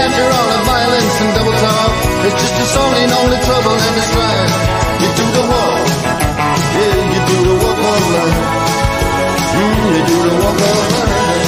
after all the violence and double talk, it's just a song in only trouble and the strife. You do the walk, yeah, you do the walk of life. You do the walk of life.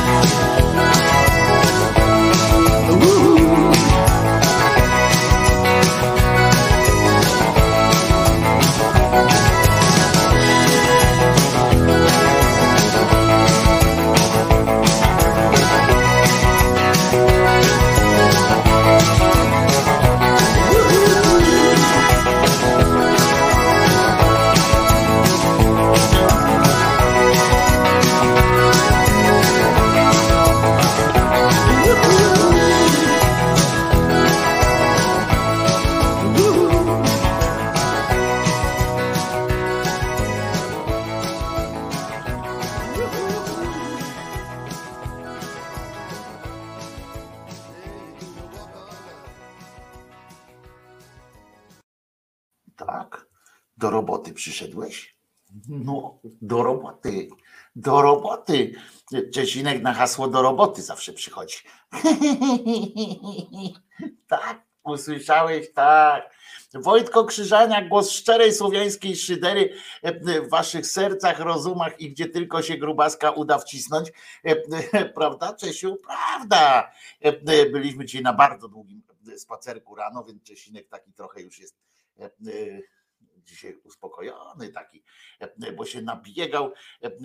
Tak? Do roboty przyszedłeś? No, do roboty. Do roboty. Czesinek na hasło do roboty zawsze przychodzi. Tak, usłyszałeś? Tak. Wojtko Krzyżaniak, głos szczerej słowiańskiej szydery w waszych sercach, rozumach i gdzie tylko się grubaska uda wcisnąć. Prawda, Czesiu? Prawda. Byliśmy dzisiaj na bardzo długim spacerku rano, więc Czesinek taki trochę już jest dzisiaj uspokojony taki, bo się nabiegał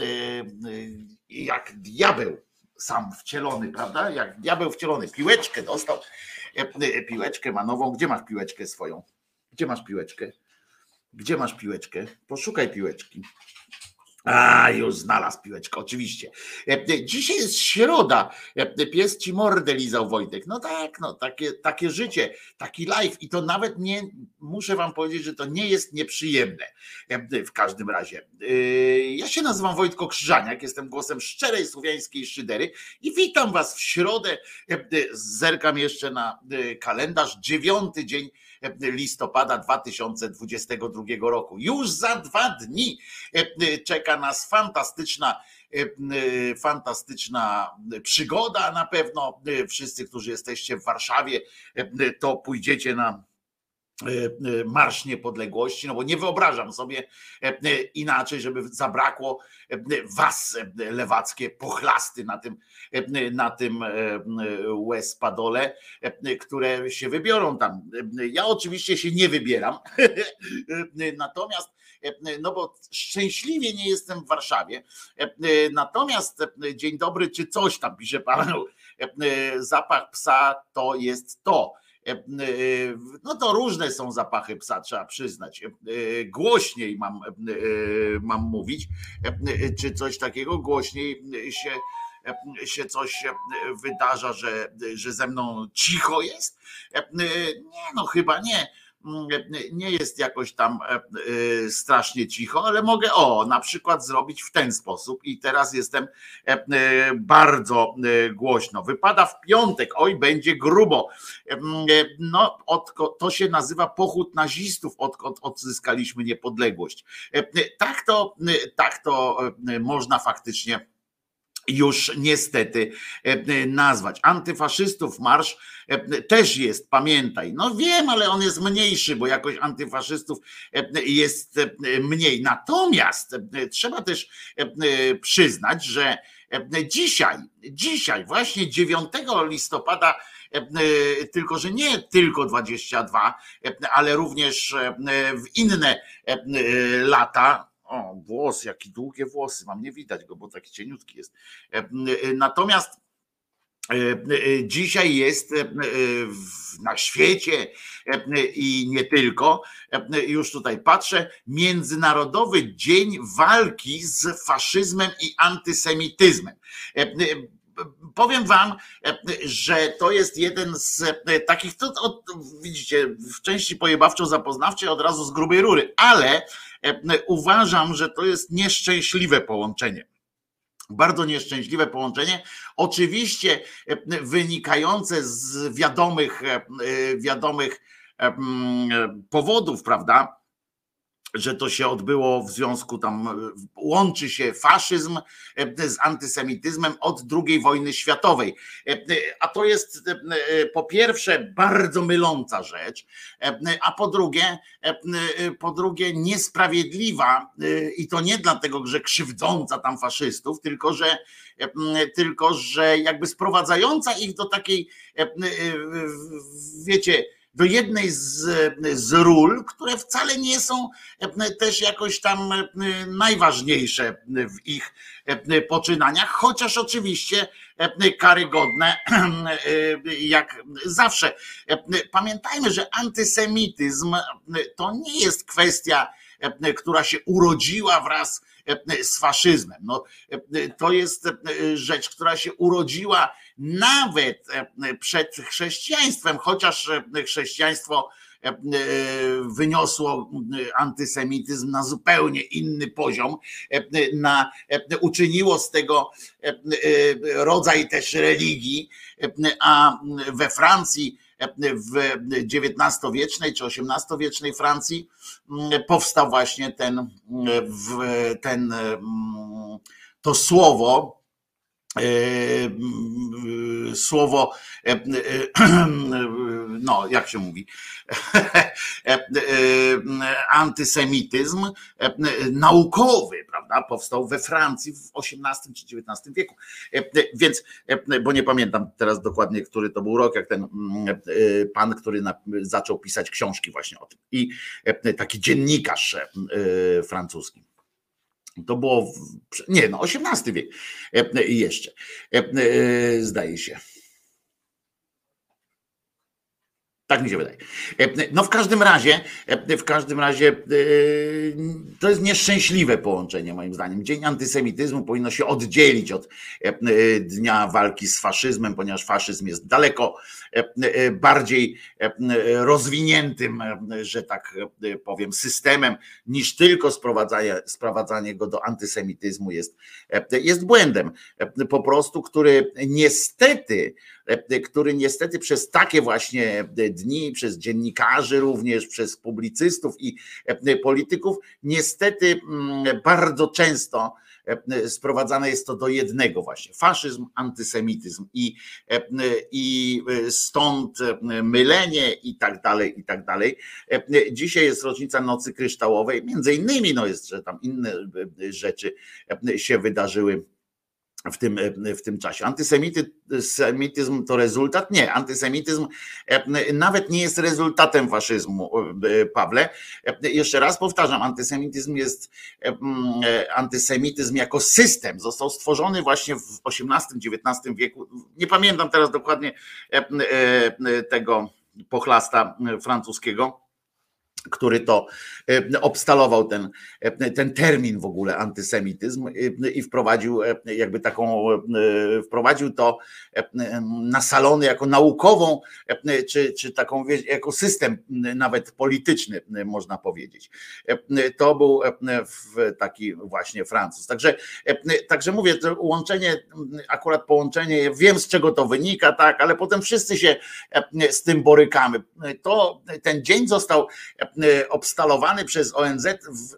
jak diabeł sam wcielony, prawda? Jak diabeł wcielony. Piłeczkę dostał. Piłeczkę ma nową. Gdzie masz piłeczkę swoją? Gdzie masz piłeczkę? Gdzie masz piłeczkę? Poszukaj piłeczki. A, już znalazł piłeczkę, oczywiście. Dzisiaj jest środa. Pies ci mordę lizał, Wojtek. No tak, no takie życie, taki live. I to nawet nie, muszę wam powiedzieć, że to nie jest nieprzyjemne. W każdym razie. Ja się nazywam Wojtko Krzyżaniak, jestem głosem szczerej słowiańskiej szydery i witam was w środę. Zerkam jeszcze na kalendarz. 9 dzień listopada 2022 roku. Już za 2 dni czeka nas fantastyczna przygoda na pewno. Wszyscy, którzy jesteście w Warszawie, to pójdziecie na Marsz Niepodległości, no bo nie wyobrażam sobie inaczej, żeby zabrakło was, lewackie pochlasty na tym łez-padole, które się wybiorą tam. Ja oczywiście się nie wybieram, natomiast no bo szczęśliwie nie jestem w Warszawie, natomiast dzień dobry, czy coś tam pisze Paweł, zapach psa to jest to. No to różne są zapachy psa, trzeba przyznać. Głośniej mam mówić, czy coś takiego, głośniej się coś wydarza, że ze mną cicho jest? Nie, no chyba nie. Nie jest jakoś tam strasznie cicho, ale mogę na przykład zrobić w ten sposób i teraz jestem bardzo głośno. Wypada w piątek, oj, będzie grubo. No, to się nazywa pochód nazistów, odkąd odzyskaliśmy niepodległość. Tak to można faktycznie już niestety nazwać. Antyfaszystów marsz też jest, pamiętaj. No wiem, ale on jest mniejszy, bo jakoś antyfaszystów jest mniej. Natomiast trzeba też przyznać, że dzisiaj właśnie 9 listopada, tylko że nie tylko 22, ale również w inne lata. O, włos, jakie długie włosy, mam, nie widać go, bo taki cieniutki jest. Natomiast dzisiaj jest na świecie i nie tylko, już tutaj patrzę, Międzynarodowy Dzień Walki z Faszyzmem i Antysemityzmem. Powiem wam, że to jest jeden z takich, widzicie, w części pojebawczo-zapoznawczej od razu z grubej rury, ale uważam, że to jest nieszczęśliwe połączenie. Bardzo nieszczęśliwe połączenie, oczywiście wynikające z wiadomych powodów, prawda? że to się odbyło w związku tam, łączy się faszyzm z antysemityzmem od II wojny światowej. A to jest po pierwsze bardzo myląca rzecz, a po drugie niesprawiedliwa i to nie dlatego, że krzywdząca tam faszystów, tylko że jakby sprowadzająca ich do takiej, wiecie, do jednej z ról, które wcale nie są też jakoś tam najważniejsze w ich poczynaniach, chociaż oczywiście karygodne jak zawsze. Pamiętajmy, że antysemityzm to nie jest kwestia, która się urodziła wraz z faszyzmem. No, to jest rzecz, która się urodziła nawet przed chrześcijaństwem, chociaż chrześcijaństwo wyniosło antysemityzm na zupełnie inny poziom, uczyniło z tego rodzaj też religii, a we Francji w XIX-wiecznej czy XVIII-wiecznej Francji powstał właśnie to słowo, no jak się mówi, antysemityzm naukowy, prawda, powstał we Francji w XVIII czy XIX wieku. Więc, bo nie pamiętam teraz dokładnie, który to był rok, jak ten pan, który zaczął pisać książki właśnie o tym. I taki dziennikarz francuski. To było, XVIII wiek jeszcze, zdaje się. Tak mi się wydaje. No w każdym razie to jest nieszczęśliwe połączenie moim zdaniem. Dzień antysemityzmu powinno się oddzielić od dnia walki z faszyzmem, ponieważ faszyzm jest daleko bardziej rozwiniętym, że tak powiem, systemem niż tylko sprowadzanie go do antysemityzmu jest błędem po prostu, który niestety przez takie właśnie dni, przez dziennikarzy również, przez publicystów i polityków, niestety bardzo często sprowadzane jest to do jednego właśnie, faszyzm, antysemityzm i stąd mylenie i tak dalej, i tak dalej. Dzisiaj jest rocznica Nocy Kryształowej, między innymi jest, że tam inne rzeczy się wydarzyły w tym czasie. Antysemityzm to rezultat? Nie, antysemityzm nawet nie jest rezultatem faszyzmu, Pawle. Jeszcze raz powtarzam, antysemityzm jako system został stworzony właśnie w XVIII-XIX wieku. Nie pamiętam teraz dokładnie tego pochlasta francuskiego, który to obstalował ten termin w ogóle antysemityzm i wprowadził to na salony jako naukową, czy taką jako system nawet polityczny, można powiedzieć. To był taki właśnie Francuz. Także mówię, to połączenie, wiem z czego to wynika, tak, ale potem wszyscy się z tym borykamy. Ten dzień został obstalowany przez ONZ w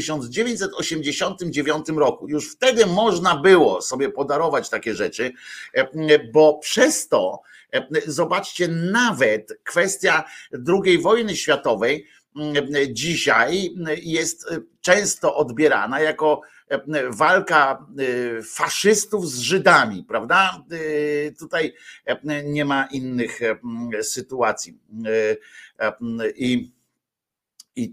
1989 roku. Już wtedy można było sobie podarować takie rzeczy, bo przez to, zobaczcie, nawet kwestia II wojny światowej dzisiaj jest często odbierana jako walka faszystów z Żydami, prawda? Tutaj nie ma innych sytuacji. I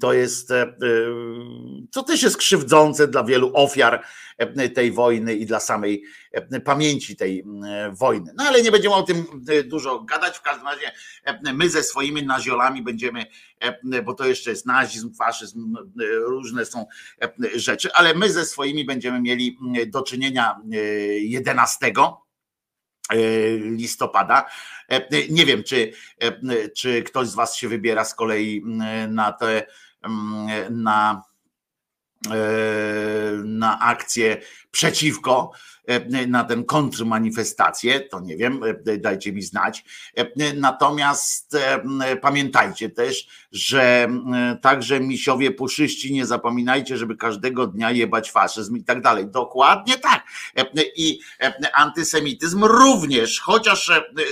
to też jest krzywdzące dla wielu ofiar tej wojny i dla samej pamięci tej wojny. No ale nie będziemy o tym dużo gadać. W każdym razie my ze swoimi naziolami będziemy, bo to jeszcze jest nazizm, faszyzm, różne są rzeczy, ale my ze swoimi będziemy mieli do czynienia 11 listopada. Nie wiem, czy ktoś z was się wybiera z kolei na na akcję przeciwko, na ten kontrmanifestację, to nie wiem, dajcie mi znać. Natomiast pamiętajcie też, że także misiowie puszyści, nie zapominajcie, żeby każdego dnia jebać faszyzm i tak dalej. Dokładnie tak. I antysemityzm również, chociaż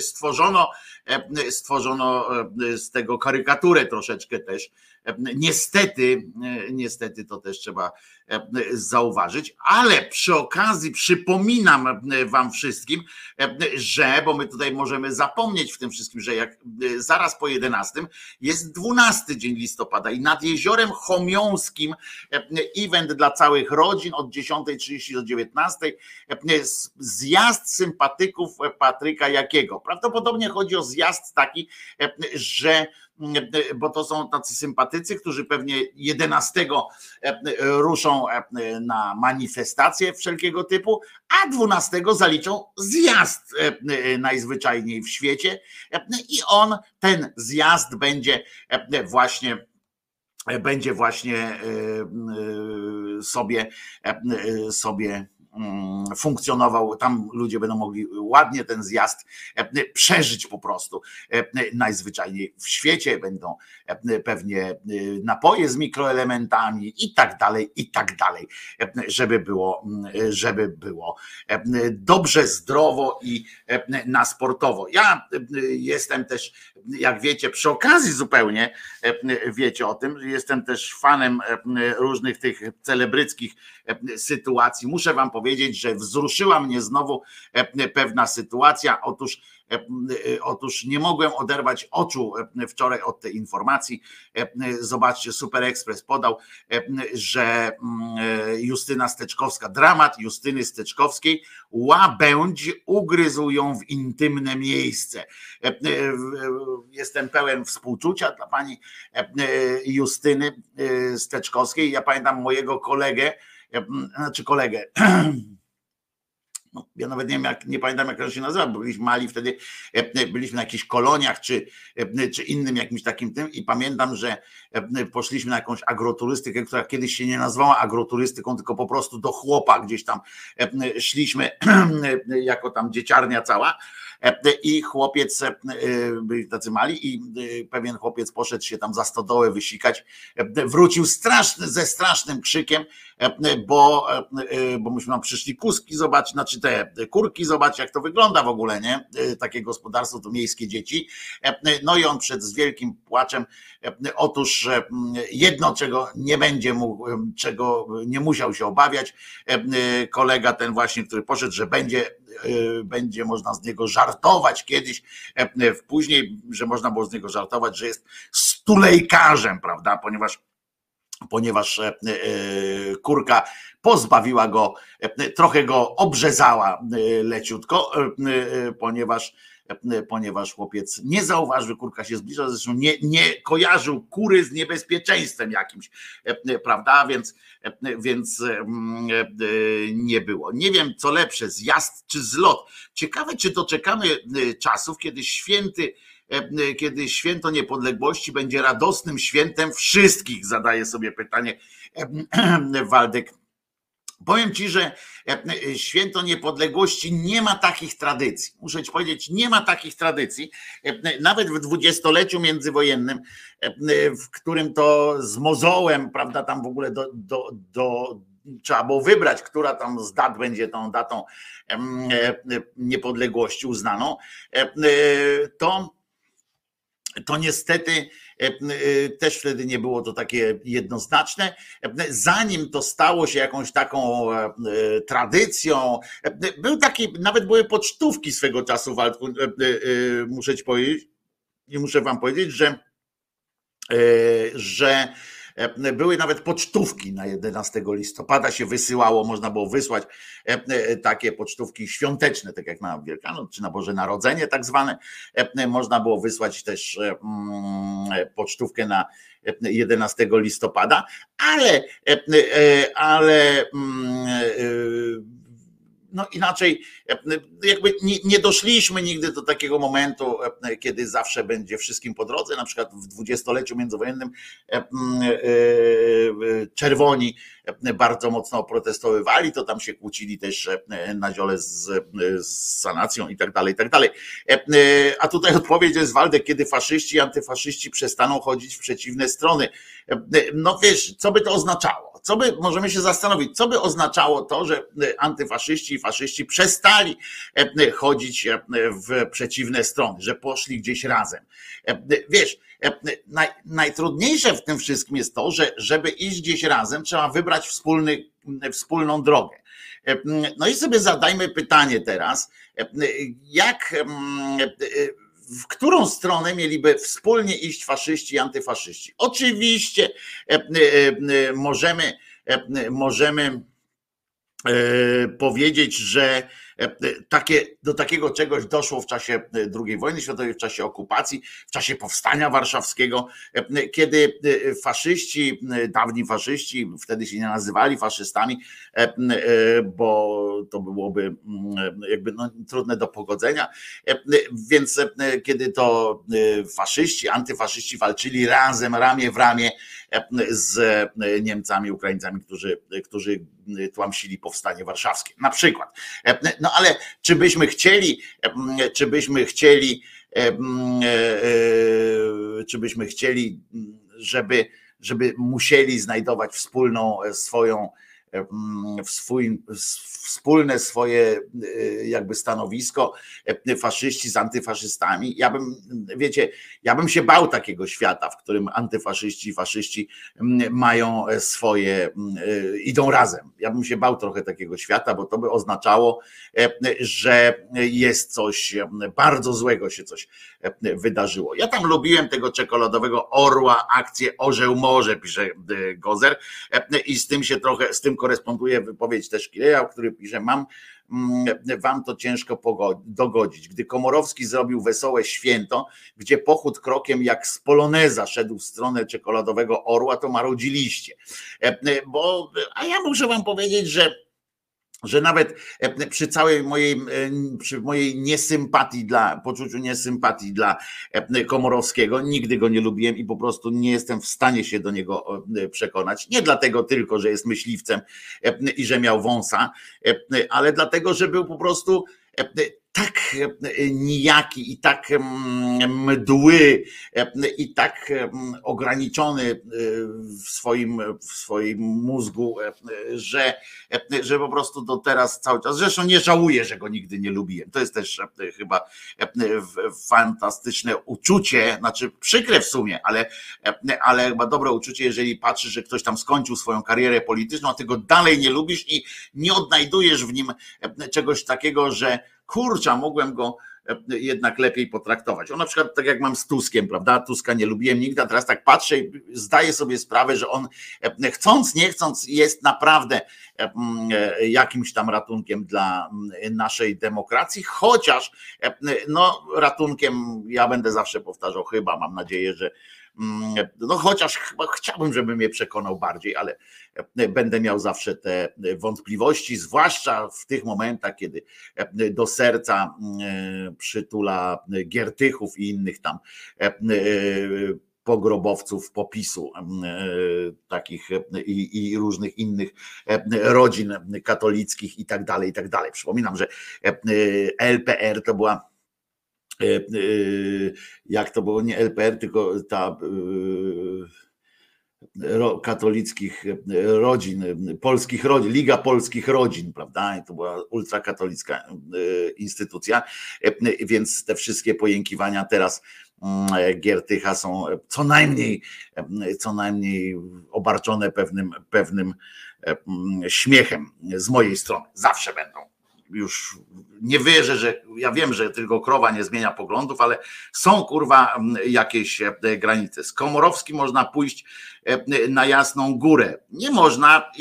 stworzono z tego karykaturę troszeczkę też. Niestety to też trzeba zauważyć, ale przy okazji przypominam wam wszystkim, że, bo my tutaj możemy zapomnieć w tym wszystkim, że jak zaraz po 11 jest 12 dzień listopada i nad Jeziorem Chomiąskim event dla całych rodzin od 10:30 do 19:00, zjazd sympatyków Patryka Jakiego. Prawdopodobnie chodzi o zjazd taki, że bo to są tacy sympatycy, którzy pewnie 11 ruszą na manifestacje wszelkiego typu, a 12 zaliczą zjazd najzwyczajniej w świecie i ten zjazd będzie właśnie sobie funkcjonował, tam ludzie będą mogli ładnie ten zjazd przeżyć po prostu najzwyczajniej w świecie, będą pewnie napoje z mikroelementami i tak dalej, żeby było dobrze, zdrowo i na sportowo. Ja jestem też, jak wiecie, przy okazji zupełnie wiecie o tym, jestem też fanem różnych tych celebryckich sytuacji. Muszę wam powiedzieć, że wzruszyła mnie znowu pewna sytuacja. Otóż nie mogłem oderwać oczu wczoraj od tej informacji. Zobaczcie, Super Express podał, że Justyna Steczkowska, dramat Justyny Steczkowskiej, łabędź ugryzł ją w intymne miejsce. Jestem pełen współczucia dla pani Justyny Steczkowskiej. Ja pamiętam mojego kolegę, no, ja nawet nie pamiętam, jak on się nazywa, bo byliśmy mali wtedy, byliśmy na jakichś koloniach czy innym jakimś takim tym i pamiętam, że poszliśmy na jakąś agroturystykę, która kiedyś się nie nazwała agroturystyką, tylko po prostu do chłopa gdzieś tam szliśmy jako tam dzieciarnia cała i chłopiec, byli tacy mali i pewien chłopiec poszedł się tam za stodołę wysikać, wrócił ze strasznym krzykiem, bo myśmy tam przyszli kuski zobaczyć, znaczy te kurki zobaczyć, jak to wygląda w ogóle, nie? Takie gospodarstwo, to miejskie dzieci. No i on przed z wielkim płaczem, otóż jedno, czego nie będzie mógł, czego nie musiał się obawiać, kolega ten właśnie, który poszedł, że będzie można z niego żartować kiedyś, później, że można było z niego żartować, że jest stulejkarzem, prawda, ponieważ kurka pozbawiła go, trochę go obrzezała leciutko, ponieważ chłopiec nie zauważył, że kurka się zbliża, zresztą nie kojarzył kury z niebezpieczeństwem jakimś, prawda, więc nie było. Nie wiem, co lepsze, zjazd czy zlot. Ciekawe, czy doczekamy czasów, kiedy święto niepodległości będzie radosnym świętem wszystkich, zadaje sobie pytanie Waldek. Powiem ci, że święto niepodległości nie ma takich tradycji. Muszę ci powiedzieć, nie ma takich tradycji. Nawet w dwudziestoleciu międzywojennym, w którym to z mozołem, prawda, tam w ogóle trzeba było wybrać, która tam z dat będzie tą datą niepodległości uznaną, to niestety też wtedy nie było to takie jednoznaczne. Zanim to stało się jakąś taką tradycją, nawet były pocztówki swego czasu, Waldku, muszę ci powiedzieć i muszę wam powiedzieć, że były nawet pocztówki na 11 listopada się wysyłało, można było wysłać takie pocztówki świąteczne, tak jak na Wielkanoc czy na Boże Narodzenie tak zwane. Można było wysłać też pocztówkę na 11 listopada, ale no inaczej, jakby nie doszliśmy nigdy do takiego momentu, kiedy zawsze będzie wszystkim po drodze. Na przykład w dwudziestoleciu międzywojennym czerwoni bardzo mocno oprotestowywali, to tam się kłócili też na ziole z sanacją i tak dalej, i tak dalej. A tutaj odpowiedź jest, Waldek, kiedy faszyści i antyfaszyści przestaną chodzić w przeciwne strony. No wiesz, co by to oznaczało? Możemy się zastanowić, co by oznaczało to, że antyfaszyści i faszyści przestali chodzić w przeciwne strony, że poszli gdzieś razem. Wiesz, najtrudniejsze w tym wszystkim jest to, że żeby iść gdzieś razem, trzeba wybrać wspólną drogę. No i sobie zadajmy pytanie teraz, w którą stronę mieliby wspólnie iść faszyści i antyfaszyści? Oczywiście możemy powiedzieć, że do takiego czegoś doszło w czasie II wojny światowej, w czasie okupacji, w czasie powstania warszawskiego, kiedy faszyści, dawni faszyści, wtedy się nie nazywali faszystami, bo to byłoby jakby trudne do pogodzenia, więc kiedy to faszyści, antyfaszyści walczyli razem, ramię w ramię z Niemcami, Ukraińcami, którzy tłamsili powstanie warszawskie, na przykład. No ale czy byśmy chcieli, żeby musieli znajdować wspólne swoje jakby stanowisko faszyści z antyfaszystami? Ja bym się bał takiego świata, w którym antyfaszyści i faszyści mają idą razem. Ja bym się bał trochę takiego świata, bo to by oznaczało, że jest coś bardzo złego, się coś wydarzyło. Ja tam lubiłem tego czekoladowego orła, akcję Orzeł Morze, pisze Gozer, i z tym koresponduje wypowiedź też Kireja, który pisze: wam to ciężko dogodzić. Gdy Komorowski zrobił wesołe święto, gdzie pochód krokiem jak z poloneza szedł w stronę czekoladowego orła, to marudziliście. A ja muszę wam powiedzieć, że nawet przy mojej poczuciu niesympatii dla Komorowskiego, nigdy go nie lubiłem i po prostu nie jestem w stanie się do niego przekonać. Nie dlatego tylko, że jest myśliwcem i że miał wąsa, ale dlatego, że był po prostu tak nijaki i tak mdły i tak ograniczony w swoim mózgu, że po prostu do teraz cały czas, zresztą nie żałuję, że go nigdy nie lubiłem. To jest też chyba fantastyczne uczucie, znaczy przykre w sumie, ale chyba dobre uczucie, jeżeli patrzysz, że ktoś tam skończył swoją karierę polityczną, a ty go dalej nie lubisz i nie odnajdujesz w nim czegoś takiego, że kurczę, mogłem go jednak lepiej potraktować. On na przykład tak jak mam z Tuskiem, prawda? Tuska nie lubiłem nigdy, a teraz tak patrzę i zdaję sobie sprawę, że on chcąc, nie chcąc jest naprawdę jakimś tam ratunkiem dla naszej demokracji, chociaż ratunkiem, ja będę zawsze powtarzał, mam nadzieję, że chociaż chyba chciałbym, żeby mnie przekonał bardziej, ale będę miał zawsze te wątpliwości, zwłaszcza w tych momentach, kiedy do serca przytula Giertychów i innych tam pogrobowców PO-PiS-u, takich i różnych innych rodzin katolickich i tak dalej, i tak dalej. Przypominam, że LPR to była, jak to było, nie LPR, tylko ta katolickich rodzin, polskich rodzin, Liga Polskich Rodzin, prawda? I to była ultrakatolicka instytucja, więc te wszystkie pojękiwania teraz Giertycha są co najmniej obarczone pewnym śmiechem z mojej strony. Zawsze będą. Już nie wierzę, ja wiem, że tylko krowa nie zmienia poglądów, ale są kurwa jakieś granice. Z Komorowskim można pójść na Jasną Górę. Nie można,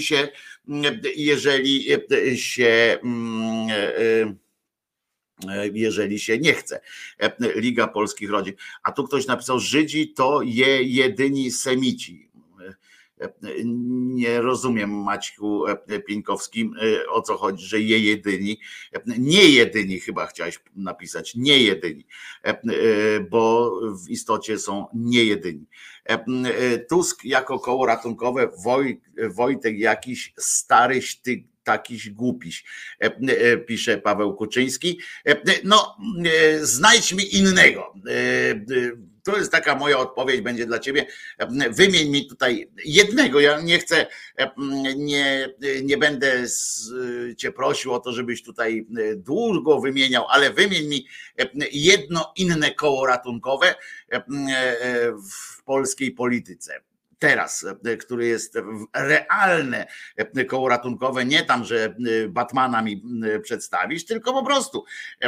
jeżeli się nie chce. Liga Polskich Rodzin. A tu ktoś napisał: Żydzi to jedyni semici. Nie rozumiem, Maćku Pieńkowskim, o co chodzi, że je jedyni. Nie jedyni chyba chciałeś napisać, nie jedyni, bo w istocie są nie jedyni. Tusk jako koło ratunkowe, Wojtek jakiś staryś, ty takiś głupiś, pisze Paweł Kuczyński. No, znajdź mi innego. To jest taka moja odpowiedź będzie dla ciebie. Wymień mi tutaj jednego. Ja nie chcę, nie będę cię prosił o to, żebyś tutaj długo wymieniał, ale wymień mi jedno inne koło ratunkowe w polskiej polityce. Teraz, który jest realne koło ratunkowe, nie tam, że Batmana mi przedstawisz, tylko po prostu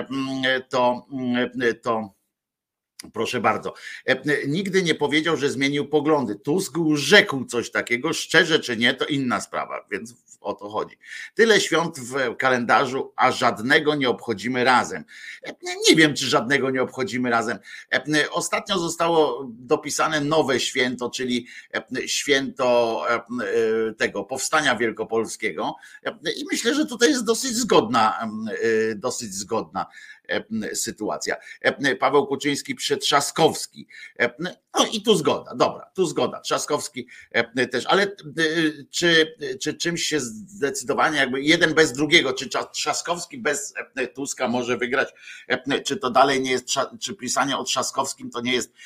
to proszę bardzo. Nigdy nie powiedział, że zmienił poglądy. Tusk rzekł coś takiego, szczerze czy nie, to inna sprawa, więc o to chodzi. Tyle świąt w kalendarzu, a żadnego nie obchodzimy razem. Nie wiem, czy żadnego nie obchodzimy razem. Ostatnio zostało dopisane nowe święto, czyli święto tego Powstania Wielkopolskiego i myślę, że tutaj jest dosyć zgodna sytuacja. Paweł Kuczyński Trzaskowski. No i tu zgoda, dobra, tu zgoda. Trzaskowski też, ale czy czymś się zdecydowanie jakby jeden bez drugiego, czy Trzaskowski bez Tuska może wygrać, czy to dalej nie jest, czy pisanie o Trzaskowskim to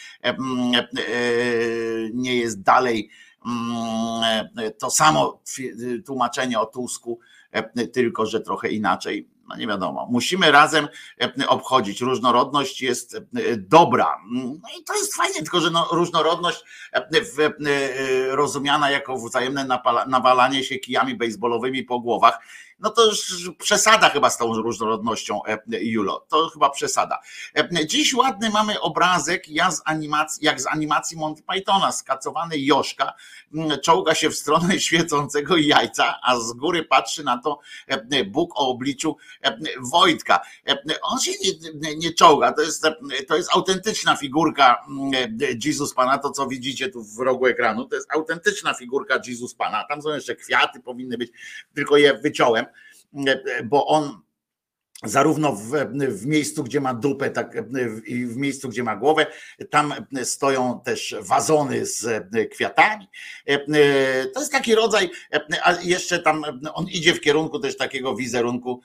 nie jest dalej to samo tłumaczenie o Tusku, tylko że trochę inaczej. No nie wiadomo, musimy razem obchodzić. Różnorodność jest dobra. No i to jest fajnie, tylko że różnorodność rozumiana jako wzajemne nawalanie się kijami baseballowymi po głowach, no to już przesada chyba z tą różnorodnością, Julo, to chyba przesada. Dziś ładny mamy obrazek, jak z animacji Monty Pythona. Skacowany Joszka czołga się w stronę świecącego jajca, a z góry patrzy na to Bóg o obliczu Wojtka. On się nie czołga, to jest autentyczna figurka Jesus Pana, to co widzicie tu w rogu ekranu, to jest autentyczna figurka Jesus Pana. Tam są jeszcze kwiaty, powinny być, tylko je wyciąłem, bo on zarówno w miejscu, gdzie ma dupę, tak i w miejscu, gdzie ma głowę, tam stoją też wazony z kwiatami. To jest taki rodzaj, a jeszcze tam on idzie w kierunku też takiego wizerunku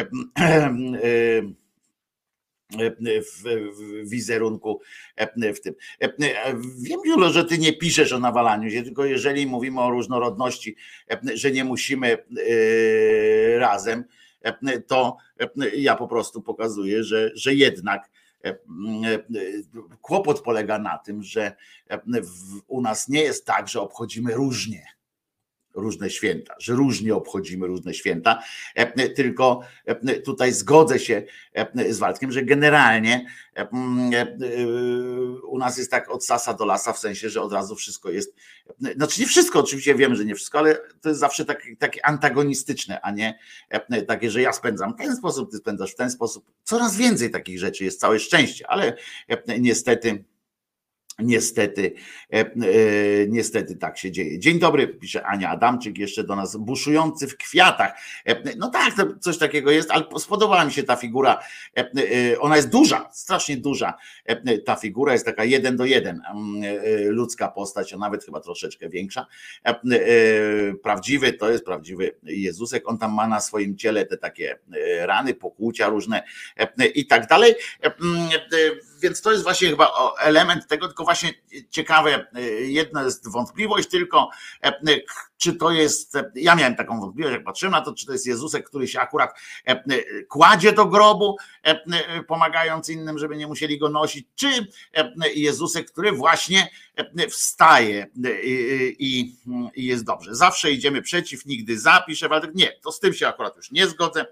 w tym. Wiem, Julo, że ty nie piszesz o nawalaniu się, tylko jeżeli mówimy o różnorodności, że nie musimy razem, to ja po prostu pokazuję, że jednak kłopot polega na tym, że u nas nie jest tak, że obchodzimy różne święta, że różnie obchodzimy różne święta, tylko tutaj zgodzę się z Waldkiem, że generalnie u nas jest tak od sasa do lasa, w sensie, że od razu wszystko jest, znaczy nie wszystko, oczywiście wiem, że nie wszystko, ale to jest zawsze takie antagonistyczne, a nie takie, że ja spędzam w ten sposób, ty spędzasz w ten sposób. Coraz więcej takich rzeczy jest, całe szczęście, ale niestety tak się dzieje. Dzień dobry, pisze Ania Adamczyk jeszcze do nas, buszujący w kwiatach. No tak, to coś takiego jest, ale spodobała mi się ta figura. Ona jest duża, strasznie duża. Ta figura jest taka 1:1. Ludzka postać, a nawet chyba troszeczkę większa. Prawdziwy, to jest prawdziwy Jezusek. On tam ma na swoim ciele te takie rany, pokłucia różne i tak dalej. Więc to jest właśnie chyba element tego, tylko właśnie ciekawe, jedna jest wątpliwość tylko, czy to jest, ja miałem taką wątpliwość, jak patrzyłem na to, czy to jest Jezusek, który się akurat kładzie do grobu, pomagając innym, żeby nie musieli go nosić, czy Jezusek, który właśnie wstaje i jest dobrze. Zawsze idziemy przeciw, nigdy za, pisze Waldek. Nie, to z tym się akurat już nie zgodzę.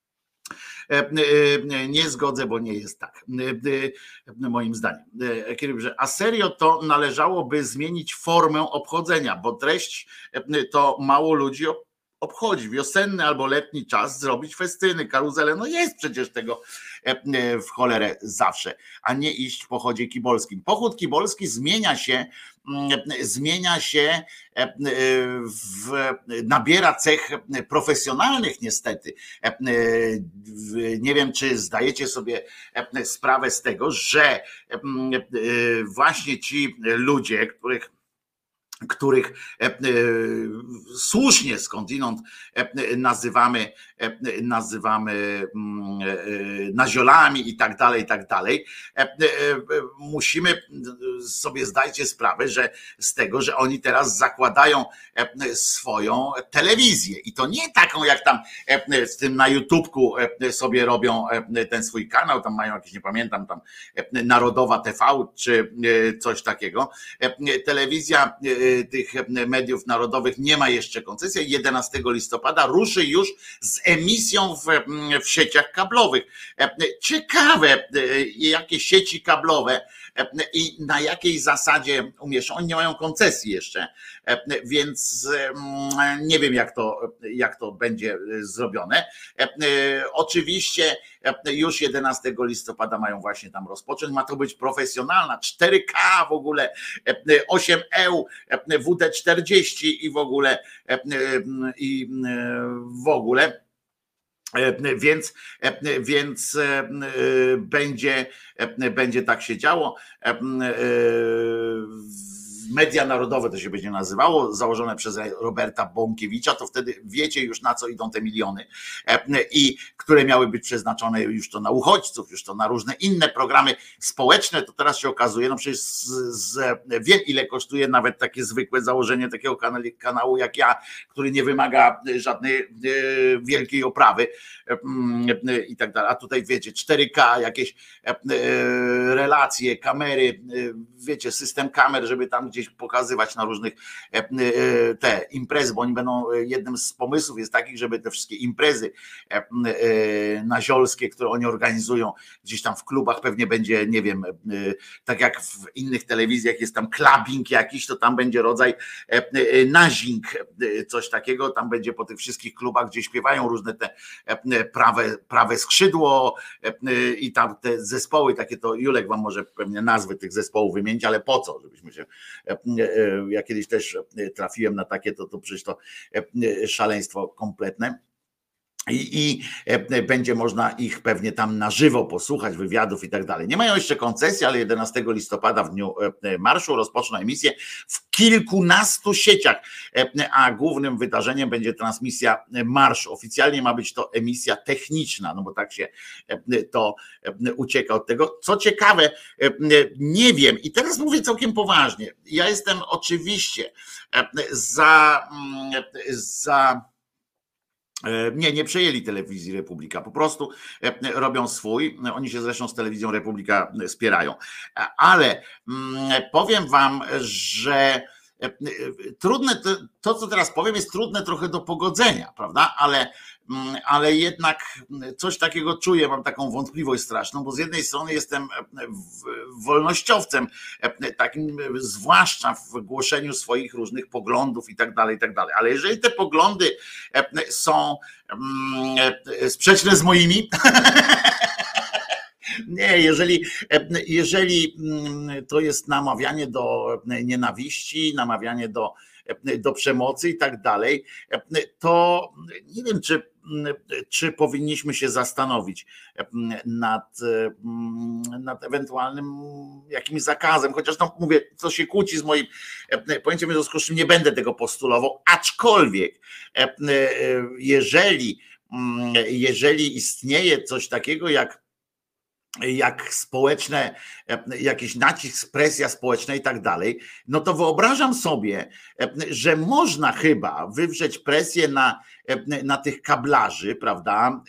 Nie zgodzę, bo nie jest tak, moim zdaniem. A serio to należałoby zmienić formę obchodzenia, bo treść to mało ludzi obchodzi wiosenny albo letni czas, zrobić festyny, karuzele. No jest przecież tego w cholerę zawsze, a nie iść w pochodzie kibolskim. Pochód kibolski zmienia się, nabiera cech profesjonalnych niestety. Nie wiem, czy zdajecie sobie sprawę z tego, że właśnie ci ludzie, których słusznie skądinąd nazywamy naziolami i tak dalej, musimy sobie zdać sprawę, że z tego, że oni teraz zakładają swoją telewizję i to nie taką jak tam z tym na YouTubku sobie robią ten swój kanał, tam mają jakieś, nie pamiętam, tam Narodowa TV czy coś takiego. Telewizja tych mediów narodowych nie ma jeszcze koncesji. 11 listopada ruszy już z emisją w sieciach kablowych. Ciekawe, jakie sieci kablowe i na jakiej zasadzie umieszczą. Oni nie mają koncesji jeszcze, więc nie wiem, jak to będzie zrobione. Oczywiście już 11 listopada mają właśnie tam rozpocząć. Ma to być profesjonalna 4K w ogóle, 8 EU, WD40 i w ogóle. Więc będzie tak się działo. Media Narodowe to się będzie nazywało, założone przez Roberta Bąkiewicza, to wtedy wiecie już, na co idą te miliony, i które miały być przeznaczone już to na uchodźców, już to na różne inne programy społeczne. To teraz się okazuje, no przecież wiem, ile kosztuje nawet takie zwykłe założenie takiego kanału jak ja, który nie wymaga żadnej wielkiej oprawy i tak dalej. A tutaj wiecie, 4K, jakieś relacje, kamery, wiecie, system kamer, żeby tam gdzieś pokazywać na różnych te imprezy, bo oni będą, jednym z pomysłów jest takich, żeby te wszystkie imprezy naziolskie, które oni organizują gdzieś tam w klubach, pewnie będzie, nie wiem, tak jak w innych telewizjach jest tam clubbing jakiś, to tam będzie rodzaj nazing, coś takiego, tam będzie po tych wszystkich klubach, gdzie śpiewają różne te prawe skrzydło i tam te zespoły takie, to Julek wam może pewnie nazwy tych zespołów wymienić, ale po co, żebyśmy się, ja kiedyś też trafiłem na takie, to przecież to szaleństwo kompletne. I będzie można ich pewnie tam na żywo posłuchać, wywiadów i tak dalej. Nie mają jeszcze koncesji, ale 11 listopada w dniu marszu rozpoczną emisję w kilkunastu sieciach, a głównym wydarzeniem będzie transmisja marszu. Oficjalnie ma być to emisja techniczna, no bo tak się to ucieka od tego. Co ciekawe, nie wiem, i teraz mówię całkiem poważnie, ja jestem oczywiście nie przejęli telewizji Republika, po prostu robią swój, oni się zresztą z telewizją Republika spierają, ale powiem wam, że trudne, to co teraz powiem jest trudne trochę do pogodzenia, prawda, ale jednak coś takiego czuję, mam taką wątpliwość straszną, bo z jednej strony jestem wolnościowcem, takim zwłaszcza w głoszeniu swoich różnych poglądów i tak dalej, ale jeżeli te poglądy są sprzeczne z moimi, nie, jeżeli to jest namawianie do nienawiści, namawianie do przemocy i tak dalej, to nie wiem, czy powinniśmy się zastanowić nad ewentualnym jakimś zakazem, chociaż no mówię, to się kłóci z moim pojęciem, w związku z czym nie będę tego postulował, aczkolwiek jeżeli istnieje coś takiego jak społeczne, jakiś nacisk, presja społeczna i tak dalej, no to wyobrażam sobie, że można chyba wywrzeć presję na tych kablarzy, prawda,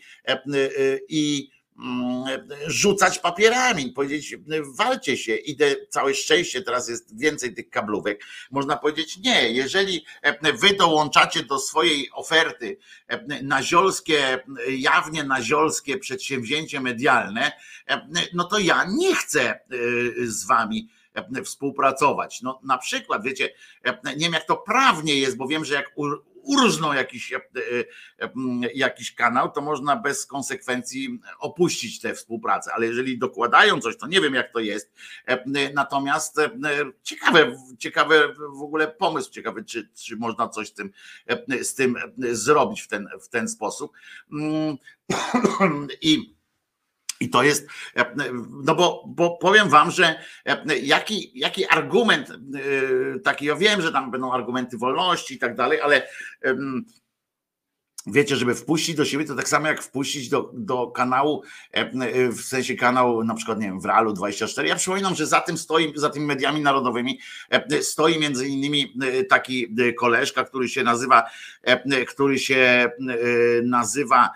i rzucać papierami, powiedzieć walcie się, idę, całe szczęście, teraz jest więcej tych kablówek, można powiedzieć nie, jeżeli wy dołączacie do swojej oferty naziolskie, jawnie naziolskie przedsięwzięcie medialne, no to ja nie chcę z wami współpracować. No na przykład, wiecie, nie wiem jak to prawnie jest, bo wiem, że jak urżną jakiś kanał, to można bez konsekwencji opuścić tę współpracę, ale jeżeli dokładają coś, to nie wiem jak to jest, natomiast ciekawy w ogóle pomysł, ciekawy czy można coś z tym zrobić w ten sposób. I to jest, no bo powiem wam, że jaki argument taki, ja wiem, że tam będą argumenty wolności i tak dalej, ale wiecie, żeby wpuścić do siebie, to tak samo jak wpuścić do kanału, w sensie kanał na przykład, nie wiem, w Realu 24. Ja przypominam, że za tym stoi, za tymi mediami narodowymi stoi między innymi taki koleżka, który się nazywa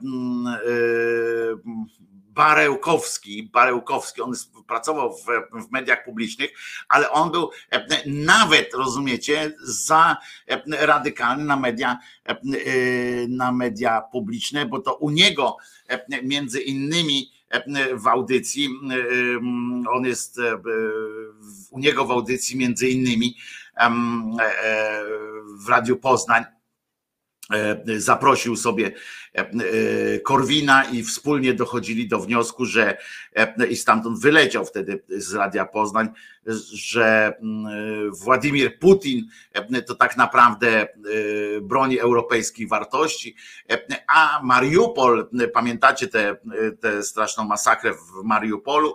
Barełkowski, on pracował w mediach publicznych, ale on był nawet, rozumiecie, za radykalny na media publiczne, bo to u niego między innymi w audycji, on jest u niego w audycji między innymi w Radiu Poznań zaprosił sobie Korwina i wspólnie dochodzili do wniosku, że i stamtąd wyleciał wtedy z Radia Poznań, że Władimir Putin to tak naprawdę broni europejskich wartości, a Mariupol, pamiętacie tę straszną masakrę w Mariupolu,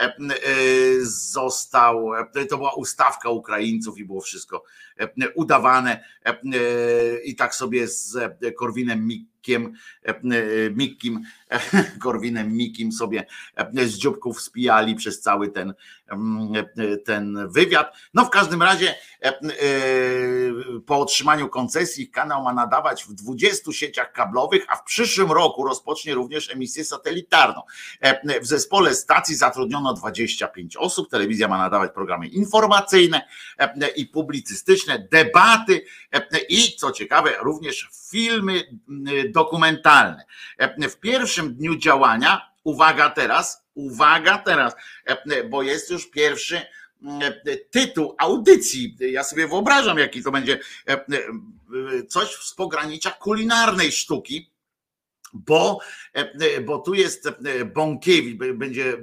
to była ustawka Ukraińców i było wszystko udawane i tak sobie z Korwinem Mikim sobie z dzióbków spijali przez cały ten wywiad. No w każdym razie po otrzymaniu koncesji kanał ma nadawać w 20 sieciach kablowych, a w przyszłym roku rozpocznie również emisję satelitarną. W zespole stacji zatrudniono 25 osób. Telewizja ma nadawać programy informacyjne i publicystyczne, debaty i co ciekawe również filmy dokumentalne. W pierwszym dniu działania, uwaga teraz, bo jest już pierwszy tytuł audycji. Ja sobie wyobrażam, jaki to będzie coś z pogranicza kulinarnej sztuki, bo tu jest Bąkiewicz, będzie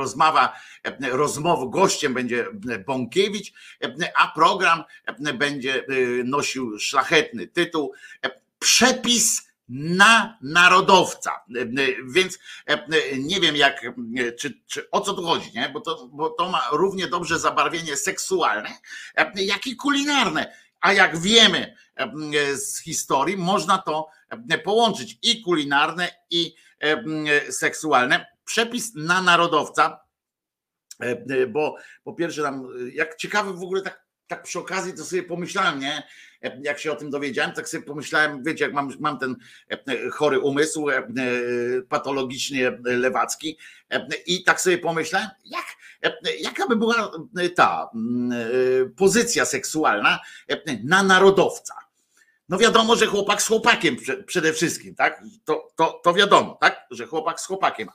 gościem będzie Bąkiewicz, a program będzie nosił szlachetny tytuł Przepis na narodowca. Więc nie wiem czy o co tu chodzi, nie? Bo to ma równie dobrze zabarwienie seksualne, jak i kulinarne. A jak wiemy z historii, można to połączyć i kulinarne, i seksualne. Przepis na narodowca, bo po pierwsze tam, jak ciekawe w ogóle tak przy okazji, to sobie pomyślałem, nie? Jak się o tym dowiedziałem, tak sobie pomyślałem, wiecie, jak mam ten chory umysł, patologicznie lewacki, i tak sobie pomyślałem, jaka by była ta pozycja seksualna na narodowca. No wiadomo, że chłopak z chłopakiem przede wszystkim, tak? To wiadomo, tak? Że chłopak z chłopakiem,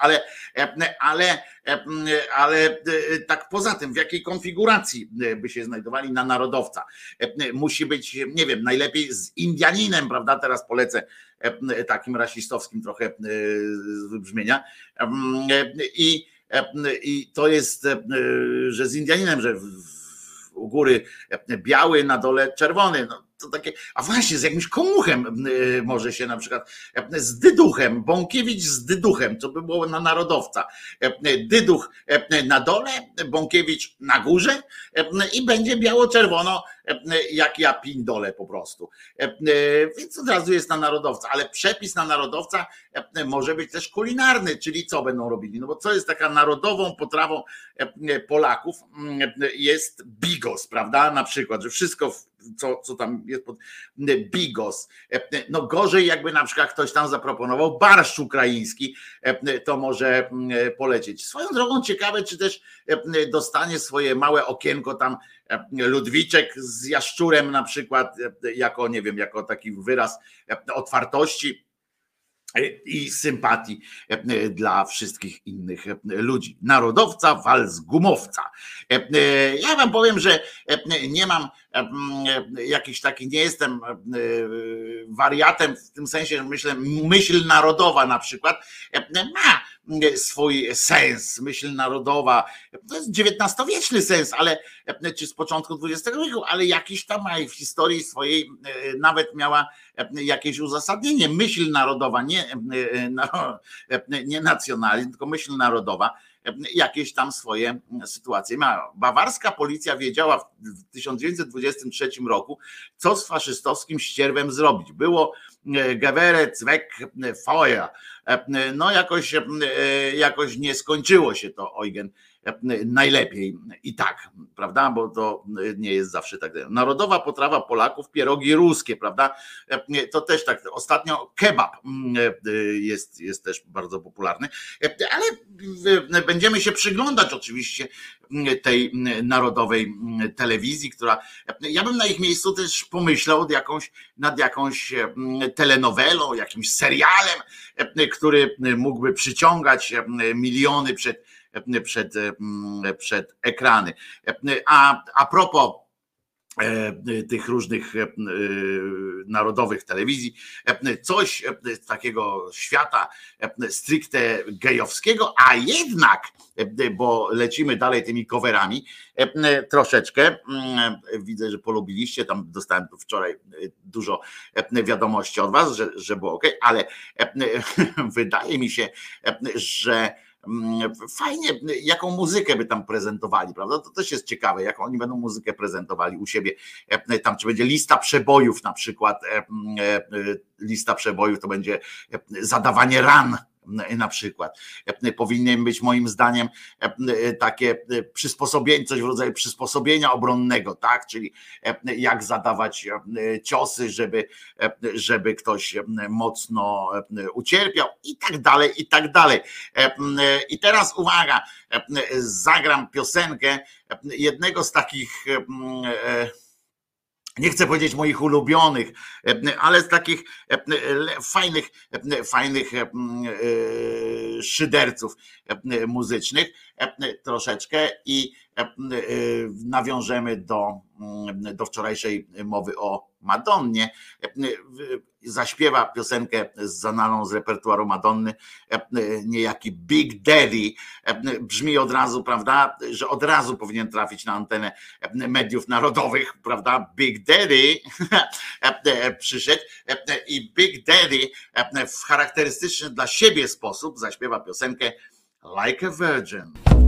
ale tak poza tym, w jakiej konfiguracji by się znajdowali na narodowca? Musi być, nie wiem, najlepiej z Indianinem, prawda? Teraz polecę takim rasistowskim trochę wybrzmienia. I to jest, że z Indianinem, że u góry biały, na dole czerwony. No, to takie, a właśnie z jakimś komuchem może się na przykład, z Dyduchem, Bąkiewicz z Dyduchem, to by było na narodowca. Dyduch na dole, Bąkiewicz na górze i będzie biało-czerwono, jak ja pindolę po prostu. Więc od razu jest na narodowca, ale przepis na narodowca może być też kulinarny, czyli co będą robili? No bo co jest taka narodową potrawą Polaków, jest bigos, prawda? Na przykład, że wszystko, co tam jest pod bigos. No gorzej jakby na przykład ktoś tam zaproponował barszcz ukraiński, to może polecieć. Swoją drogą ciekawe, czy też dostanie swoje małe okienko tam Ludwiczek z jaszczurem na przykład, jako, nie wiem, jako taki wyraz otwartości i sympatii dla wszystkich innych ludzi. Narodowca, wals gumowca. Ja wam powiem, że nie mam jakiś taki, nie jestem wariatem w tym sensie, że myślę, myśl narodowa na przykład ma swój sens, myśl narodowa, to jest XIX-wieczny sens, ale czy z początku XX wieku, ale jakiś tam ma w historii swojej nawet miała jakieś uzasadnienie. Myśl narodowa, nie nacjonalizm, tylko myśl narodowa jakieś tam swoje sytuacje miała. Bawarska policja wiedziała w 1923 roku, co z faszystowskim ścierwem zrobić. Było Gewehre, Zweck, Feuer. No jakoś nie skończyło się to, Eugen, najlepiej i tak, prawda, bo to nie jest zawsze tak. Narodowa potrawa Polaków, pierogi ruskie, prawda, to też tak, ostatnio kebab jest też bardzo popularny, ale będziemy się przyglądać oczywiście tej narodowej telewizji, która, ja bym na ich miejscu też pomyślał nad jakąś telenowelą, jakimś serialem, który mógłby przyciągać miliony przed ekrany. A propos tych różnych narodowych telewizji, coś z takiego świata stricte gejowskiego, a jednak, bo lecimy dalej tymi coverami troszeczkę, widzę, że polubiliście, tam dostałem wczoraj dużo wiadomości od was, że było ok, ale wydaje mi się, że fajnie, jaką muzykę by tam prezentowali, prawda? To też jest ciekawe, jaką oni będą muzykę prezentowali u siebie. Tam czy będzie lista przebojów na przykład, lista przebojów to będzie zadawanie ran na przykład. Powinien być moim zdaniem takie przysposobienie, coś w rodzaju przysposobienia obronnego, tak? Czyli jak zadawać ciosy, żeby ktoś mocno ucierpiał i tak dalej, i tak dalej. I teraz uwaga, zagram piosenkę jednego z takich, nie chcę powiedzieć moich ulubionych, ale z takich fajnych szyderców muzycznych troszeczkę i nawiążemy do wczorajszej mowy o Madonnie. Zaśpiewa piosenkę znaną z repertuaru Madonny niejaki Big Daddy. Brzmi od razu, prawda, że od razu powinien trafić na antenę mediów narodowych, prawda? Big Daddy przyszedł i Big Daddy w charakterystyczny dla siebie sposób zaśpiewa piosenkę Like a Virgin.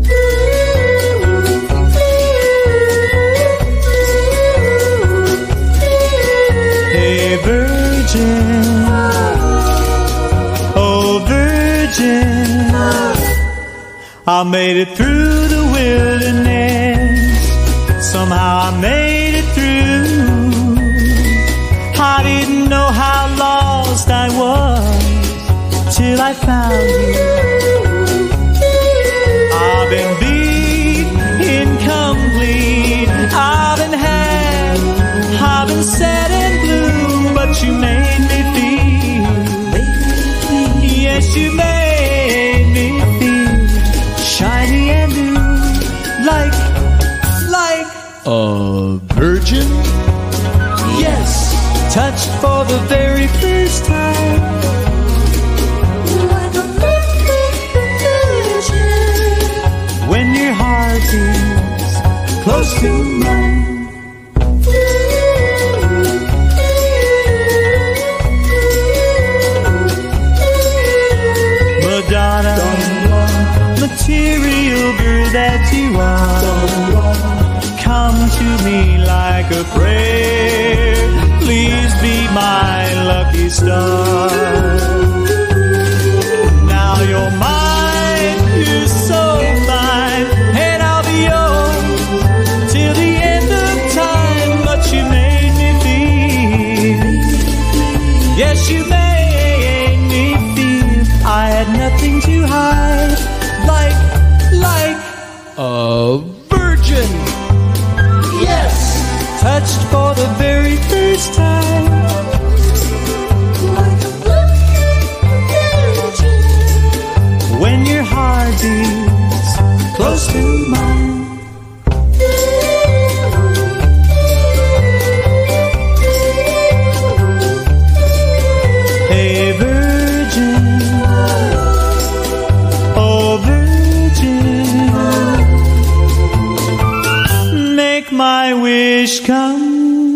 Hey virgin, oh virgin, I made it through the wilderness, somehow I made it through. I didn't know how lost I was till I found you. I've been beat, incomplete, I've been had, I've been sad and blue, but you made me feel, yes you made me feel shiny and new, like a virgin. Yes, touched for the very first time, like a virgin. When your heart is close to mine. Madonna, material girl that you are, come to me like a prayer, please be my lucky star. Now you're mine, you're so fine, and I'll be yours till the end of time, but you made me feel, yes you made me feel I had nothing to hide, like a virgin. Yes, touched for the very first time, like a virgin. Hey virgin, oh virgin, make my wish come.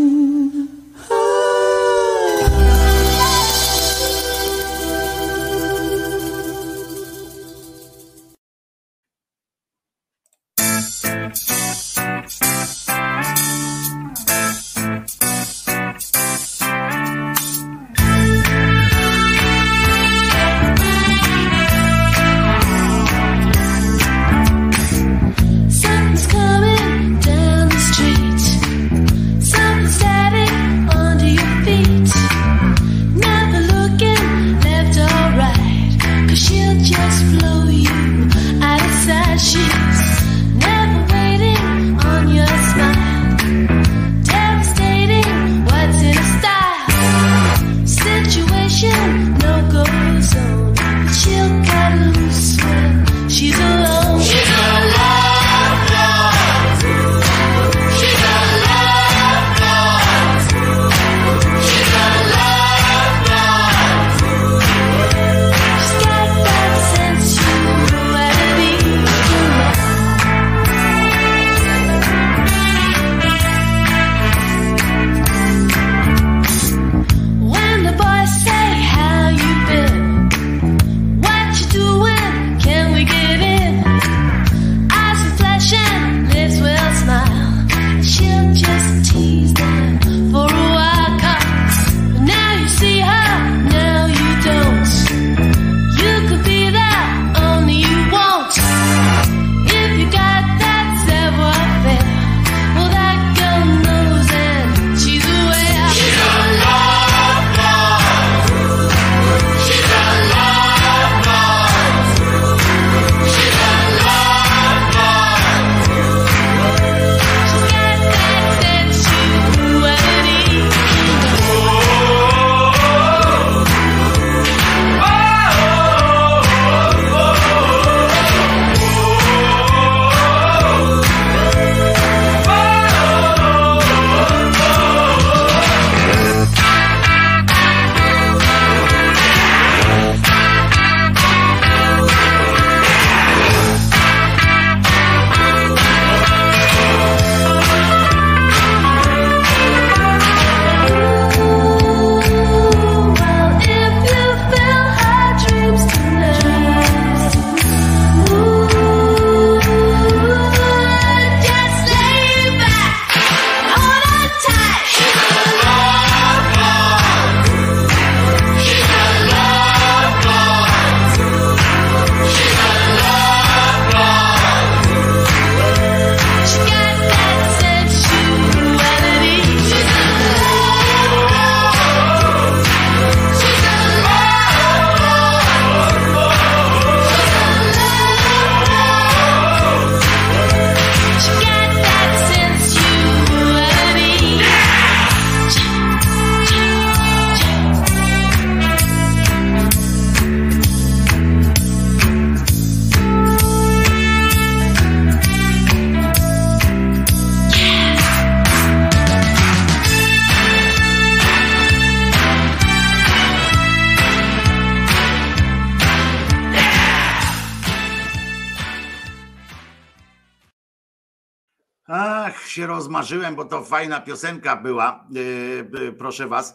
Ach, się rozmarzyłem, bo to fajna piosenka była, proszę was.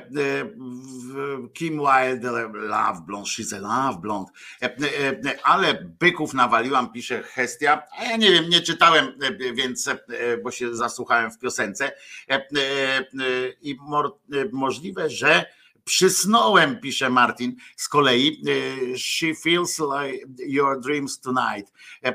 Kim Wilde, Love Blonde, she's a Love Blonde. Ale byków nawaliłam, pisze Hestia. A ja nie wiem, nie czytałem, więc, bo się zasłuchałem w piosence. I możliwe, że przysnąłem, pisze Martin z kolei. She feels like your dreams tonight.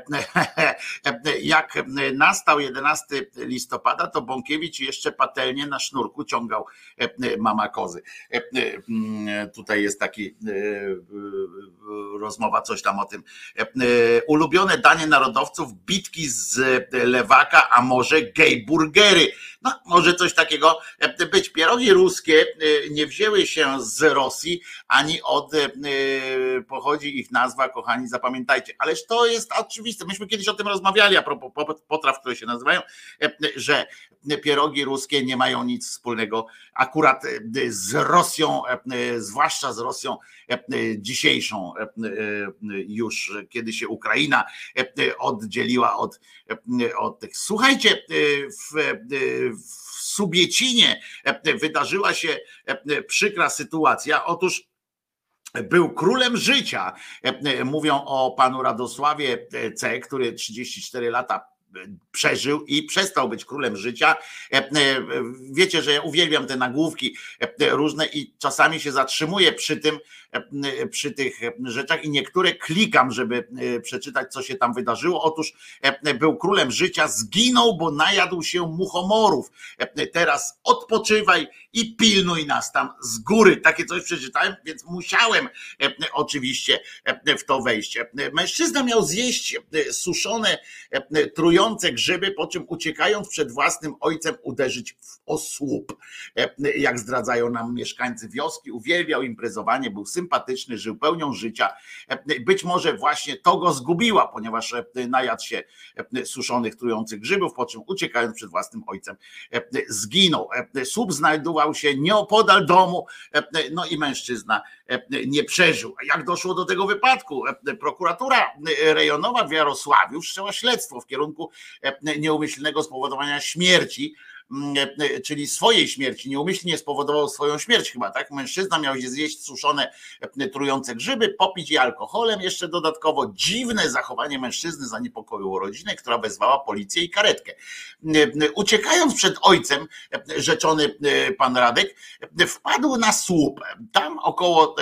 Jak nastał 11 listopada, to Bąkiewicz jeszcze patelnię na sznurku ciągał mama kozy. Tutaj jest taki rozmowa, coś tam o tym. Ulubione danie narodowców, bitki z lewaka, a może gej burgery. No, może coś takiego być. Pierogi ruskie nie wzięły się się z Rosji, ani pochodzi ich nazwa, kochani, zapamiętajcie. Ależ to jest oczywiste. Myśmy kiedyś o tym rozmawiali a propos potraw, które się nazywają, że pierogi ruskie nie mają nic wspólnego akurat z Rosją, zwłaszcza z Rosją dzisiejszą, już kiedy się Ukraina oddzieliła od tych. Słuchajcie, w Subiecinie wydarzyła się przykra sytuacja. Otóż był królem życia. Mówią o panu Radosławie C., który 34 lata przeżył i przestał być królem życia. Wiecie, że ja uwielbiam te nagłówki różne i czasami się zatrzymuję przy tych rzeczach i niektóre klikam, żeby przeczytać, co się tam wydarzyło. Otóż był królem życia, zginął, bo najadł się muchomorów. Teraz odpoczywaj i pilnuj nas tam z góry. Takie coś przeczytałem, więc musiałem oczywiście w to wejść. Mężczyzna miał zjeść suszone, trujące grzyby, po czym uciekając przed własnym ojcem uderzyć w osłup. Jak zdradzają nam mieszkańcy wioski, uwielbiał imprezowanie, był sympatyczny, żył pełnią życia. Być może właśnie to go zgubiła, ponieważ najadł się suszonych, trujących grzybów, po czym uciekając przed własnym ojcem zginął. Słup znajdował się nieopodal domu, no i mężczyzna nie przeżył. Jak doszło do tego wypadku? Prokuratura rejonowa w Jarosławiu wszczęła śledztwo w kierunku nieumyślnego spowodowania śmierci, czyli swojej śmierci, nieumyślnie spowodował swoją śmierć chyba, tak? Mężczyzna miał zjeść suszone, trujące grzyby, popić je alkoholem, jeszcze dodatkowo dziwne zachowanie mężczyzny zaniepokoiło rodzinę, która wezwała policję i karetkę. Uciekając przed ojcem, rzeczony pan Radek wpadł na słup. Tam około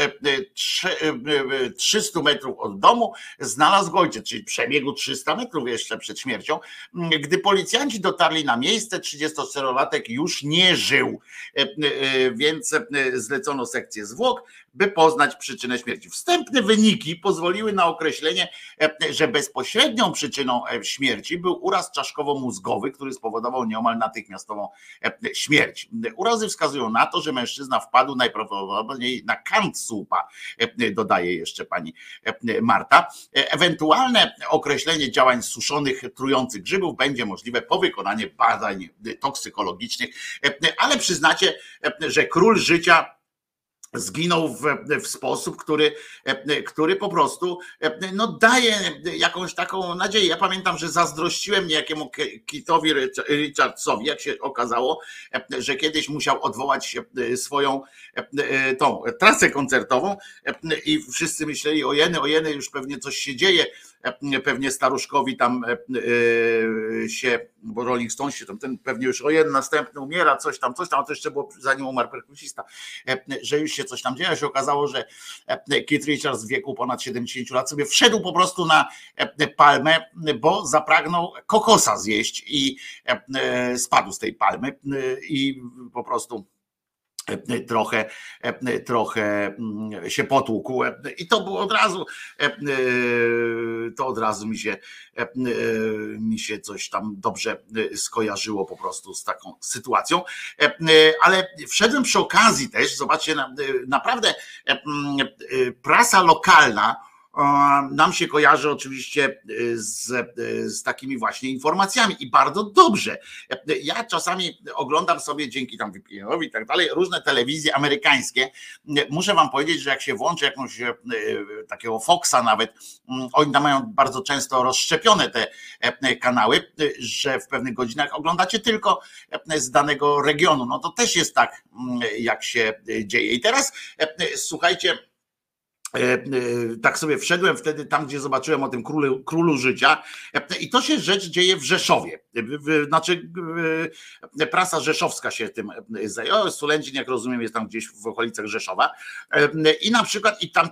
300 metrów od domu znalazł go ojciec, czyli przebiegł 300 metrów jeszcze przed śmiercią. Gdy policjanci dotarli na miejsce, 34-latek już nie żył, więc zlecono sekcję zwłok, by poznać przyczynę śmierci. Wstępne wyniki pozwoliły na określenie, że bezpośrednią przyczyną śmierci był uraz czaszkowo-mózgowy, który spowodował nieomal natychmiastową śmierć. Urazy wskazują na to, że mężczyzna wpadł najprawdopodobniej na kant słupa, dodaje jeszcze pani Marta. Ewentualne określenie działań suszonych, trujących grzybów będzie możliwe po wykonaniu badań toksykologicznych, ale przyznacie, że król życia zginął w sposób, który po prostu no, daje jakąś taką nadzieję. Ja pamiętam, że zazdrościłem niejakiemu Keithowi Richardsowi, jak się okazało, że kiedyś musiał odwołać swoją tą trasę koncertową i wszyscy myśleli, ojeny, już pewnie coś się dzieje, pewnie staruszkowi tam się, bo Rolling Stones się tam, ten pewnie już następny umiera, coś tam, a to jeszcze było zanim umarł perkusista, że już się coś tam dzieje. Się okazało, że Keith Richards w wieku ponad 70 lat sobie wszedł po prostu na palmę, bo zapragnął kokosa zjeść i spadł z tej palmy i po prostu trochę się potłukł i to było od razu mi się coś tam dobrze skojarzyło po prostu z taką sytuacją, ale wszedłem przy okazji też, zobaczcie, naprawdę prasa lokalna nam się kojarzy oczywiście z takimi właśnie informacjami i bardzo dobrze. Ja czasami oglądam sobie dzięki tam VPN-owi i tak dalej różne telewizje amerykańskie. Muszę wam powiedzieć, że jak się włączy jakąś takiego Foxa nawet, oni tam mają bardzo często rozszczepione te kanały, że w pewnych godzinach oglądacie tylko z danego regionu. No to też jest tak, jak się dzieje. I teraz słuchajcie, tak sobie wszedłem wtedy tam, gdzie zobaczyłem o tym królu życia i to się rzecz dzieje w Rzeszowie. Znaczy prasa rzeszowska się tym zajęła. Sulędzin, jak rozumiem, jest tam gdzieś w okolicach Rzeszowa i na przykład i tam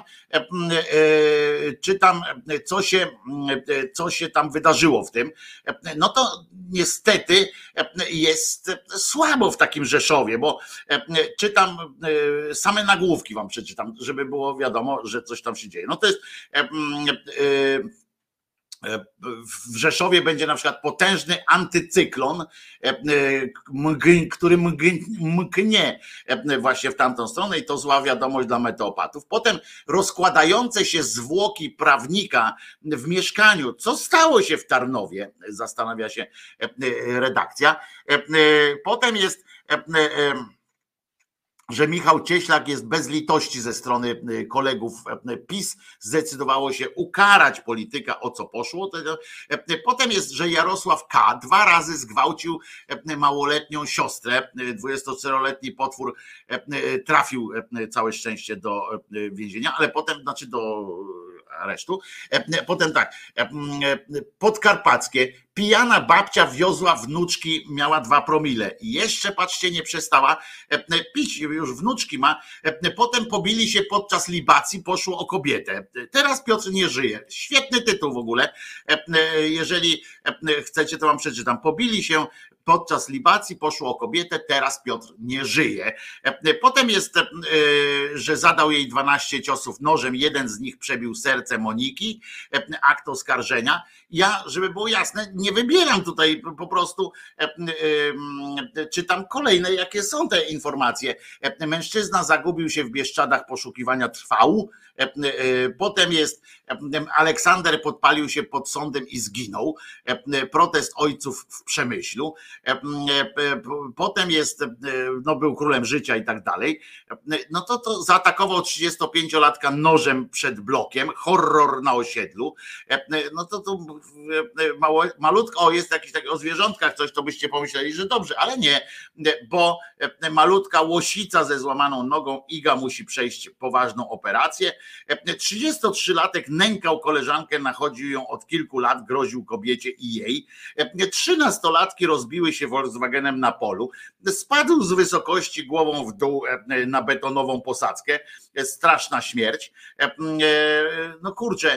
czytam co się tam wydarzyło w tym. No to niestety jest słabo w takim Rzeszowie, bo czytam same nagłówki, wam przeczytam, żeby było wiadomo, że coś tam się dzieje. No to jest w Rzeszowie będzie na przykład potężny antycyklon, który mknie właśnie w tamtą stronę i to zła wiadomość dla meteopatów. Potem rozkładające się zwłoki prawnika w mieszkaniu. Co stało się w Tarnowie? Zastanawia się redakcja. Potem jest że Michał Cieślak jest bez litości ze strony kolegów PiS, zdecydowało się ukarać polityka, o co poszło. Potem jest, że Jarosław K. 2 razy zgwałcił małoletnią siostrę, 24-letni potwór trafił całe szczęście do więzienia, ale potem, znaczy do aresztu. Potem tak, podkarpackie, pijana babcia wiozła wnuczki, miała 2 promile i jeszcze, patrzcie, nie przestała pić, już wnuczki ma. Potem pobili się podczas libacji, poszło o kobietę. Teraz Piotr nie żyje. Świetny tytuł w ogóle. Jeżeli chcecie, to wam przeczytam. Pobili się podczas libacji, poszło o kobietę, teraz Piotr nie żyje. Potem jest, że zadał jej 12 ciosów nożem, jeden z nich przebił serce Moniki, akt oskarżenia. Ja, żeby było jasne, nie wybieram tutaj, po prostu czytam kolejne, jakie są te informacje. Mężczyzna zagubił się w Bieszczadach, poszukiwania trwał. Potem jest, Aleksander podpalił się pod sądem i zginął. Protest ojców w Przemyślu. Potem jest, no był królem życia i tak dalej. No to zaatakował 35-latka nożem przed blokiem. Horror na osiedlu. No to malutko, jest jakiś taki o zwierzątkach coś, to byście pomyśleli, że dobrze, ale nie, bo malutka łosica ze złamaną nogą, Iga musi przejść poważną operację. 33-latek nękał koleżankę, nachodził ją od kilku lat, groził kobiecie i jej. 13-latki rozbiły się Volkswagenem na polu. Spadł z wysokości głową w dół na betonową posadzkę. Straszna śmierć. No kurczę,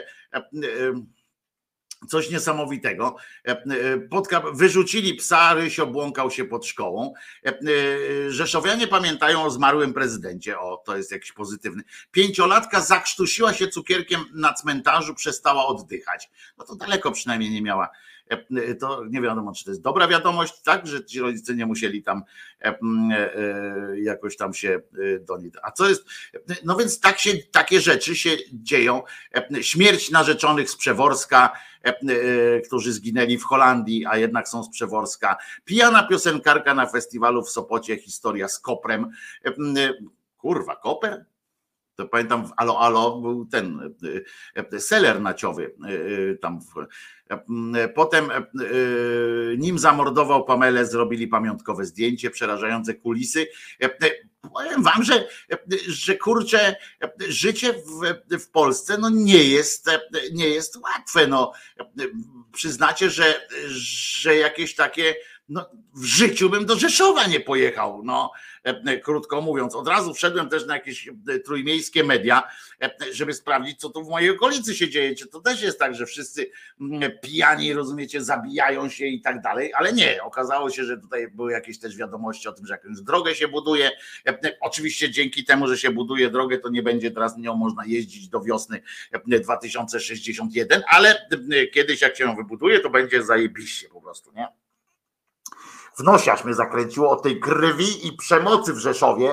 coś niesamowitego. Wyrzucili psa, Rysio błąkał się pod szkołą. Rzeszowianie pamiętają o zmarłym prezydencie. O, to jest jakiś pozytywny. 5-latka zakrztusiła się cukierkiem na cmentarzu, przestała oddychać. No to daleko przynajmniej nie miała. To nie wiadomo, czy to jest dobra wiadomość, tak, że ci rodzice nie musieli tam jakoś tam się do nich. A co jest? No więc takie rzeczy się dzieją. Śmierć narzeczonych z Przeworska, którzy zginęli w Holandii, a jednak są z Przeworska. Pijana piosenkarka na festiwalu w Sopocie, historia z Koprem. Kurwa, Koper? To pamiętam w Alo Alo był ten seler naciowy tam. Potem nim zamordował Pamelę, zrobili pamiątkowe zdjęcie, przerażające kulisy. Powiem wam, że kurczę, życie w Polsce no nie jest łatwe. No, przyznacie, że jakieś takie, no, w życiu bym do Rzeszowa nie pojechał, no, krótko mówiąc. Od razu wszedłem też na jakieś trójmiejskie media, żeby sprawdzić, co tu w mojej okolicy się dzieje. Czy to też jest tak, że wszyscy pijani, rozumiecie, zabijają się i tak dalej, ale nie. Okazało się, że tutaj były jakieś też wiadomości o tym, że jakąś drogę się buduje. Oczywiście dzięki temu, że się buduje drogę, to nie będzie teraz nią można jeździć do wiosny 2061, ale kiedyś jak się ją wybuduje, to będzie zajebiście po prostu, nie? W nosie aż mnie zakręciło o tej krwi i przemocy w Rzeszowie.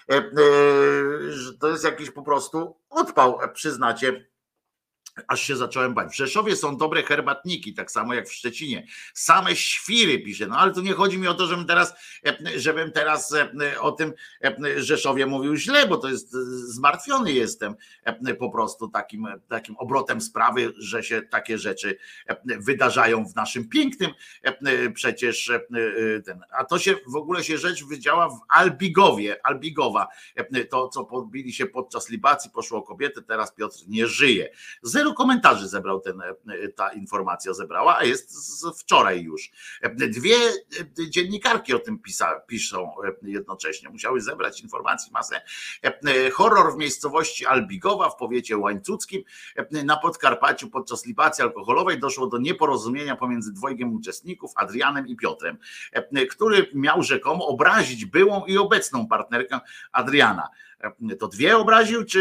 To jest jakiś po prostu odpał, przyznacie. Aż się zacząłem bać. W Rzeszowie są dobre herbatniki, tak samo jak w Szczecinie. Same świry, pisze. No ale tu nie chodzi mi o to, żebym teraz o tym Rzeszowie mówił źle, bo to jest zmartwiony jestem po prostu takim obrotem sprawy, że się takie rzeczy wydarzają w naszym pięknym przecież a to się w ogóle się rzecz wydziała w Albigowa. To, co podbili się podczas libacji, poszło o kobietę, teraz Piotr nie żyje. 0 komentarzy zebrał ta informacja zebrała, a jest z wczoraj już. 2 dziennikarki o tym piszą jednocześnie. Musiały zebrać informacji masę. Horror w miejscowości Albigowa w powiecie łańcuckim na Podkarpaciu podczas libacji alkoholowej doszło do nieporozumienia pomiędzy 2 uczestników, Adrianem i Piotrem, który miał rzekomo obrazić byłą i obecną partnerkę Adriana. To 2 obraził, czy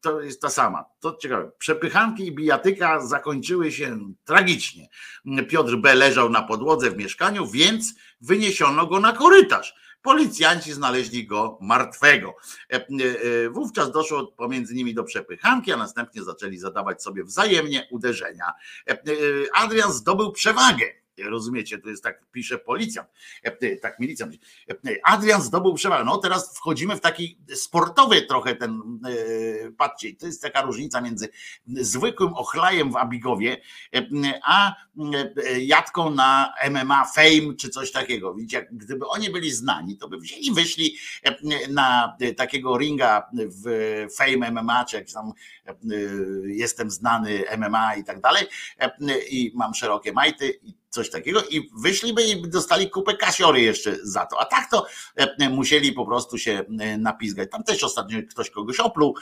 to jest ta sama. To ciekawe. Przepychanki i bijatyka zakończyły się tragicznie. Piotr B. leżał na podłodze w mieszkaniu, więc wyniesiono go na korytarz. Policjanci znaleźli go martwego. Wówczas doszło pomiędzy nimi do przepychanki, a następnie zaczęli zadawać sobie wzajemnie uderzenia. Adrian zdobył przewagę. Rozumiecie, to jest tak, pisze policjant, tak milicjant. Adrian zdobył przewagę. No teraz wchodzimy w taki sportowy trochę patrzcie, to jest taka różnica między zwykłym ochlajem w Abigowie, a jatką na MMA Fame czy coś takiego. Widzicie, gdyby oni byli znani, to by wzięli, wyszli na takiego ringa w Fame MMA, czy jak tam jestem znany MMA i tak dalej, i mam szerokie majty i coś takiego, i wyszliby i dostali kupę kasiory jeszcze za to. A tak to musieli po prostu się napizgać. Tam też ostatnio ktoś kogoś opluł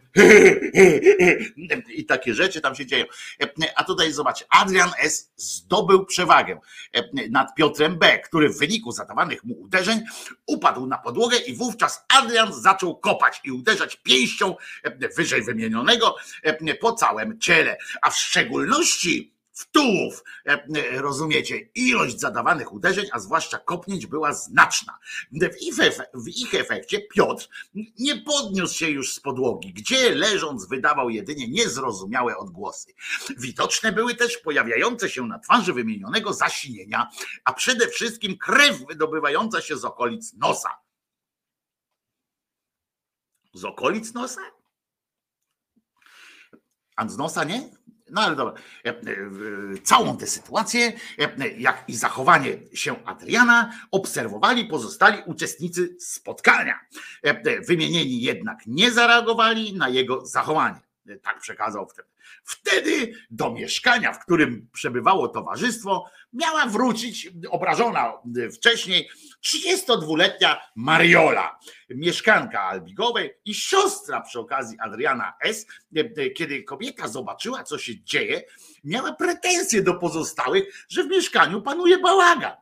i takie rzeczy tam się dzieją. A tutaj zobaczcie, Adrian S. zdobył przewagę nad Piotrem B., który w wyniku zadawanych mu uderzeń upadł na podłogę i wówczas Adrian zaczął kopać i uderzać pięścią wyżej wymienionego po całym ciele, a w szczególności w tułów. Rozumiecie, ilość zadawanych uderzeń, a zwłaszcza kopnięć była znaczna. W ich efekcie Piotr nie podniósł się już z podłogi, gdzie leżąc wydawał jedynie niezrozumiałe odgłosy. Widoczne były też pojawiające się na twarzy wymienionego zasinienia, a przede wszystkim krew wydobywająca się z okolic nosa. Z okolic nosa? A z nosa nie? No ale dobra, całą tę sytuację, jak i zachowanie się Adriana obserwowali pozostali uczestnicy spotkania. Wymienieni jednak nie zareagowali na jego zachowanie. Tak przekazał wtedy. Wtedy do mieszkania, w którym przebywało towarzystwo, miała wrócić obrażona wcześniej 32-letnia Mariola, mieszkanka Albigowej i siostra przy okazji Adriana S. Kiedy kobieta zobaczyła, co się dzieje, miała pretensje do pozostałych, że w mieszkaniu panuje bałagan.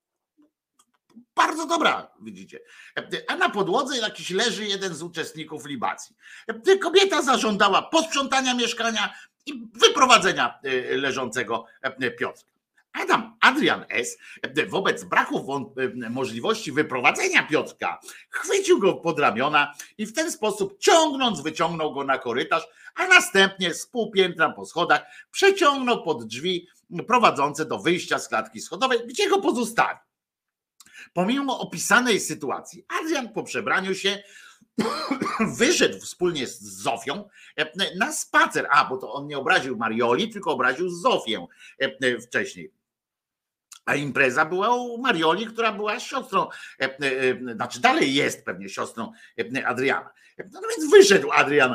Bardzo dobra, widzicie. A na podłodze jakiś leży jeden z uczestników libacji. Kobieta zażądała posprzątania mieszkania i wyprowadzenia leżącego Piotra. Adrian S. wobec braku możliwości wyprowadzenia Piotrka chwycił go pod ramiona i w ten sposób ciągnąc wyciągnął go na korytarz, a następnie z pół piętra po schodach przeciągnął pod drzwi prowadzące do wyjścia z klatki schodowej, gdzie go pozostawił. Pomimo opisanej sytuacji, Adrian po przebraniu się wyszedł wspólnie z Zofią na spacer. Bo to on nie obraził Marioli, tylko obraził Zofię wcześniej. A impreza była u Marioli, która była siostrą, znaczy dalej jest pewnie siostrą Adriana. No więc wyszedł Adrian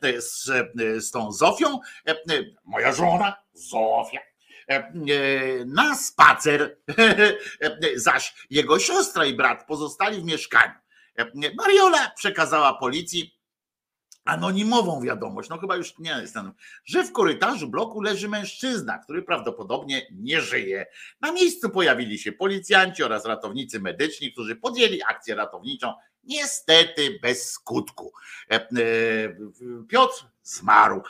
z tą Zofią, moja żona Zofia, na spacer, zaś jego siostra i brat pozostali w mieszkaniu. Mariola przekazała policji anonimową wiadomość, no chyba już nie jest, że w korytarzu bloku leży mężczyzna, który prawdopodobnie nie żyje. Na miejscu pojawili się policjanci oraz ratownicy medyczni, którzy podjęli akcję ratowniczą, niestety bez skutku. Piotr zmarł.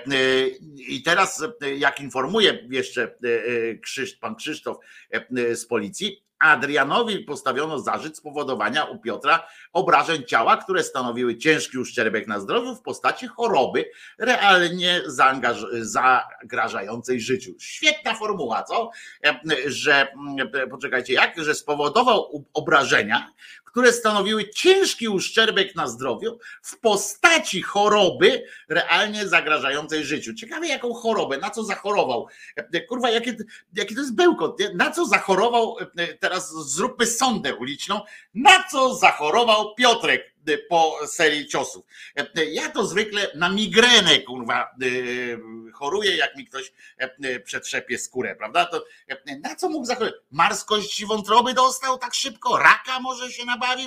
I teraz, jak informuje jeszcze pan Krzysztof z policji, Adrianowi postawiono zarzut spowodowania u Piotra obrażeń ciała, które stanowiły ciężki uszczerbek na zdrowiu w postaci choroby realnie zagrażającej życiu. Świetna formuła, co? Że, poczekajcie, że spowodował obrażenia, które stanowiły ciężki uszczerbek na zdrowiu w postaci choroby realnie zagrażającej życiu. Ciekawe jaką chorobę, na co zachorował. Kurwa, jaki to jest bełkot, nie? Na co zachorował, teraz zróbmy sondę uliczną, na co zachorował Piotrek po serii ciosów. Ja to zwykle na migrenę, kurwa, choruję, jak mi ktoś przetrzepie skórę, prawda? To na co mógł zachorować? Marskość wątroby dostał tak szybko? Raka może się nabawił?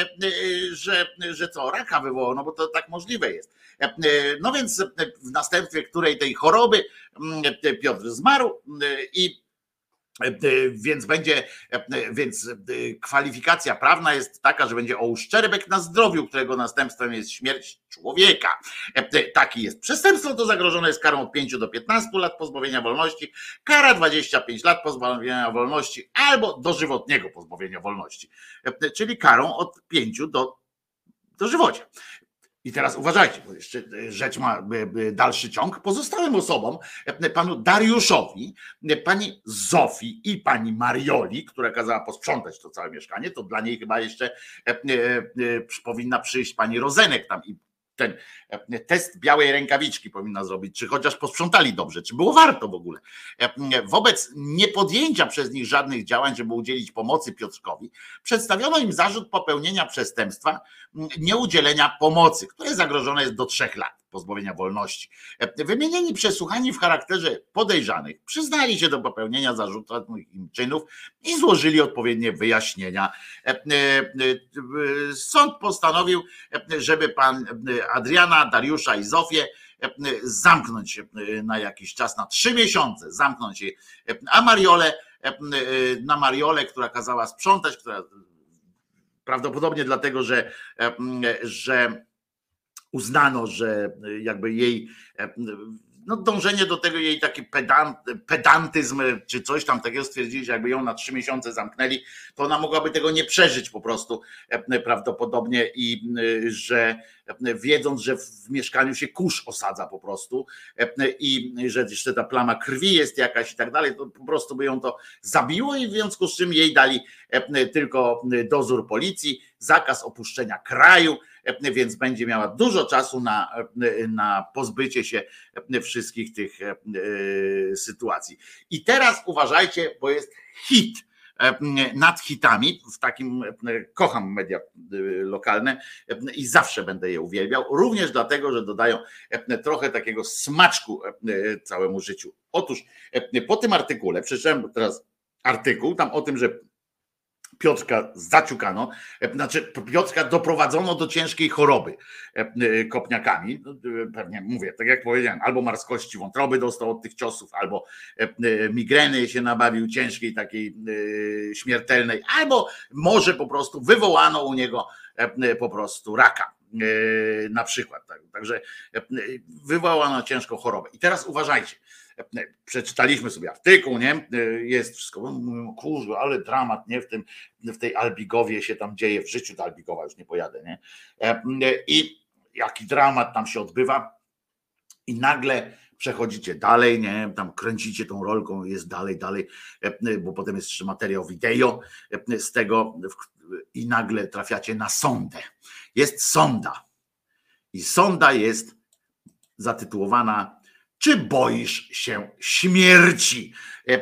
Że co? Raka wywołał, no bo to tak możliwe jest. No więc w następstwie której tej choroby Piotr zmarł i Więc kwalifikacja prawna jest taka, że będzie o uszczerbek na zdrowiu, którego następstwem jest śmierć człowieka. Taki jest przestępstwo, to zagrożone jest karą od 5 do 15 lat pozbawienia wolności, kara 25 lat pozbawienia wolności albo dożywotniego pozbawienia wolności, czyli karą od 5 do dożywocia. I teraz uważajcie, bo jeszcze rzecz ma dalszy ciąg. Pozostałym osobom, panu Dariuszowi, pani Zofii i pani Marioli, która kazała posprzątać to całe mieszkanie, to dla niej chyba jeszcze powinna przyjść pani Rozenek tam i ten test białej rękawiczki powinna zrobić, czy chociaż posprzątali dobrze, czy było warto w ogóle. Wobec niepodjęcia przez nich żadnych działań, żeby udzielić pomocy Piotrkowi, przedstawiono im zarzut popełnienia przestępstwa nieudzielenia pomocy, które zagrożone jest do 3 lat pozbawienia wolności. Wymienieni przesłuchani w charakterze podejrzanych przyznali się do popełnienia zarzuconych im czynów i złożyli odpowiednie wyjaśnienia. Sąd postanowił, żeby pan Adriana, Dariusza i Zofię zamknąć na jakiś czas, na 3 miesiące zamknąć je, a Mariolę, która kazała sprzątać, która prawdopodobnie dlatego, że uznano, że jakby jej dążenie do tego, jej taki pedantyzm czy coś tam takiego, stwierdzili, że jakby ją na 3 miesiące zamknęli, to ona mogłaby tego nie przeżyć po prostu prawdopodobnie i że wiedząc, że w mieszkaniu się kurz osadza po prostu i że jeszcze ta plama krwi jest jakaś i tak dalej, to po prostu by ją to zabiło i w związku z czym jej dali tylko dozór policji, zakaz opuszczenia kraju, więc będzie miała dużo czasu na pozbycie się wszystkich tych sytuacji. I teraz uważajcie, bo jest hit nad hitami, w takim kocham media lokalne i zawsze będę je uwielbiał, również dlatego, że dodają trochę takiego smaczku całemu życiu. Otóż po tym artykule, przeczytałem teraz artykuł tam o tym, że Piotrka zaciukano, znaczy Piotrka doprowadzono do ciężkiej choroby kopniakami, pewnie mówię, tak jak powiedziałem, albo marskości wątroby dostał od tych ciosów, albo migreny się nabawił ciężkiej, takiej śmiertelnej, albo może po prostu wywołano u niego po prostu raka na przykład. Także wywołano ciężką chorobę. I teraz uważajcie, przeczytaliśmy sobie artykuł, nie? Jest wszystko, kurwa, ale dramat, nie? W tej Albigowie się tam dzieje, w życiu do Albigowa już nie pojadę, nie? I jaki dramat tam się odbywa i nagle przechodzicie dalej, nie? Tam kręcicie tą rolką, jest dalej, bo potem jest jeszcze materiał wideo z tego i nagle trafiacie na sondę. Jest sonda i sonda jest zatytułowana: czy boisz się śmierci?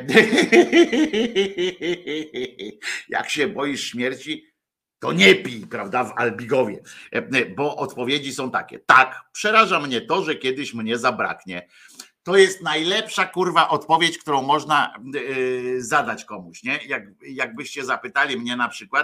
Jak się boisz śmierci, to nie pij, prawda, w Albigowie. Bo odpowiedzi są takie: tak, przeraża mnie to, że kiedyś mnie zabraknie. To jest najlepsza kurwa odpowiedź, którą można zadać komuś, nie? Jakbyście zapytali mnie na przykład,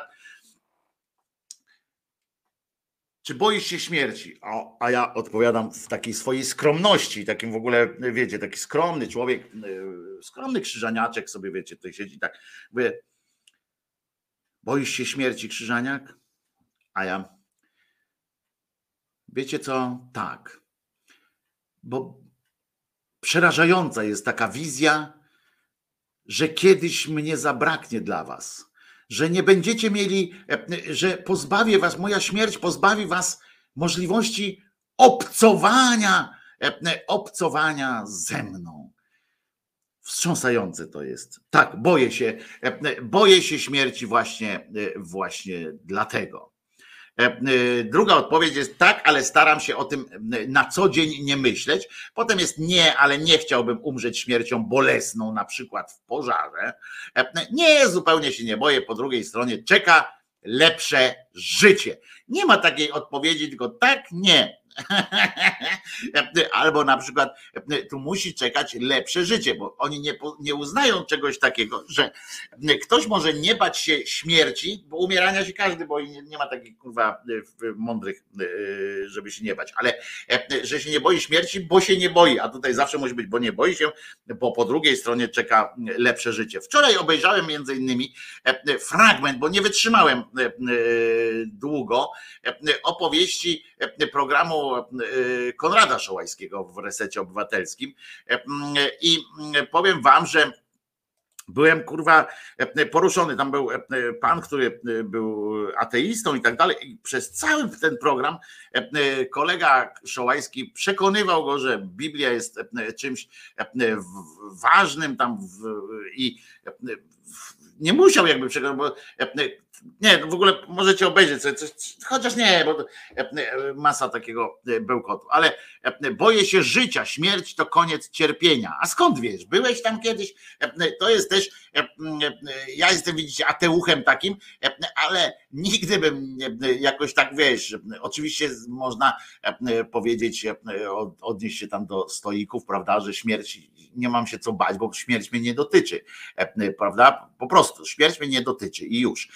czy boisz się śmierci? A ja odpowiadam w takiej swojej skromności, takim w ogóle, wiecie, taki skromny człowiek, skromny krzyżaniaczek sobie, wiecie, tutaj siedzi tak, mówię: boisz się śmierci, krzyżaniak? A ja: wiecie co? Tak. Bo przerażająca jest taka wizja, że kiedyś mnie zabraknie dla was. Że nie będziecie mieli, że pozbawię was, moja śmierć pozbawi was możliwości obcowania ze mną. Wstrząsające to jest. Tak, boję się śmierci właśnie dlatego. Druga odpowiedź jest: tak, ale staram się o tym na co dzień nie myśleć. Potem jest: nie, ale nie chciałbym umrzeć śmiercią bolesną, na przykład w pożarze. Nie, zupełnie się nie boję. Po drugiej stronie czeka lepsze życie. Nie ma takiej odpowiedzi, tylko tak, nie. Albo na przykład tu musi czekać lepsze życie, bo oni nie uznają czegoś takiego, że ktoś może nie bać się śmierci, bo umierania się każdy boi, nie ma takich kurwa mądrych, żeby się nie bać, ale że się nie boi śmierci, bo się nie boi, a tutaj zawsze musi być, bo nie boi się, bo po drugiej stronie czeka lepsze życie. Wczoraj obejrzałem między innymi fragment, bo nie wytrzymałem długo, opowieści programu Konrada Szołajskiego w Resecie Obywatelskim i powiem wam, że byłem kurwa poruszony. Tam był pan, który był ateistą i tak dalej. I przez cały ten program kolega Szołajski przekonywał go, że Biblia jest czymś ważnym tam i nie musiał jakby przekonywać, bo nie, w ogóle możecie obejrzeć sobie coś, chociaż nie, bo masa takiego bełkotu, ale boję się życia, śmierć to koniec cierpienia. A skąd wiesz? Byłeś tam kiedyś? To jest też, ja jestem, widzicie, ateuchem takim, ale nigdy bym jakoś tak, wiesz, oczywiście można powiedzieć, odnieść się tam do stoików, prawda, że śmierć, nie mam się co bać, bo śmierć mnie nie dotyczy, prawda, po prostu śmierć mnie nie dotyczy i już.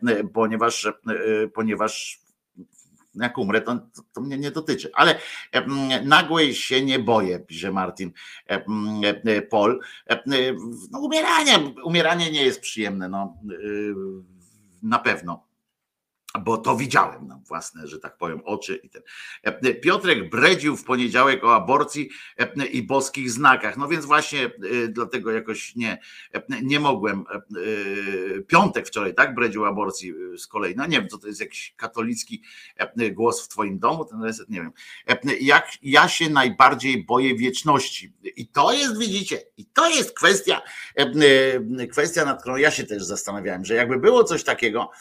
Ponieważ jak umrę, to mnie nie dotyczy. Ale nagłej się nie boję, pisze Martin Pol. No, umieranie nie jest przyjemne, no, na pewno. Bo to widziałem na własne, że tak powiem, oczy. Piotrek bredził w poniedziałek o aborcji i boskich znakach. No więc właśnie dlatego jakoś nie mogłem. Piątek wczoraj, tak? Bredził o aborcji z kolei. No nie wiem, co to jest jakiś katolicki głos w twoim domu, ten reset, nie wiem. Jak ja się najbardziej boję wieczności. I to jest, widzicie, i to jest kwestia, nad którą ja się też zastanawiałem, że jakby było coś takiego,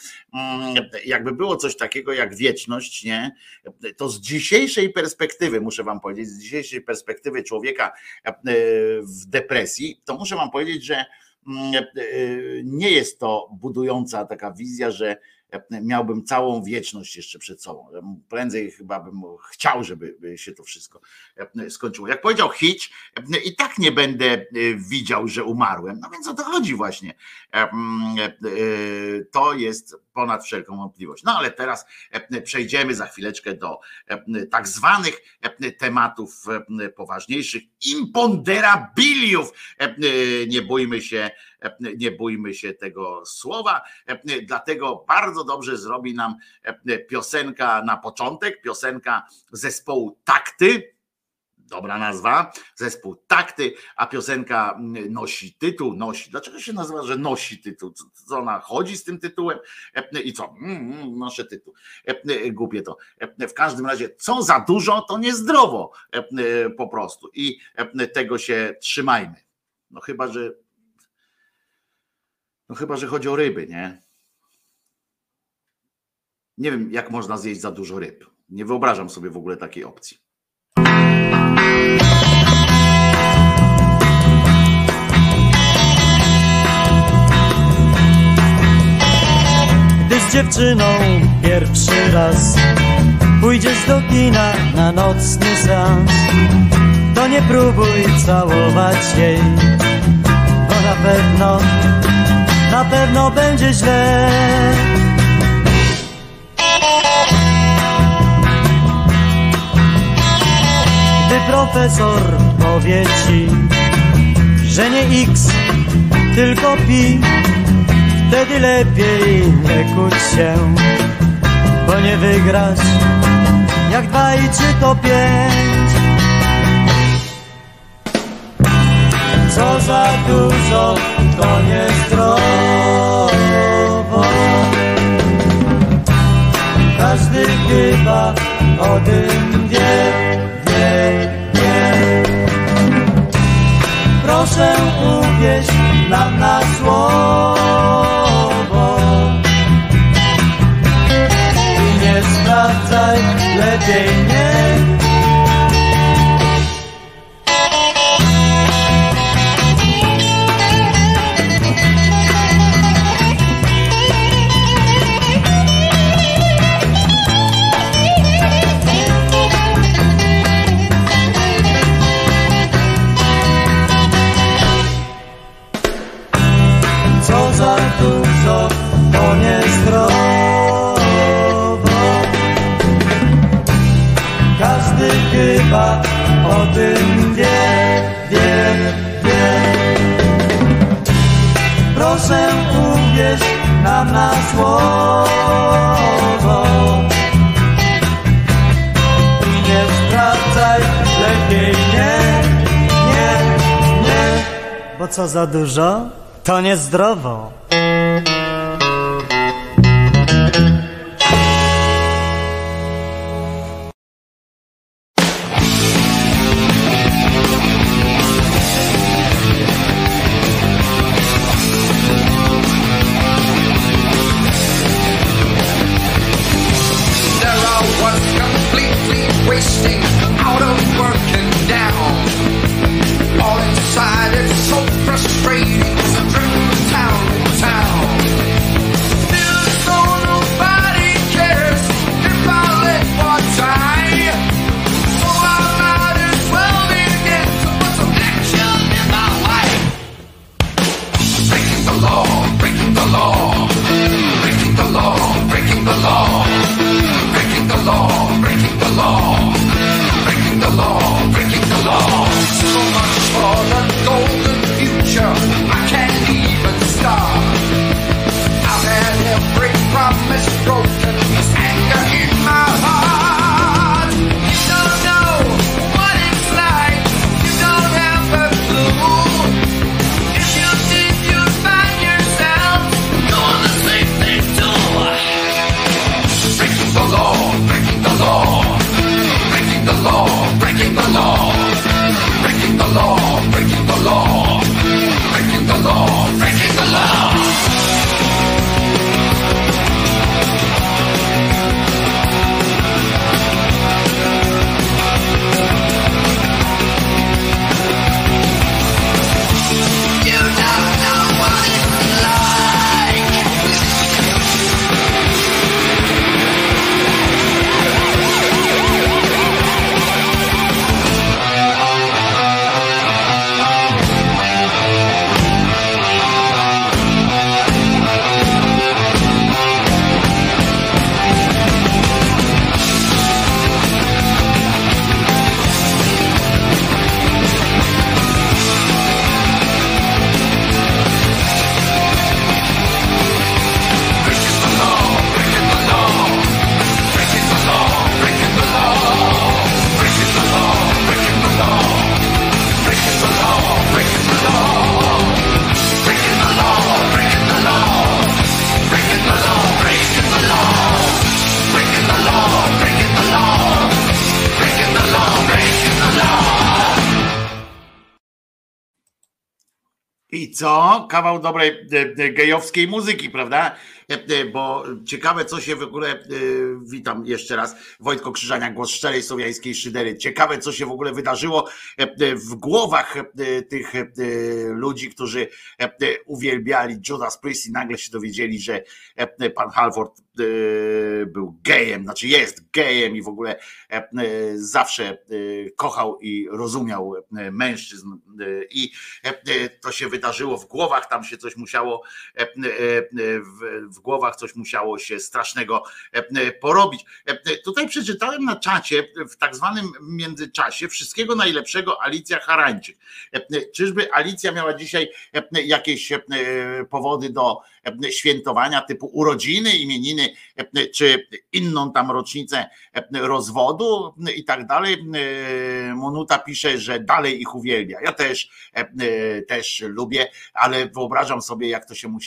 jak wieczność, nie, to z dzisiejszej perspektywy, muszę wam powiedzieć, z dzisiejszej perspektywy człowieka w depresji, to muszę wam powiedzieć, że nie jest to budująca taka wizja, że miałbym całą wieczność jeszcze przed sobą. Prędzej chyba bym chciał, żeby się to wszystko skończyło. Jak powiedział Hitch, i tak nie będę widział, że umarłem. No więc o to chodzi właśnie. To jest ponad wszelką wątpliwość. No ale teraz przejdziemy za chwileczkę do tak zwanych tematów poważniejszych, imponderabiliów. Nie bójmy się tego słowa, dlatego bardzo dobrze zrobi nam piosenka na początek, piosenka zespołu Takty, dobra nazwa, zespół Takty, a piosenka nosi tytuł, dlaczego się nazywa, że nosi tytuł, co ona chodzi z tym tytułem i co, noszę tytuł, głupie to, w każdym razie, co za dużo, to niezdrowo po prostu i tego się trzymajmy, no chyba, że chodzi o ryby, nie? Nie wiem, jak można zjeść za dużo ryb. Nie wyobrażam sobie w ogóle takiej opcji. Gdy z dziewczyną pierwszy raz pójdziesz do kina na nocny seans, to nie próbuj całować jej, bo na pewno będzie źle. Gdy profesor powie ci, że nie X, tylko pi, wtedy lepiej nie kłóć się, bo nie wygrasz jak 2 i 3 to 5. Co za dużo, to niezdrowo. Każdy chyba o tym wie. Proszę uwierz nam na słowo i nie sprawdzaj, lepiej nie. chyba o tym wie. Proszę uwierz nam na słowo i nie sprawdzaj, lepiej nie, bo co za dużo, to niezdrowo. I co? Kawał dobrej gejowskiej muzyki, prawda? Bo ciekawe, co się w ogóle, witam jeszcze raz, Wojtko Krzyżania, głos szczerej słowiańskiej szydery. Ciekawe, co się w ogóle wydarzyło w głowach tych ludzi, którzy uwielbiali Judas Priest i nagle się dowiedzieli, że pan Halford był gejem, znaczy jest gejem i w ogóle zawsze kochał i rozumiał mężczyzn i to się wydarzyło w głowach, tam się coś musiało w głowach coś musiało się strasznego porobić. Tutaj przeczytałem na czacie, w tak zwanym międzyczasie, wszystkiego najlepszego Alicja Harańczyk. Czyżby Alicja miała dzisiaj jakieś powody do świętowania typu urodziny, imieniny, czy inną tam rocznicę rozwodu i tak dalej. Monuta pisze, że dalej ich uwielbia. Ja też lubię, ale wyobrażam sobie, jak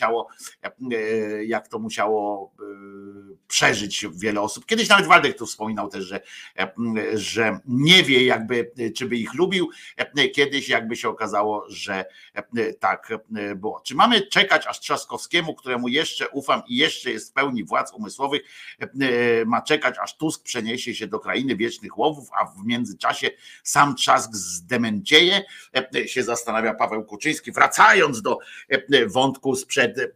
to musiało przeżyć wiele osób. Kiedyś nawet Waldek tu wspominał też, że nie wie jakby, czy by ich lubił. Kiedyś jakby się okazało, że tak było. Czy mamy czekać, aż Trzaskowskiemu, któremu jeszcze ufam i jeszcze jest w pełni władz umysłowych, ma czekać, aż Tusk przeniesie się do krainy wiecznych łowów, a w międzyczasie sam Trzask zdemencieje? Się zastanawia Paweł Kuczyński, wracając do wątku sprzed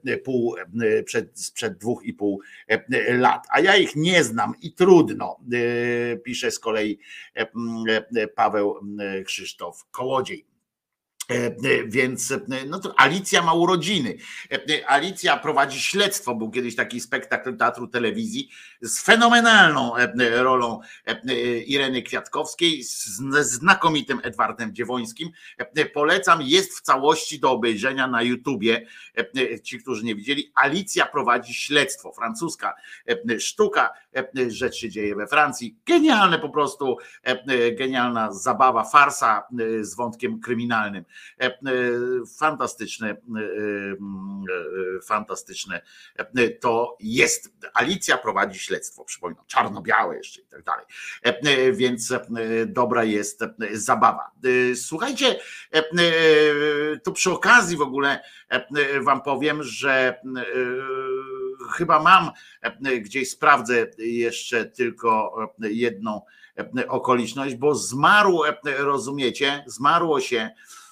2,5 lat. A ja ich nie znam i trudno, pisze z kolei Paweł Krzysztof Kołodziej. Więc no to Alicja ma urodziny. Alicja prowadzi śledztwo. Był kiedyś taki spektakl Teatru Telewizji z fenomenalną rolą Ireny Kwiatkowskiej, ze znakomitym Edwardem Dziewońskim. Polecam, jest w całości do obejrzenia na YouTubie. Ci, którzy nie widzieli, Alicja prowadzi śledztwo. Francuska sztuka, rzecz się dzieje we Francji. Genialne po prostu, genialna zabawa, farsa z wątkiem kryminalnym. Fantastyczne, fantastyczne to jest. Alicja prowadzi śledztwo, przypominam, czarno-białe jeszcze i tak dalej, więc dobra jest zabawa. Słuchajcie, to przy okazji w ogóle wam powiem, że chyba mam gdzieś, sprawdzę jeszcze tylko jedną okoliczność, bo zmarł, rozumiecie, zmarło się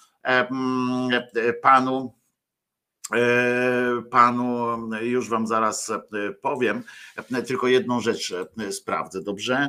panu, już wam zaraz powiem, tylko jedną rzecz sprawdzę, dobrze?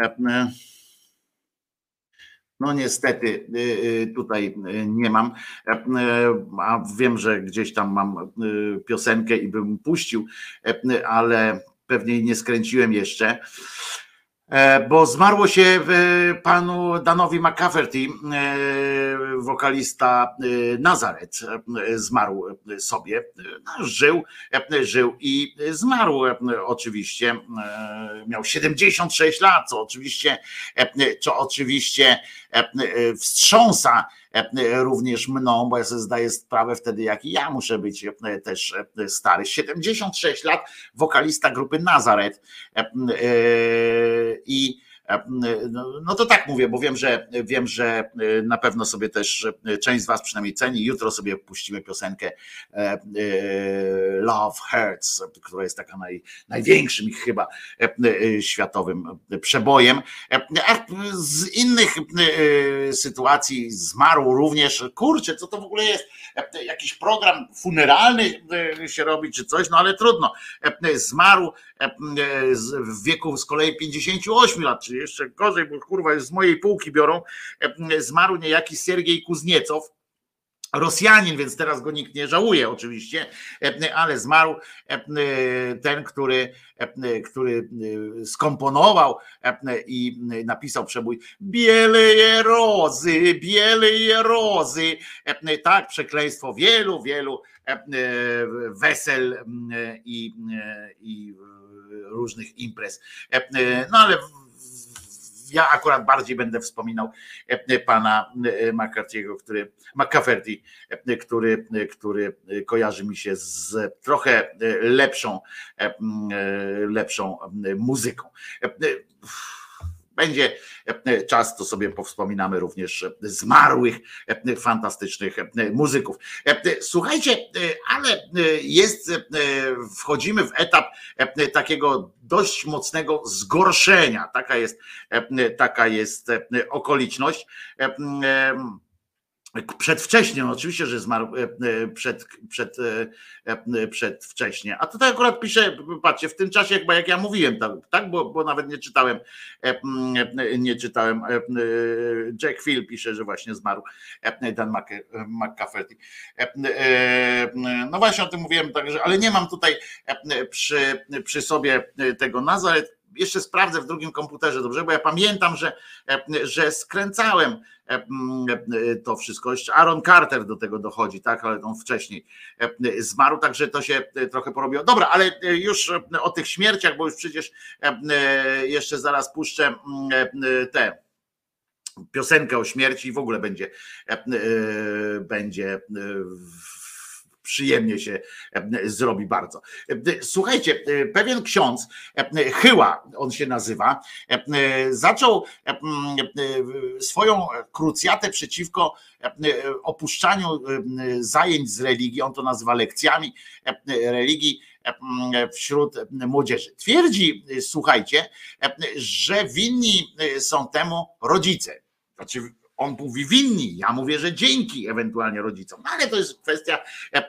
No niestety tutaj nie mam, a wiem, że gdzieś tam mam piosenkę i bym puścił, ale pewnie jej nie skręciłem jeszcze. Bo zmarło się panu Danowi McCafferty, wokalista Nazareth, zmarł sobie, żył i zmarł oczywiście, miał 76 lat, co oczywiście wstrząsa również mną, bo ja sobie zdaję sprawę wtedy, jak i ja muszę być też stary. 76 lat, wokalista grupy Nazareth i no to tak mówię, bo wiem, że na pewno sobie też część z was przynajmniej ceni. Jutro sobie puścimy piosenkę Love Hurts, która jest taka największym ich chyba światowym przebojem. A z innych sytuacji zmarł również, kurczę, co to w ogóle jest? Jakiś program funeralny się robi czy coś, no ale trudno. Zmarł w wieku z kolei 58 lat, czyli jeszcze gorzej, bo kurwa już z mojej półki biorą. Zmarł niejaki Siergiej Kuzniecow, Rosjanin, więc teraz go nikt nie żałuje oczywiście, ale zmarł ten, który skomponował i napisał przebój Bieleje rozy, tak, przekleństwo wielu wesel i różnych imprez. No ale ja akurat bardziej będę wspominał pana McCafferty, który kojarzy mi się z trochę lepszą muzyką. Będzie czas, to sobie powspominamy również zmarłych, fantastycznych muzyków. Słuchajcie, ale wchodzimy w etap takiego dość mocnego zgorszenia. Taka jest okoliczność. Przedwcześnie, no oczywiście, że zmarł przedwcześnie. A tutaj akurat piszę, patrzcie, w tym czasie chyba jak ja mówiłem, tak, bo nawet nie czytałem. Jack Phil pisze, że właśnie zmarł Dan McCafferty. No właśnie o tym mówiłem, także, ale nie mam tutaj przy sobie tego Nazareth. Jeszcze sprawdzę w drugim komputerze, dobrze, bo ja pamiętam, że skręcałem to wszystko. Jeszcze Aaron Carter do tego dochodzi, tak, ale on wcześniej zmarł, także to się trochę porobiło. Dobra, ale już o tych śmierciach, bo już przecież jeszcze zaraz puszczę tę piosenkę o śmierci i w ogóle będzie przyjemnie się zrobi bardzo. Słuchajcie, pewien ksiądz, Chyła on się nazywa, zaczął swoją krucjatę przeciwko opuszczaniu zajęć z religii, on to nazywa lekcjami religii wśród młodzieży. Twierdzi, słuchajcie, że winni są temu rodzice. Znaczy On mówi winni, ja mówię, że dzięki ewentualnie rodzicom. No ale to jest kwestia,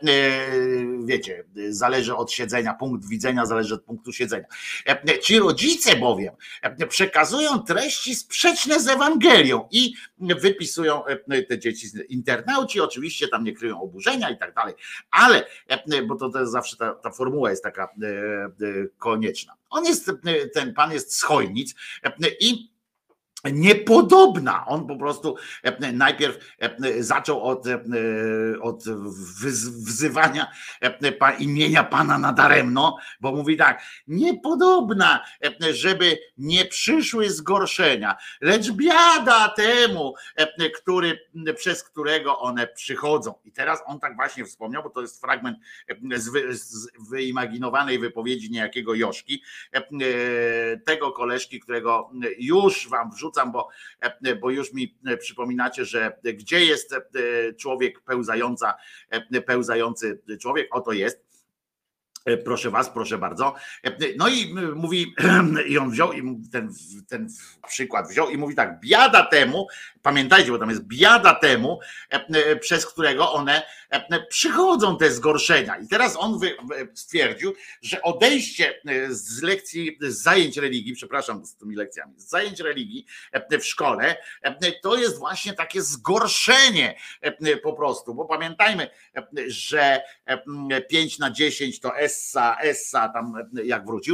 wiecie, zależy od siedzenia, punkt widzenia zależy od punktu siedzenia. Ci rodzice bowiem przekazują treści sprzeczne z Ewangelią i wypisują te dzieci, internauci oczywiście tam nie kryją oburzenia i tak dalej, ale, bo to jest zawsze ta formuła jest taka konieczna. Ten pan jest z Chojnic i niepodobna. On po prostu najpierw zaczął od wzywania imienia pana nadaremno, bo mówi tak, niepodobna, żeby nie przyszły zgorszenia, lecz biada temu, przez którego one przychodzą. I teraz on tak właśnie wspomniał, bo to jest fragment z wyimaginowanej wypowiedzi niejakiego Joszki, tego koleżki, którego już wam wrzucam, bo już mi przypominacie, że gdzie jest człowiek pełzający człowiek, oto jest. Proszę was, proszę bardzo. No i mówi, i on wziął i ten przykład wziął i mówi tak, biada temu, pamiętajcie, bo tam jest biada temu, przez którego one przychodzą te zgorszenia. I teraz on stwierdził, że odejście z lekcji, z zajęć religii, przepraszam z tymi lekcjami, z zajęć religii w szkole, to jest właśnie takie zgorszenie po prostu, bo pamiętajmy, że 5/10 to Essa tam jak wrócił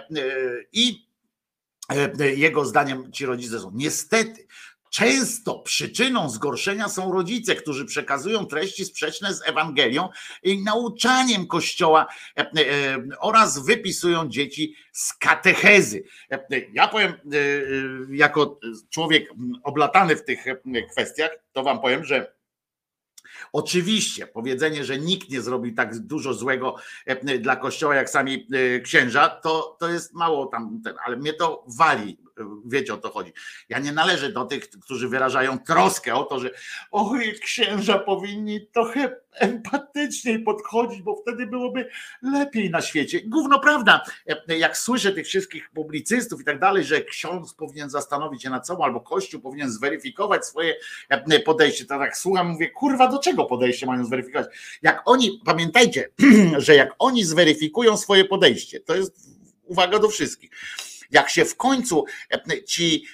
i jego zdaniem ci rodzice są niestety często przyczyną zgorszenia są rodzice, którzy przekazują treści sprzeczne z Ewangelią i nauczaniem Kościoła oraz wypisują dzieci z katechezy. Ja powiem, jako człowiek oblatany w tych kwestiach, to wam powiem, że oczywiście powiedzenie, że nikt nie zrobił tak dużo złego dla Kościoła jak sami księża, to jest mało tam, ale mnie to wali, wiecie o to chodzi. Ja nie należę do tych, którzy wyrażają troskę o to, że oj, księża powinni trochę empatyczniej podchodzić, bo wtedy byłoby lepiej na świecie. Gówno prawda, jak słyszę tych wszystkich publicystów i tak dalej, że ksiądz powinien zastanowić się nad sobą, albo Kościół powinien zweryfikować swoje podejście, to tak słucham, mówię, kurwa, do czego podejście mają zweryfikować? Jak oni, pamiętajcie, że jak oni zweryfikują swoje podejście, to jest uwaga do wszystkich, jak się w końcu ci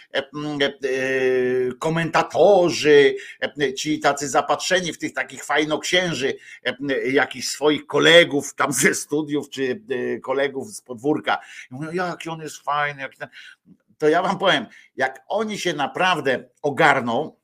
komentatorzy, ci tacy zapatrzeni w tych takich fajnoksięży, jakichś swoich kolegów tam ze studiów, czy kolegów z podwórka, mówią, jaki on jest fajny, to ja wam powiem, jak oni się naprawdę ogarną,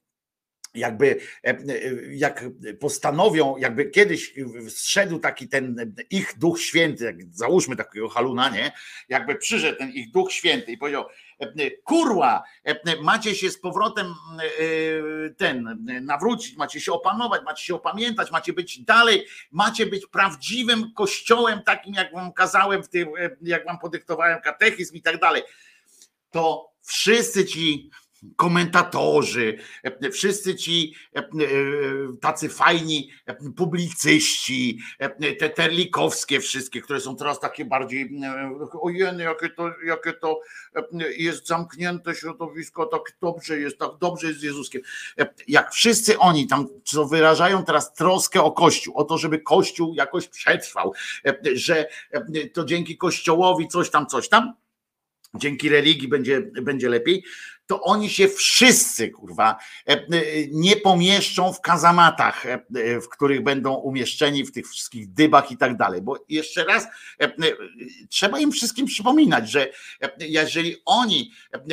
jak postanowią, jakby kiedyś zszedł taki ten ich Duch Święty, jak załóżmy takiego haluna, nie? Jakby przyszedł ten ich Duch Święty i powiedział, kurwa, macie się z powrotem nawrócić, macie się opanować, macie się opamiętać, macie być dalej, macie być prawdziwym kościołem, takim jak wam kazałem, jak wam podyktowałem katechizm i tak dalej. To wszyscy ci komentatorzy, wszyscy ci tacy fajni publicyści, te terlikowskie wszystkie, które są teraz takie bardziej ojej, jakie to jest zamknięte środowisko, tak dobrze jest z Jezuskiem. Jak wszyscy oni tam, co wyrażają teraz troskę o Kościół, o to, żeby Kościół jakoś przetrwał, że to dzięki Kościołowi coś tam, dzięki religii będzie lepiej, to oni się wszyscy, kurwa, nie pomieszczą w kazamatach, w których będą umieszczeni w tych wszystkich dybach i tak dalej. Bo jeszcze raz trzeba im wszystkim przypominać, że jeżeli oni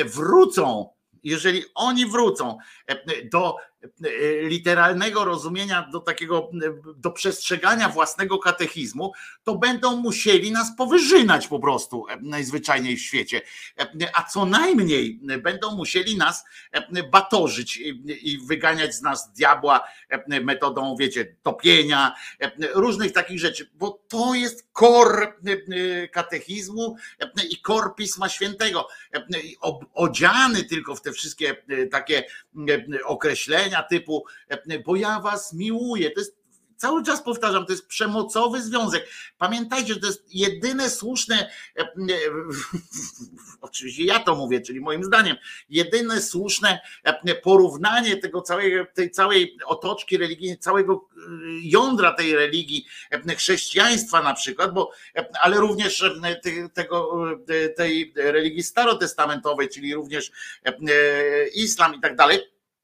wrócą do literalnego rozumienia, do przestrzegania własnego katechizmu, to będą musieli nas powyżynać po prostu najzwyczajniej w świecie, a co najmniej będą musieli nas batorzyć i wyganiać z nas diabła metodą, wiecie, topienia, różnych takich rzeczy, bo to jest kor katechizmu i kor Pisma Świętego, odziany tylko w te wszystkie takie określenia typu, bo ja was miłuję. cały czas powtarzam, to jest przemocowy związek. Pamiętajcie, że to jest jedyne słuszne, oczywiście ja to mówię, czyli moim zdaniem, jedyne słuszne porównanie tej całej otoczki religijnej, całego jądra tej religii, chrześcijaństwa na przykład, ale również tej religii starotestamentowej, czyli również islam i tak dalej.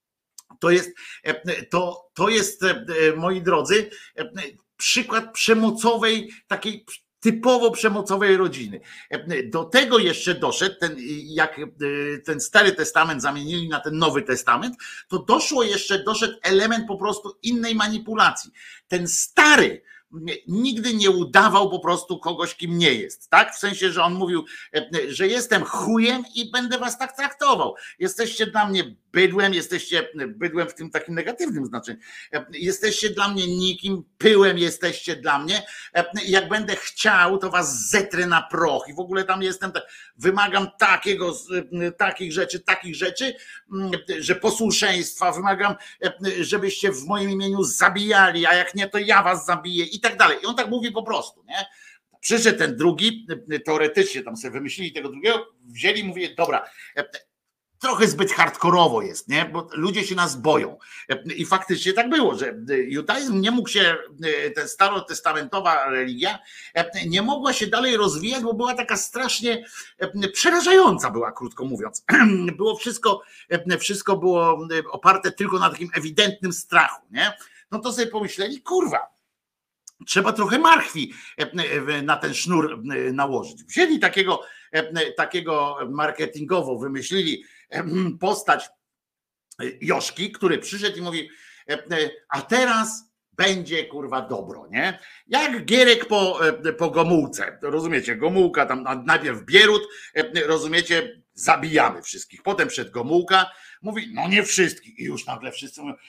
To jest, moi drodzy, przykład przemocowej, takiej typowo przemocowej rodziny. Do tego jeszcze doszedł, jak ten Stary Testament zamienili na ten Nowy Testament, to doszedł element po prostu innej manipulacji. Ten stary nigdy nie udawał po prostu kogoś, kim nie jest, tak? W sensie, że on mówił, że jestem chujem i będę was tak traktował. Jesteście dla mnie bydłem, jesteście bydłem w tym takim negatywnym znaczeniu. Jesteście dla mnie nikim, pyłem jesteście dla mnie. Jak będę chciał, to was zetrę na proch i w ogóle tam jestem, wymagam takich rzeczy, że posłuszeństwa, wymagam, żebyście w moim imieniu zabijali, a jak nie, to ja was zabiję i tak dalej. I on tak mówi po prostu, nie? Przyszedł ten drugi, teoretycznie tam sobie wymyślili tego drugiego, wzięli, mówię, dobra, trochę zbyt hardkorowo jest, nie? Bo ludzie się nas boją. I faktycznie tak było, że judaizm nie mógł się, ta starotestamentowa religia nie mogła się dalej rozwijać, bo była taka strasznie przerażająca była, krótko mówiąc. Było wszystko było oparte tylko na takim ewidentnym strachu, nie? No to sobie pomyśleli, kurwa, trzeba trochę marchwi na ten sznur nałożyć. Wzięli takiego marketingowo, wymyślili postać Joszki, który przyszedł i mówi, a teraz będzie kurwa dobro, nie? Jak Gierek po Gomułce, rozumiecie, Gomułka tam najpierw Bierut, rozumiecie, zabijamy wszystkich, potem przed Gomułka, mówi, no nie wszystkich i już nagle wszyscy mówią,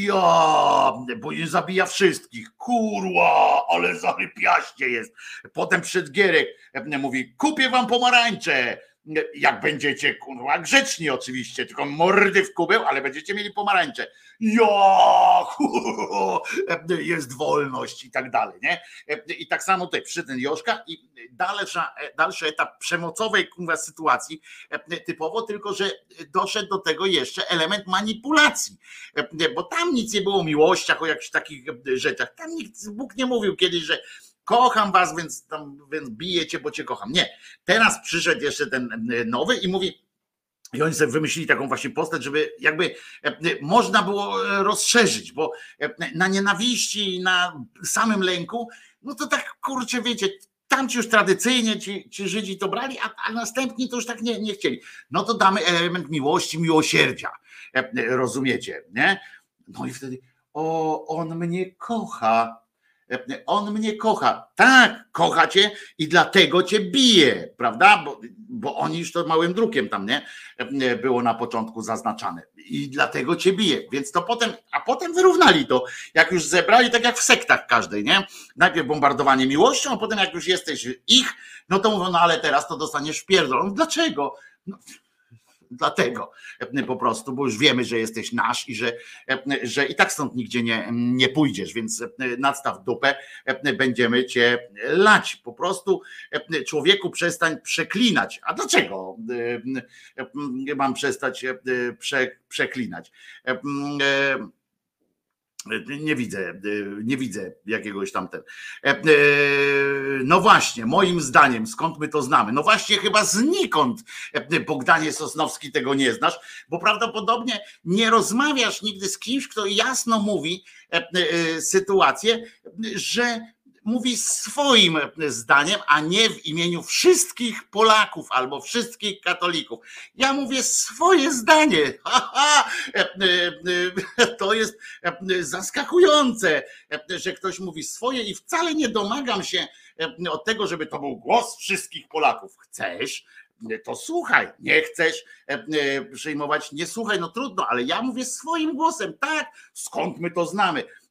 bo nie zabija wszystkich, kurwa, ale zarypiaście jest. Potem przed Gierek mówi, kupię wam pomarańcze, jak będziecie, kurwa, grzeczni oczywiście, tylko mordy w kubeł, ale będziecie mieli pomarańcze. Jest wolność i tak dalej, nie? I tak samo tutaj przy ten Joszka i dalszy etap przemocowej, kurwa, sytuacji typowo, tylko że doszedł do tego jeszcze element manipulacji, bo tam nic nie było o miłościach, o jakichś takich rzeczach. Tam Bóg nie mówił kiedyś, że kocham was, więc bijecie, bo cię kocham. Nie. Teraz przyszedł jeszcze ten nowy i mówi, i oni sobie wymyślili taką właśnie postać, żeby jakby można było rozszerzyć, bo na nienawiści, na samym lęku, no to tak kurczę, wiecie, tamci już tradycyjnie ci Żydzi to brali, a następni to już tak nie chcieli. No to damy element miłości, miłosierdzia. Rozumiecie, nie? No i wtedy, on mnie kocha. On mnie kocha. Tak, kocha cię i dlatego cię bije, prawda? Bo oni już to małym drukiem tam, nie? Było na początku zaznaczane. I dlatego cię bije. Więc to potem wyrównali to. Jak już zebrali, tak jak w sektach każdej, nie? Najpierw bombardowanie miłością, a potem jak już jesteś ich, no to mówią, no ale teraz to dostaniesz w pierdol. No, dlaczego? No, dlatego po prostu, bo już wiemy, że jesteś nasz i że i tak stąd nigdzie nie pójdziesz, więc nadstaw dupę, będziemy cię lać. Po prostu człowieku, przestań przeklinać. A dlaczego mam przestać przeklinać? Nie widzę jakiegoś tamten. No właśnie, moim zdaniem, skąd my to znamy? No właśnie chyba znikąd, Bogdanie Sosnowski, tego nie znasz, bo prawdopodobnie nie rozmawiasz nigdy z kimś, kto jasno mówi sytuację, że mówi swoim zdaniem, a nie w imieniu wszystkich Polaków albo wszystkich katolików. Ja mówię swoje zdanie. To jest zaskakujące, że ktoś mówi swoje i wcale nie domagam się od tego, żeby to był głos wszystkich Polaków. Chcesz? To słuchaj, nie chcesz przyjmować, nie słuchaj, no trudno, ale ja mówię swoim głosem, tak, skąd my to znamy?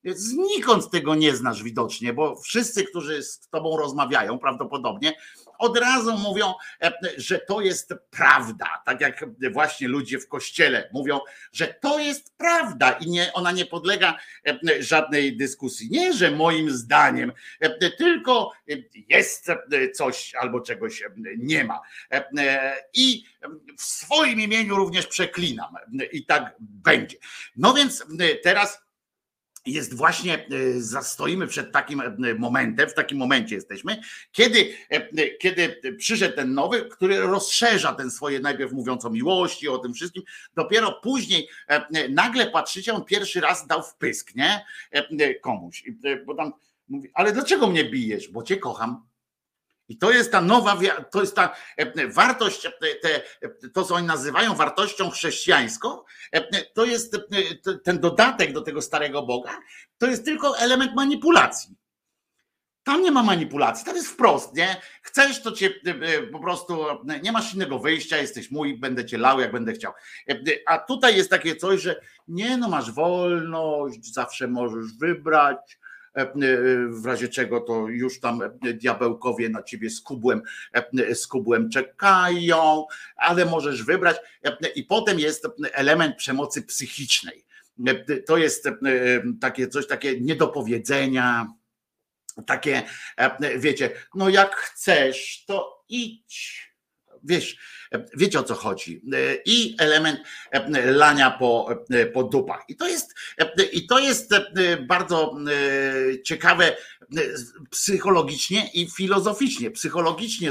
Znikąd tego nie znasz widocznie, bo wszyscy, którzy z tobą rozmawiają, prawdopodobnie od razu mówią, że to jest prawda. Tak jak właśnie ludzie w kościele mówią, że to jest prawda i ona nie podlega żadnej dyskusji. Nie, że moim zdaniem, tylko jest coś albo czegoś nie ma. I w swoim imieniu również przeklinam. I tak będzie. No więc teraz jest właśnie, stoimy przed takim momentem, w takim momencie jesteśmy, kiedy przyszedł ten nowy, który rozszerza ten swoje, najpierw mówiąc o miłości, o tym wszystkim, dopiero później nagle patrzycie, on pierwszy raz dał wpysk, nie? Komuś, bo tam mówi, ale dlaczego mnie bijesz? Bo cię kocham. I to jest ta nowa, to jest ta wartość, to co oni nazywają wartością chrześcijańską, to jest ten dodatek do tego starego Boga, to jest tylko element manipulacji. Tam nie ma manipulacji, tam jest wprost, nie? Chcesz, to cię po prostu, nie masz innego wyjścia, jesteś mój, będę cię lał, jak będę chciał. A tutaj jest takie coś, że nie, no masz wolność, zawsze możesz wybrać, w razie czego to już tam diabełkowie na ciebie z kubłem czekają, ale możesz wybrać. I potem jest element przemocy psychicznej. To jest takie coś, takie niedopowiedzenia, takie, wiecie, no jak chcesz, to idź. Wiecie o co chodzi. I element lania po dupach. I to jest bardzo ciekawe psychologicznie i filozoficznie. Psychologicznie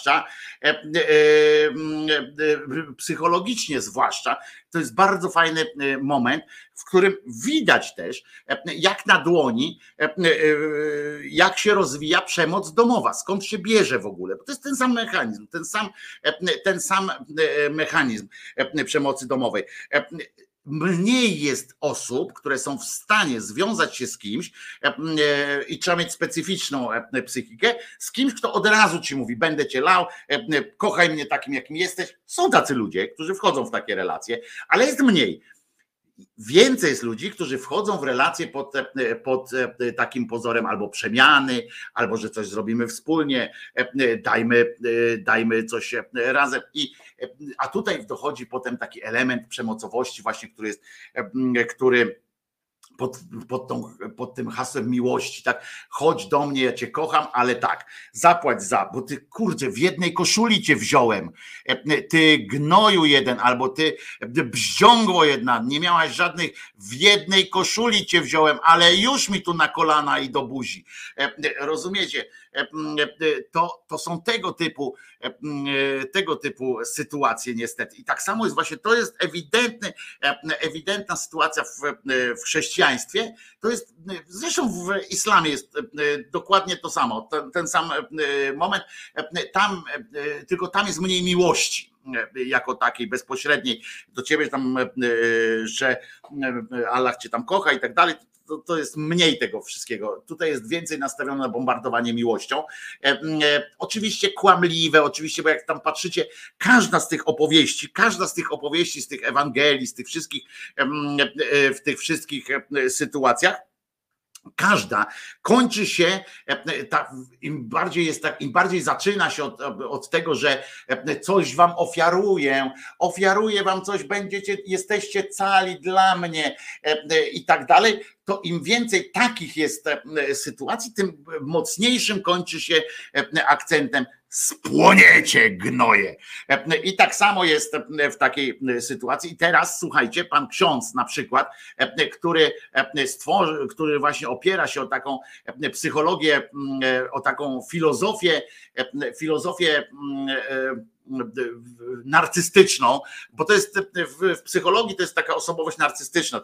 zwłaszcza, to jest bardzo fajny moment, w którym widać też, jak na dłoni, jak się rozwija przemoc domowa, skąd się bierze w ogóle. Bo to jest ten sam mechanizm, ten sam mechanizm przemocy domowej. Mniej jest osób, które są w stanie związać się z kimś i trzeba mieć specyficzną psychikę, z kimś, kto od razu ci mówi, będę cię lał, kochaj mnie takim, jakim jesteś. Są tacy ludzie, którzy wchodzą w takie relacje, ale jest mniej. Więcej jest ludzi, którzy wchodzą w relacje pod takim pozorem albo przemiany, albo że coś zrobimy wspólnie, dajmy coś razem. A tutaj dochodzi potem taki element przemocowości właśnie, który pod tym hasłem miłości, tak, chodź do mnie, ja cię kocham, ale tak, zapłać bo ty kurczę, w jednej koszuli cię wziąłem, ty gnoju jeden, albo ty bździągło jedna, nie miałaś żadnych, w jednej koszuli cię wziąłem, ale już mi tu na kolana i do buzi. Rozumiecie? To są tego typu sytuacje niestety. I tak samo jest właśnie, to jest ewidentna sytuacja w chrześcijaństwie. To jest, zresztą w islamie jest dokładnie to samo, ten sam moment, tylko tam jest mniej miłości jako takiej bezpośredniej do ciebie, tam, że Allah cię tam kocha i tak dalej. To jest mniej tego wszystkiego. Tutaj jest więcej nastawione na bombardowanie miłością. Oczywiście kłamliwe, oczywiście, bo jak tam patrzycie, każda z tych opowieści, z tych Ewangelii, z tych wszystkich, w tych wszystkich sytuacjach, każda kończy się, im bardziej zaczyna się od tego, że coś wam ofiaruję wam coś, jesteście cali dla mnie i tak dalej, to im więcej takich jest sytuacji, tym mocniejszym kończy się akcentem spłoniecie gnoje. I tak samo jest w takiej sytuacji. I teraz słuchajcie, pan ksiądz na przykład, który właśnie opiera się o taką psychologię, o taką filozofię narcystyczną, bo to jest w psychologii to jest taka osobowość narcystyczna,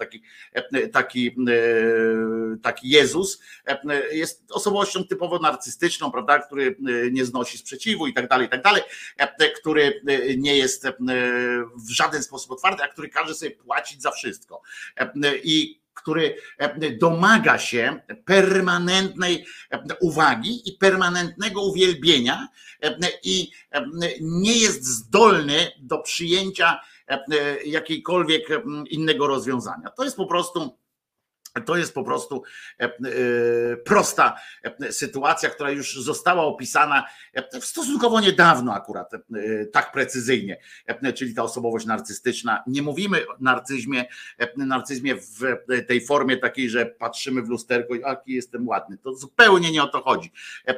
taki Jezus jest osobowością typowo narcystyczną, prawda, który nie znosi sprzeciwu i tak dalej, który nie jest w żaden sposób otwarty, a który każe sobie płacić za wszystko i który domaga się permanentnej uwagi i permanentnego uwielbienia i nie jest zdolny do przyjęcia jakiejkolwiek innego rozwiązania. To jest po prostu To jest po prostu prosta sytuacja, która już została opisana stosunkowo niedawno akurat, tak precyzyjnie, czyli ta osobowość narcystyczna. Nie mówimy o narcyzmie w tej formie takiej, że patrzymy w lusterko i jaki jestem ładny. To zupełnie nie o to chodzi.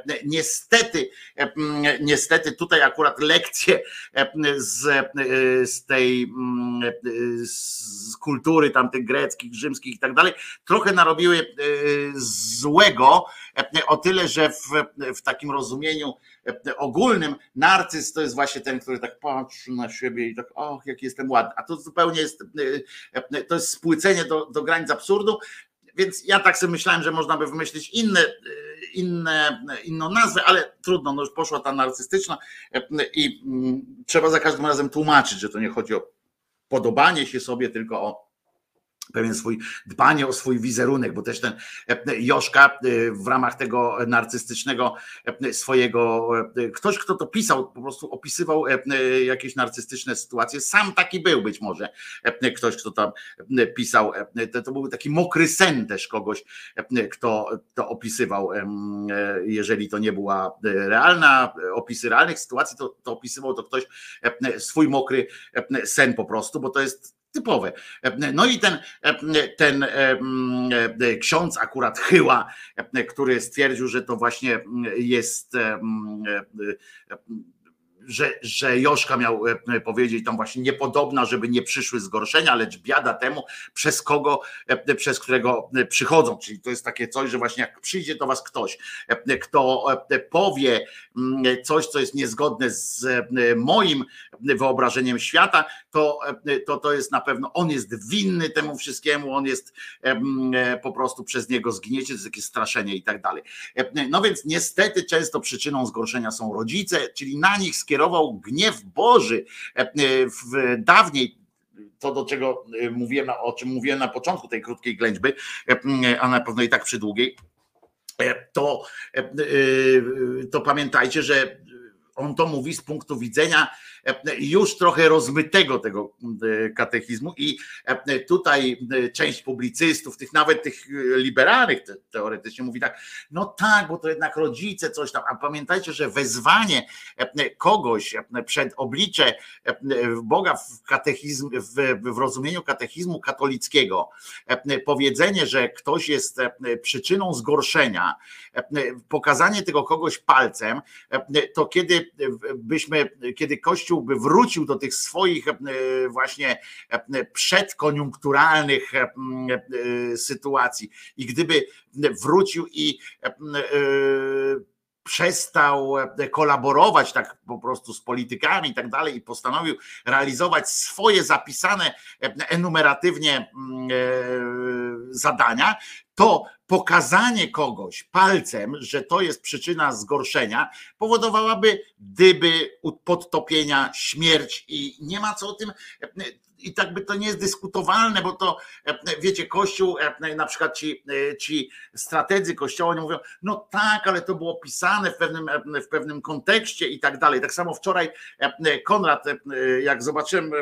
Niestety tutaj akurat lekcje z tej z kultury tamtych greckich, rzymskich i tak dalej, trochę narobiły złego, o tyle, że w takim rozumieniu ogólnym narcyz to jest właśnie ten, który tak patrzy na siebie i tak, och, jak jestem ładny, a to zupełnie jest, to jest spłycenie do granic absurdu, więc ja tak sobie myślałem, że można by wymyślić inną nazwę, ale trudno, no już poszła ta narcystyczna i trzeba za każdym razem tłumaczyć, że to nie chodzi o podobanie się sobie, tylko o pewien dbanie o swój wizerunek, bo też ten Joszka w ramach tego narcystycznego swojego, ktoś kto to pisał, po prostu opisywał jakieś narcystyczne sytuacje, sam taki był być może, ktoś kto tam pisał, to był taki mokry sen też kogoś, kto to opisywał, jeżeli to nie była realna, opisy realnych sytuacji, to opisywał to ktoś swój mokry sen po prostu, bo to jest typowe. No i ten ksiądz akurat Chyła, który stwierdził, że to właśnie jest, że Joszka miał powiedzieć tam właśnie niepodobna, żeby nie przyszły zgorszenia, lecz biada temu, przez którego przychodzą. Czyli to jest takie coś, że właśnie jak przyjdzie do was ktoś, kto powie coś, co jest niezgodne z moim wyobrażeniem świata, to jest na pewno, on jest winny temu wszystkiemu, on jest po prostu przez niego zgniecie, to jest takie straszenie i tak dalej. No więc niestety często przyczyną zgorszenia są rodzice, czyli na nich skierował gniew Boży dawniej, to do czego mówiłem, o czym mówiłem na początku tej krótkiej ględźby, a na pewno i tak przy długiej, to pamiętajcie, że on to mówi z punktu widzenia już trochę rozmytego tego katechizmu i tutaj część publicystów, nawet tych liberalnych teoretycznie mówi tak, no tak, bo to jednak rodzice coś tam, a pamiętajcie, że wezwanie kogoś przed oblicze Boga w katechizm, w rozumieniu katechizmu katolickiego, powiedzenie, że ktoś jest przyczyną zgorszenia, pokazanie tego kogoś palcem, to kiedy Kościół by wrócił do tych swoich właśnie przedkoniunkturalnych sytuacji i gdyby wrócił i przestał kolaborować tak po prostu z politykami i tak dalej i postanowił realizować swoje zapisane enumeratywnie zadania, to pokazanie kogoś palcem, że to jest przyczyna zgorszenia, powodowałaby dyby, podtopienia, śmierć i nie ma co o tym. I tak by to nie jest dyskutowalne, bo to wiecie, Kościół, na przykład ci strategzy Kościoła nie mówią, no tak, ale to było pisane w pewnym kontekście i tak dalej. Tak samo wczoraj Konrad, jak zobaczyłem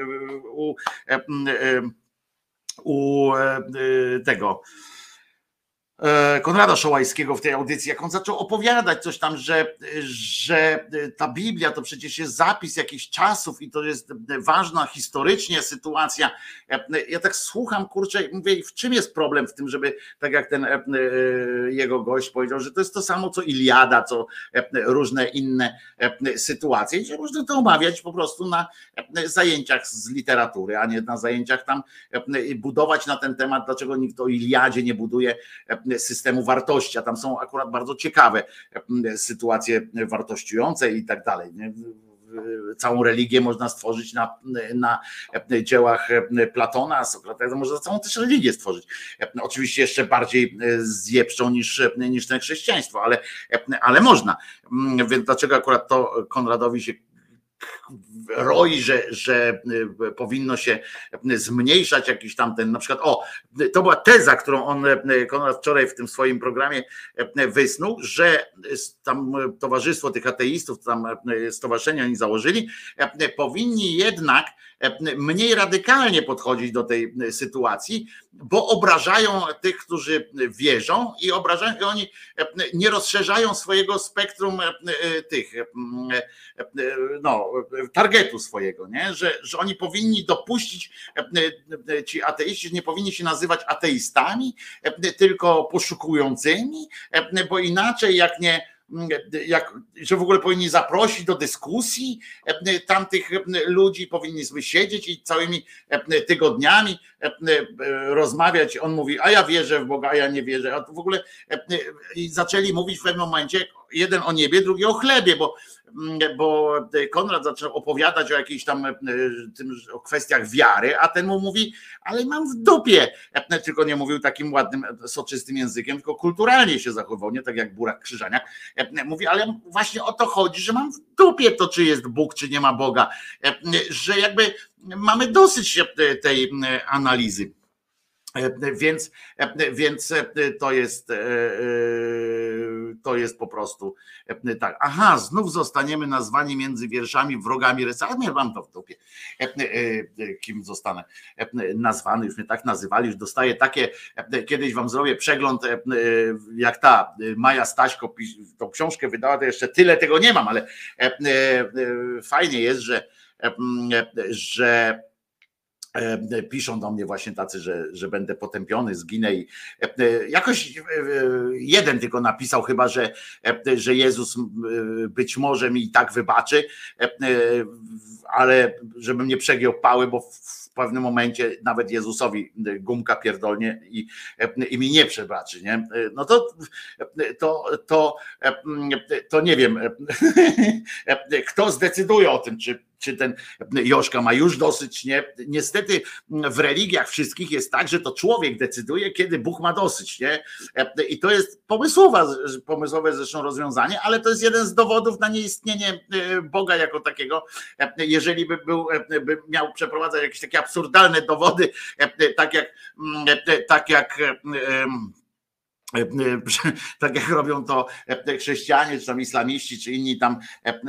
u tego Konrada Szołajskiego w tej audycji, jak on zaczął opowiadać coś tam, że ta Biblia to przecież jest zapis jakichś czasów i to jest ważna historycznie sytuacja. Ja tak słucham, kurczę, i mówię, w czym jest problem w tym, żeby, tak jak ten jego gość powiedział, że to jest to samo co Iliada, co różne inne sytuacje i że można to omawiać po prostu na zajęciach z literatury, a nie na zajęciach tam budować na ten temat, dlaczego nikt o Iliadzie nie buduje systemu wartości, a tam są akurat bardzo ciekawe sytuacje wartościujące i tak dalej. Całą religię można stworzyć na dziełach Platona, Sokratesa, można całą też religię stworzyć. Oczywiście jeszcze bardziej zjebczą niż ten chrześcijaństwo, ale można. Więc dlaczego akurat to Konradowi się roi, że powinno się zmniejszać jakiś tamten, na przykład, to była teza, którą Konrad wczoraj w tym swoim programie wysnuł, że tam towarzystwo tych ateistów, tam stowarzyszenia oni założyli, powinni jednak mniej radykalnie podchodzić do tej sytuacji, bo obrażają tych, którzy wierzą i oni nie rozszerzają swojego spektrum tych targetu swojego, nie? Że oni powinni dopuścić, ci ateiści nie powinni się nazywać ateistami, tylko poszukującymi, bo inaczej że w ogóle powinni zaprosić do dyskusji tamtych ludzi, powinniśmy siedzieć i całymi tygodniami rozmawiać. On mówi, a ja wierzę w Boga, a ja nie wierzę. A to w ogóle i zaczęli mówić w pewnym momencie, jeden o niebie, drugi o chlebie, bo Konrad zaczął opowiadać o jakichś tam o kwestiach wiary, a ten mu mówi, ale mam w dupie, tylko nie mówił takim ładnym, soczystym językiem, tylko kulturalnie się zachowywał, nie tak jak Burak Krzyżaniak. Mówi, ale właśnie o to chodzi, że mam w dupie to, czy jest Bóg, czy nie ma Boga, że jakby mamy dosyć tej analizy. Więc to jest po prostu tak. Aha, znów zostaniemy nazwani między wierszami wrogami ale nie mam to w dupie. Kim zostanę nazwany, już mnie tak nazywali, już dostaję takie, kiedyś wam zrobię przegląd, jak ta Maja Staśko tą książkę wydała, to jeszcze tyle tego nie mam, ale fajnie jest, że piszą do mnie właśnie tacy, że będę potępiony, zginę i jakoś jeden tylko napisał chyba, że Jezus być może mi i tak wybaczy, ale żebym nie przegiął pały, bo w pewnym momencie nawet Jezusowi gumka pierdolnie i mi nie przebaczy, nie? No to nie wiem, kto zdecyduje o tym, czy ten Joszka ma już dosyć, nie? Niestety w religiach wszystkich jest tak, że to człowiek decyduje, kiedy Bóg ma dosyć, nie? I to jest pomysłowe zresztą rozwiązanie, ale to jest jeden z dowodów na nieistnienie Boga jako takiego. Jeżeli by miał przeprowadzać jakieś takie absurdalne dowody, tak jak robią to chrześcijanie, czy tam islamiści, czy inni tam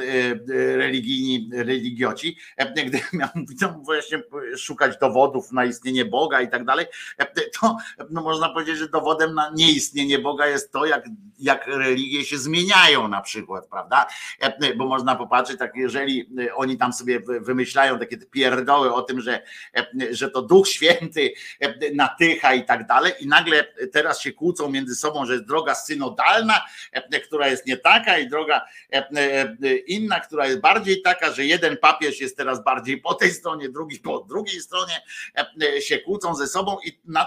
religioci, gdy miał właśnie szukać dowodów na istnienie Boga i tak dalej, to można powiedzieć, że dowodem na nieistnienie Boga jest to, jak religie się zmieniają na przykład, prawda? Bo można popatrzeć, tak jeżeli oni tam sobie wymyślają takie pierdoły o tym, że to Duch Święty natycha i tak dalej, i nagle teraz się kłócą między sobą, że jest droga synodalna, która jest nie taka, i droga inna, która jest bardziej taka, że jeden papież jest teraz bardziej po tej stronie, drugi po drugiej stronie, się kłócą ze sobą i na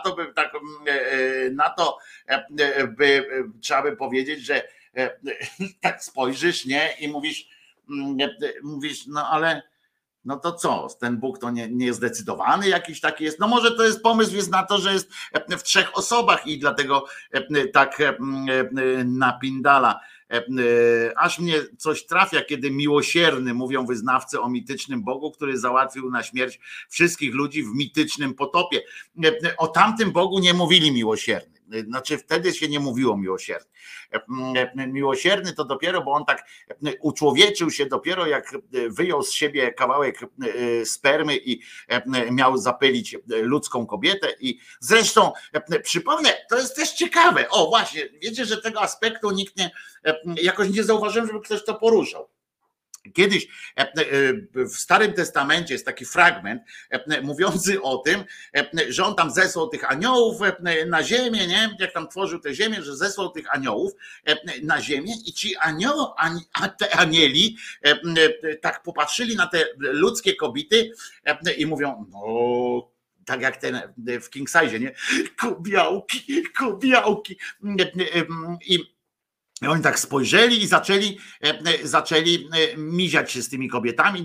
to by trzeba by powiedzieć, że tak spojrzysz, nie? I mówisz, no ale no to co, ten Bóg to nie jest zdecydowany jakiś taki jest, no może to jest pomysł jest na to, że jest w 3 osobach i dlatego tak napindala. Aż mnie coś trafia, kiedy miłosierny, mówią wyznawcy o mitycznym Bogu, który załatwił na śmierć wszystkich ludzi w mitycznym potopie. O tamtym Bogu nie mówili miłosierny. Znaczy wtedy się nie mówiło miłosierny. Miłosierny to dopiero, bo on tak uczłowieczył się dopiero, jak wyjął z siebie kawałek spermy i miał zapylić ludzką kobietę. I zresztą przypomnę, to jest też ciekawe. O właśnie, wiecie, że tego aspektu nikt jakoś nie zauważyłem, żeby ktoś to poruszał. Kiedyś w Starym Testamencie jest taki fragment mówiący o tym, że on tam zesłał tych aniołów na ziemię, nie? Jak tam tworzył tę ziemię, że zesłał tych aniołów na ziemię i ci te anieli tak popatrzyli na te ludzkie kobiety i mówią, no tak jak ten w King Size, nie? Kubiałki. I oni tak spojrzeli i zaczęli miziać się z tymi kobietami.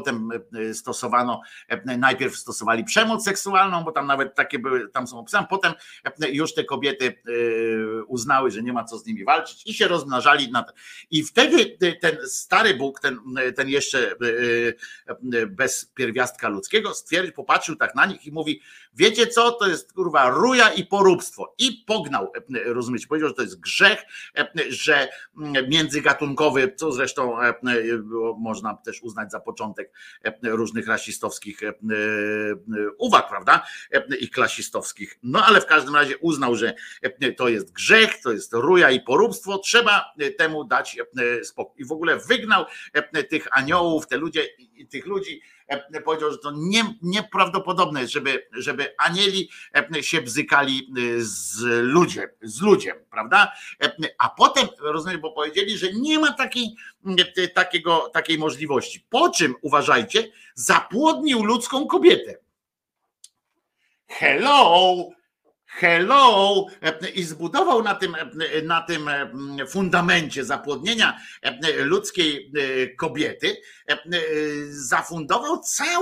Najpierw stosowali przemoc seksualną, bo tam nawet takie były, tam są opisane. Potem już te kobiety uznały, że nie ma co z nimi walczyć i się rozmnażali. I wtedy ten stary Bóg, ten jeszcze bez pierwiastka ludzkiego, popatrzył tak na nich i mówi: wiecie co, to jest kurwa ruja i poróbstwo. I pognał, rozumiecie, powiedział, że to jest grzech, że międzygatunkowy, co zresztą można też uznać za początek różnych rasistowskich uwag, prawda, i klasistowskich. No ale w każdym razie uznał, że to jest grzech, to jest ruja i poróbstwo, trzeba temu dać spokój. I w ogóle wygnał tych aniołów, tych ludzi, powiedział, że to nieprawdopodobne, żeby anieli się bzykali z ludziem, prawda? A potem, rozumiem, bo powiedzieli, że nie ma takiej możliwości. Po czym, uważajcie, zapłodnił ludzką kobietę. Hello! I zbudował na tym fundamencie zapłodnienia ludzkiej kobiety, zafundował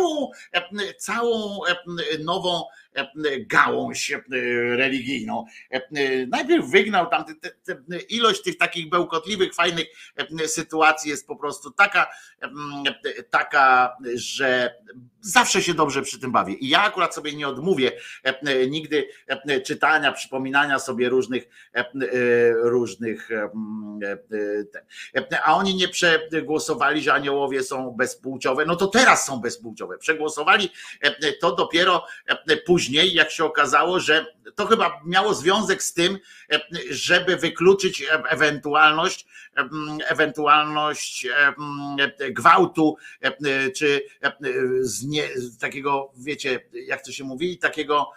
całą nową gałąź religijną. Najpierw wygnał tam ilość tych takich bełkotliwych, fajnych sytuacji jest po prostu taka, że zawsze się dobrze przy tym bawię. I ja akurat sobie nie odmówię nigdy czytania, przypominania sobie różnych a oni nie przegłosowali, że aniołowie są bezpłciowe, no to teraz są bezpłciowe. Przegłosowali to dopiero później, jak się okazało, że to chyba miało związek z tym, żeby wykluczyć ewentualność gwałtu, czy takiego, wiecie, jak to się mówi, takiego,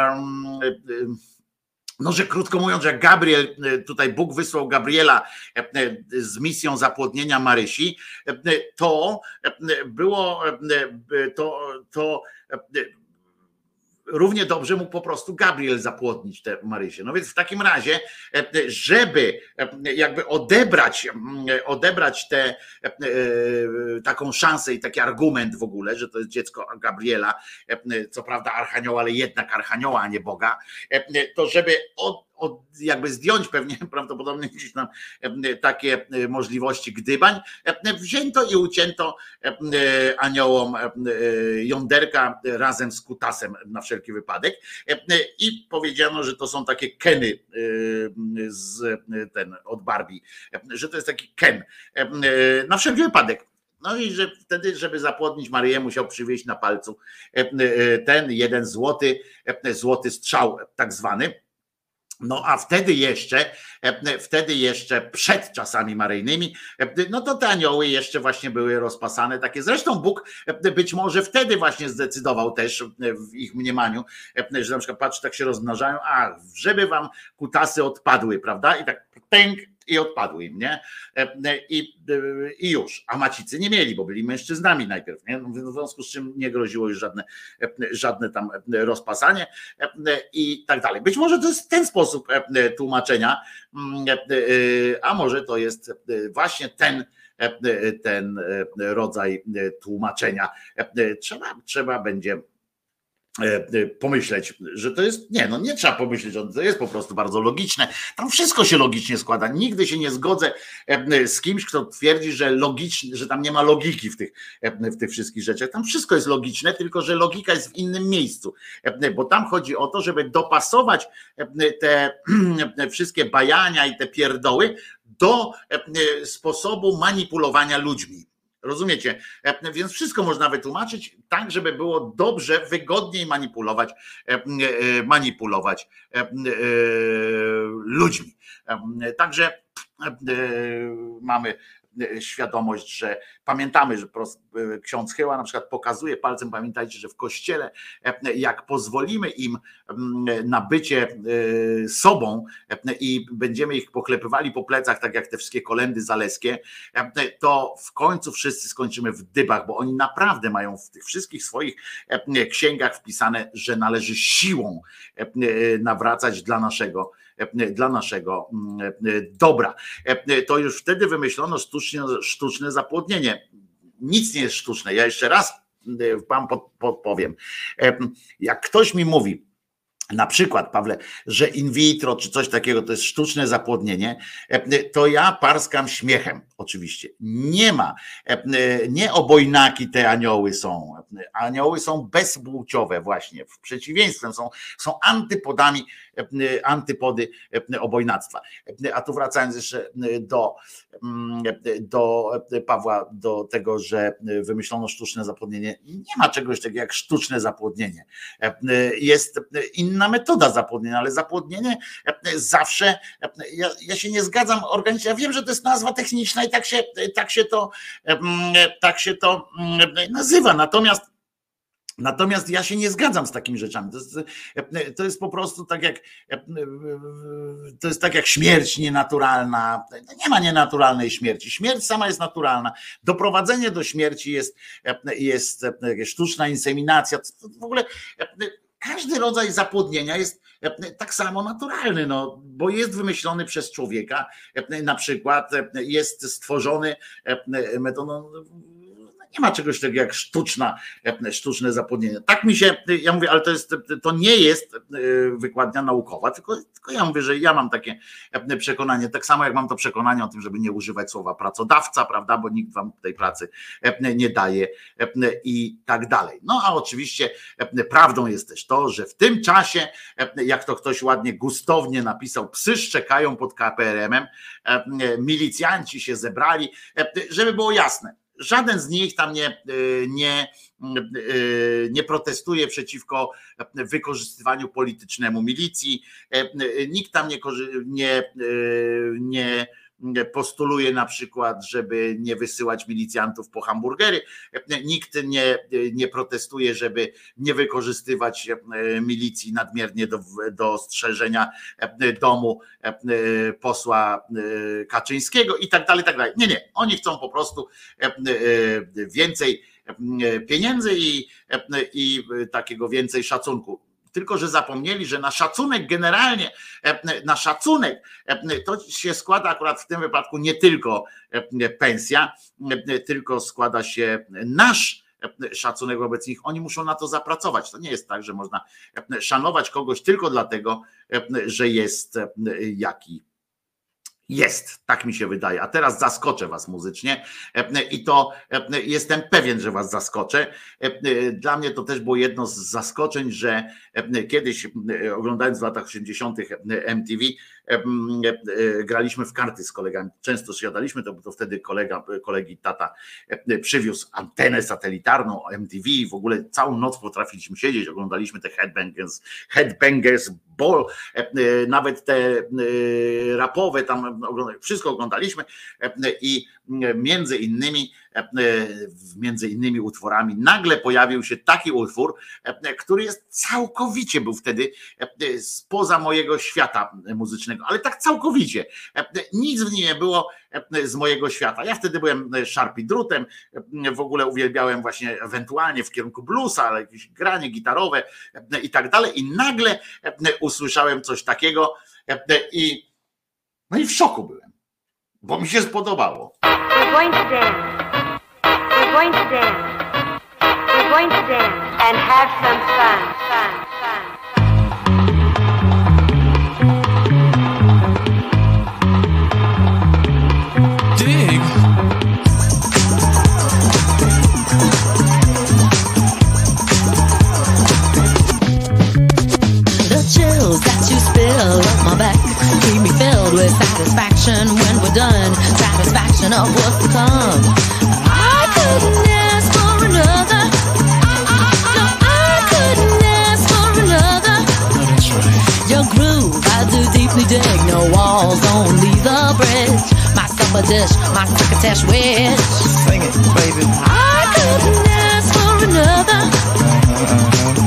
no, że krótko mówiąc, że Gabriel, tutaj Bóg wysłał Gabriela z misją zapłodnienia Marysi, to było to równie dobrze mógł po prostu Gabriel zapłodnić tę Marysię. No więc w takim razie, żeby jakby odebrać tę taką szansę i taki argument w ogóle, że to jest dziecko Gabriela, co prawda archanioła, ale jednak archanioła, a nie Boga, to żeby jakby zdjąć pewnie prawdopodobnie gdzieś tam takie możliwości gdybań, wzięto i ucięto aniołom jąderka razem z kutasem na wszelki wypadek i powiedziano, że to są takie Keny od Barbie, że to jest taki Ken na wszelki wypadek. No i że wtedy, żeby zapłodnić Maryję, musiał przywieźć na palcu ten jeden złoty strzał tak zwany. No a wtedy jeszcze przed czasami maryjnymi, no to te anioły jeszcze właśnie były rozpasane takie. Zresztą Bóg być może wtedy właśnie zdecydował też w ich mniemaniu, że na przykład patrz, tak się rozmnażają, żeby wam kutasy odpadły, prawda? I tak pęk i odpadły im, nie? I już. A macicy nie mieli, bo byli mężczyznami najpierw, nie? W związku z czym nie groziło już żadne tam rozpasanie i tak dalej. Być może to jest ten sposób tłumaczenia, a może to jest właśnie ten rodzaj tłumaczenia. Trzeba będzie pomyśleć, że to jest, nie trzeba pomyśleć, że to jest po prostu bardzo logiczne. Tam wszystko się logicznie składa. Nigdy się nie zgodzę z kimś, kto twierdzi, że tam nie ma logiki w tych wszystkich rzeczach. Tam wszystko jest logiczne, tylko że logika jest w innym miejscu, bo tam chodzi o to, żeby dopasować te wszystkie bajania i te pierdoły do sposobu manipulowania ludźmi. Rozumiecie? Więc wszystko można wytłumaczyć tak, żeby było dobrze, wygodniej manipulować ludźmi. Także mamy świadomość, że pamiętamy, że ksiądz Chyła na przykład pokazuje palcem, pamiętajcie, że w kościele jak pozwolimy im na bycie sobą i będziemy ich poklepywali po plecach, tak jak te wszystkie kolędy zaleskie, to w końcu wszyscy skończymy w dybach, bo oni naprawdę mają w tych wszystkich swoich księgach wpisane, że należy siłą nawracać dla naszego dla naszego dobra. To już wtedy wymyślono sztuczne zapłodnienie. Nic nie jest sztuczne. Ja jeszcze raz wam podpowiem. Jak ktoś mi mówi, na przykład, Pawle, że in vitro czy coś takiego to jest sztuczne zapłodnienie, to ja parskam śmiechem, oczywiście. Nie ma, nie obojnaki te anioły są. Anioły są bezpłciowe właśnie, w przeciwieństwie są antypody obojnactwa. A tu wracając jeszcze do Pawła, do tego, że wymyślono sztuczne zapłodnienie. Nie ma czegoś takiego jak sztuczne zapłodnienie. Jest inna metoda zapłodnienia, ale zapłodnienie zawsze, ja się nie zgadzam, ja wiem, że to jest nazwa techniczna i tak się to nazywa, natomiast ja się nie zgadzam z takimi rzeczami. To jest po prostu tak jak śmierć nienaturalna. Nie ma nienaturalnej śmierci. Śmierć sama jest naturalna. Doprowadzenie do śmierci jest sztuczna inseminacja. W ogóle każdy rodzaj zapłodnienia jest tak samo naturalny, no, bo jest wymyślony przez człowieka, na przykład jest stworzony metodą. Nie ma czegoś takiego jak sztuczne zapłodnienie. Tak mi się, ja mówię, ale to nie jest wykładnia naukowa, tylko ja mówię, że ja mam takie przekonanie, tak samo jak mam to przekonanie o tym, żeby nie używać słowa pracodawca, prawda, bo nikt wam tej pracy nie daje i tak dalej. No a oczywiście prawdą jest też to, że w tym czasie, jak to ktoś ładnie gustownie napisał, psy szczekają pod KPRM-em, milicjanci się zebrali, żeby było jasne. Żaden z nich tam nie protestuje przeciwko wykorzystywaniu politycznemu milicji, nikt tam nie postuluje na przykład, żeby nie wysyłać milicjantów po hamburgery, nikt nie protestuje, żeby nie wykorzystywać milicji nadmiernie do strzeżenia domu posła Kaczyńskiego i tak dalej, tak dalej. Nie, oni chcą po prostu więcej pieniędzy i takiego więcej szacunku. Tylko że zapomnieli, że na szacunek generalnie, to się składa akurat w tym wypadku nie tylko pensja, tylko składa się nasz szacunek wobec nich. Oni muszą na to zapracować. To nie jest tak, że można szanować kogoś tylko dlatego, że jest jaki jest, tak mi się wydaje. A teraz zaskoczę was muzycznie i to jestem pewien, że was zaskoczę. Dla mnie to też było jedno z zaskoczeń, że kiedyś oglądając w latach 80. MTV graliśmy w karty z kolegami. Często siadaliśmy, to wtedy kolegi tata przywiózł antenę satelitarną MTV i w ogóle całą noc potrafiliśmy siedzieć, oglądaliśmy te Headbangers Ball, nawet te rapowe tam wszystko oglądaliśmy i między innymi utworami nagle pojawił się taki utwór, który całkowicie był wtedy spoza mojego świata muzycznego, ale tak całkowicie. Nic w nim nie było z mojego świata. Ja wtedy byłem szarpidrutem, w ogóle uwielbiałem właśnie ewentualnie w kierunku bluesa, ale jakieś granie gitarowe i tak dalej. I nagle usłyszałem coś takiego no i w szoku byłem, bo mi się spodobało. We're going to dance. We're going to dance. We're going to dance and have some fun. Dig. The chills that you spill up my back keep me filled with satisfaction when we're done. Satisfaction of what's to come. I couldn't ask for another. No, I couldn't ask for another. That's right. Your groove, I do deeply dig. No walls, only the bridge. My supper dish, my crocketesh wish. Sing it, baby. I couldn't ask for another.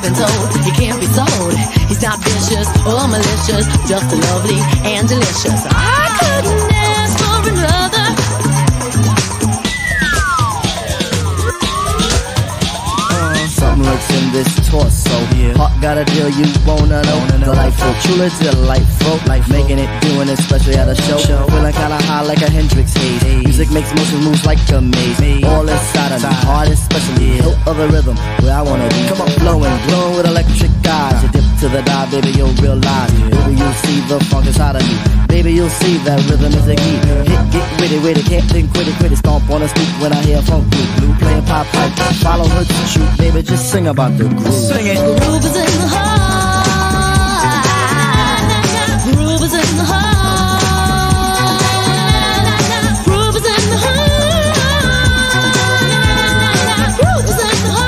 been told he can't be sold. He's not vicious or malicious, just lovely and delicious. I couldn't ask for another. Something lurks in this torso. Heart got a deal you wanna know. Delightful, truly delightful. Making it, doing it, especially at a show. Feeling kinda high like a Hendrix haze. Music makes motion moves like a maze. All inside of me, heart especially. Hilt of the rhythm, where I wanna be. Come on, flowing, glowing with electric eyes. You dip to the dive, baby, you'll realize. Baby, you'll see the funk inside of me. Baby, you'll see that rhythm is the key. Hit, get with it, can't think, quit it. Stomp on the street when I hear funk blue. Playing pop pipe, follow her to shoot. Baby, just sing about the groove. Sing it. The groove is in the heart. The groove is in the heart. The groove is in the heart. The groove is in the heart.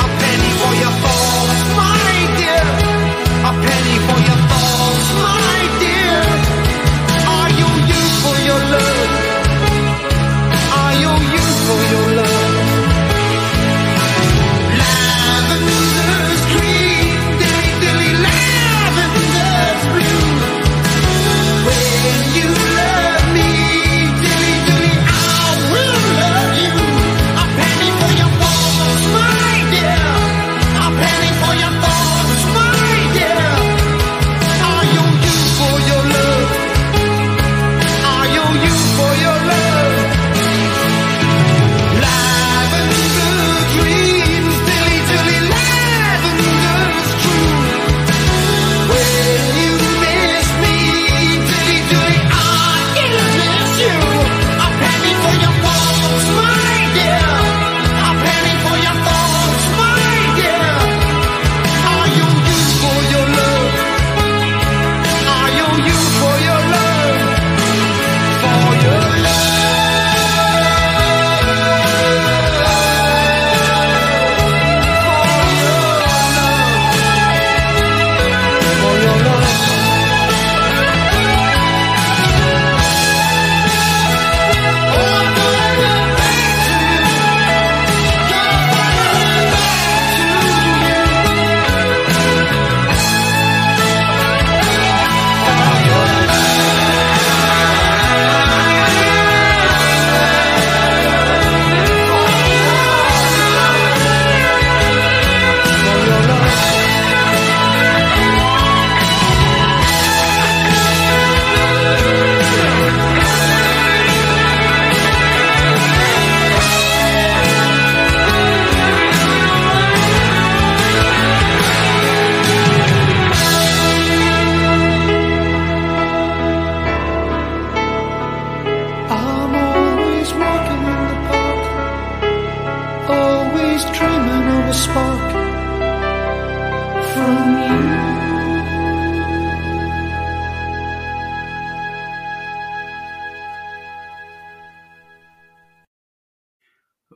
A penny for your thoughts, my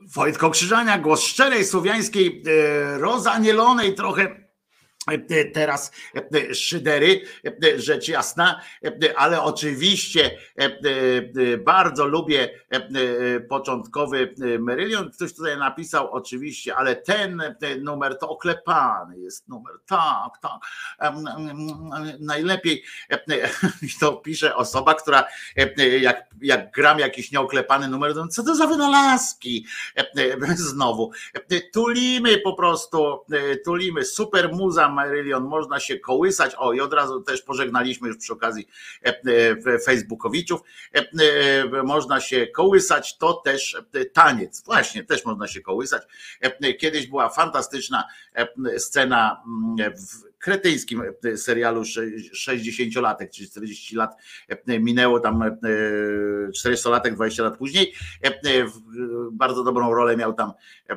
Wojtko Krzyżania, głos szczerej, słowiańskiej, rozanielonej trochę teraz szydery, rzecz jasna, ale oczywiście bardzo lubię początkowy Marillion. Ktoś tutaj napisał oczywiście, ale ten numer to oklepany jest numer, tak, najlepiej to pisze osoba, która jak gram jakiś nieoklepany numer, to co to za wynalazki znowu, tulimy po prostu, tulimy, super muza Marillion, można się kołysać. O, i od razu też pożegnaliśmy już przy okazji facebookowiczów. Można się kołysać, to też taniec. Właśnie, też można się kołysać. Kiedyś była fantastyczna scena w kretyńskim serialu 60-latek, czyli 40 lat minęło, tam 40-latek, 20 lat później. Bardzo dobrą rolę miał tam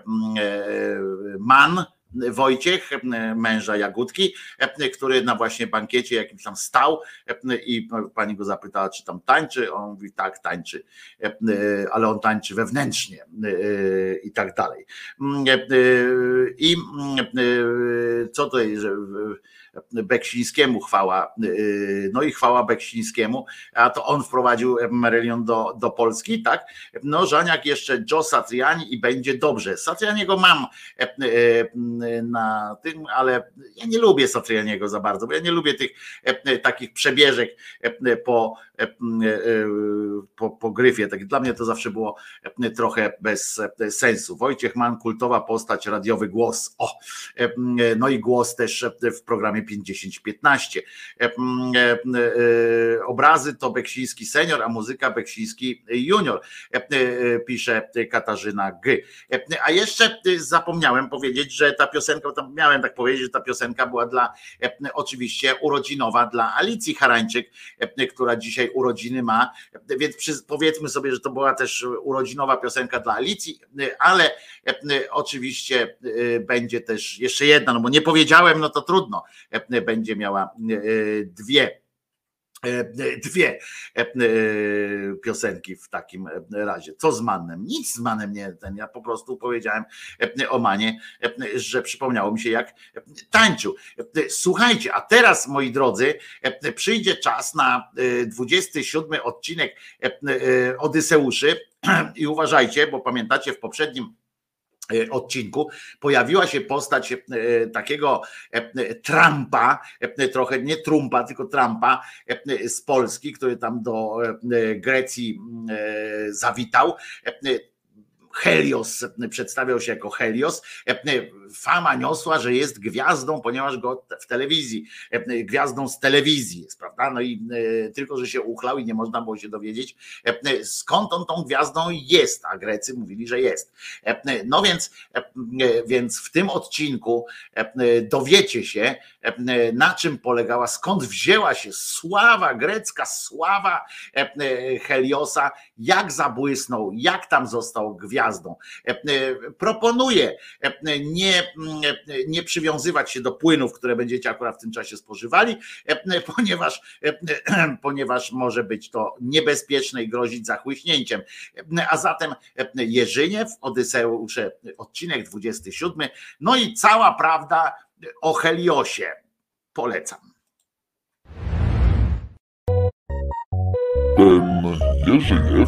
Mann, Wojciech, męża Jagódki, który na właśnie bankiecie jakimś tam stał i pani go zapytała, czy tam tańczy, on mówi tak, tańczy, ale on tańczy wewnętrznie i tak dalej. I co tutaj, że Beksińskiemu chwała, no i chwała Beksińskiemu, a to on wprowadził Marillion do Polski, tak? No Żaniak jeszcze Joe Satriani i będzie dobrze. Satrianiego mam na tym, ale ja nie lubię Satrianiego za bardzo, bo ja nie lubię tych takich przebieżek po gryfie. Tak, dla mnie to zawsze było trochę bez sensu. Wojciech Mann, kultowa postać, radiowy głos. O, no i głos też w programie 50-15. Obrazy to Beksiński senior, a muzyka Beksiński junior, pisze Katarzyna G. A jeszcze zapomniałem powiedzieć, że ta piosenka, tam miałem tak powiedzieć, że ta piosenka była oczywiście urodzinowa dla Alicji Harańczyk, która dzisiaj urodziny ma, więc powiedzmy sobie, że to była też urodzinowa piosenka dla Alicji, ale oczywiście będzie też jeszcze jedna, no bo nie powiedziałem, no to trudno, będzie miała dwie piosenki w takim razie. Co z Mannem? Nic z Mannem nie, ja po prostu powiedziałem o Manie, że przypomniało mi się, jak tańczył. Słuchajcie, a teraz, moi drodzy, przyjdzie czas na 27 odcinek Odyseuszy i uważajcie, bo pamiętacie, w poprzednim odcinku pojawiła się postać takiego Trumpa, trochę nie Trumpa, tylko Trumpa z Polski, który tam do Grecji zawitał. Helios, przedstawiał się jako Helios. Fama niosła, że jest gwiazdą, ponieważ go w telewizji, gwiazdą z telewizji jest, prawda? No i tylko, że się uchlał i nie można było się dowiedzieć, skąd on tą gwiazdą jest, a Grecy mówili, że jest. No więc w tym odcinku dowiecie się, na czym polegała, skąd wzięła się sława grecka, sława Heliosa, jak zabłysnął, jak tam został gwiazdą. Proponuję nie przywiązywać się do płynów, które będziecie akurat w tym czasie spożywali, ponieważ może być to niebezpieczne i grozić zachłyśnięciem. A zatem Jerzyniew, Odyseusze, odcinek 27, no i cała prawda o Heliosie. Polecam. Jerzyniew,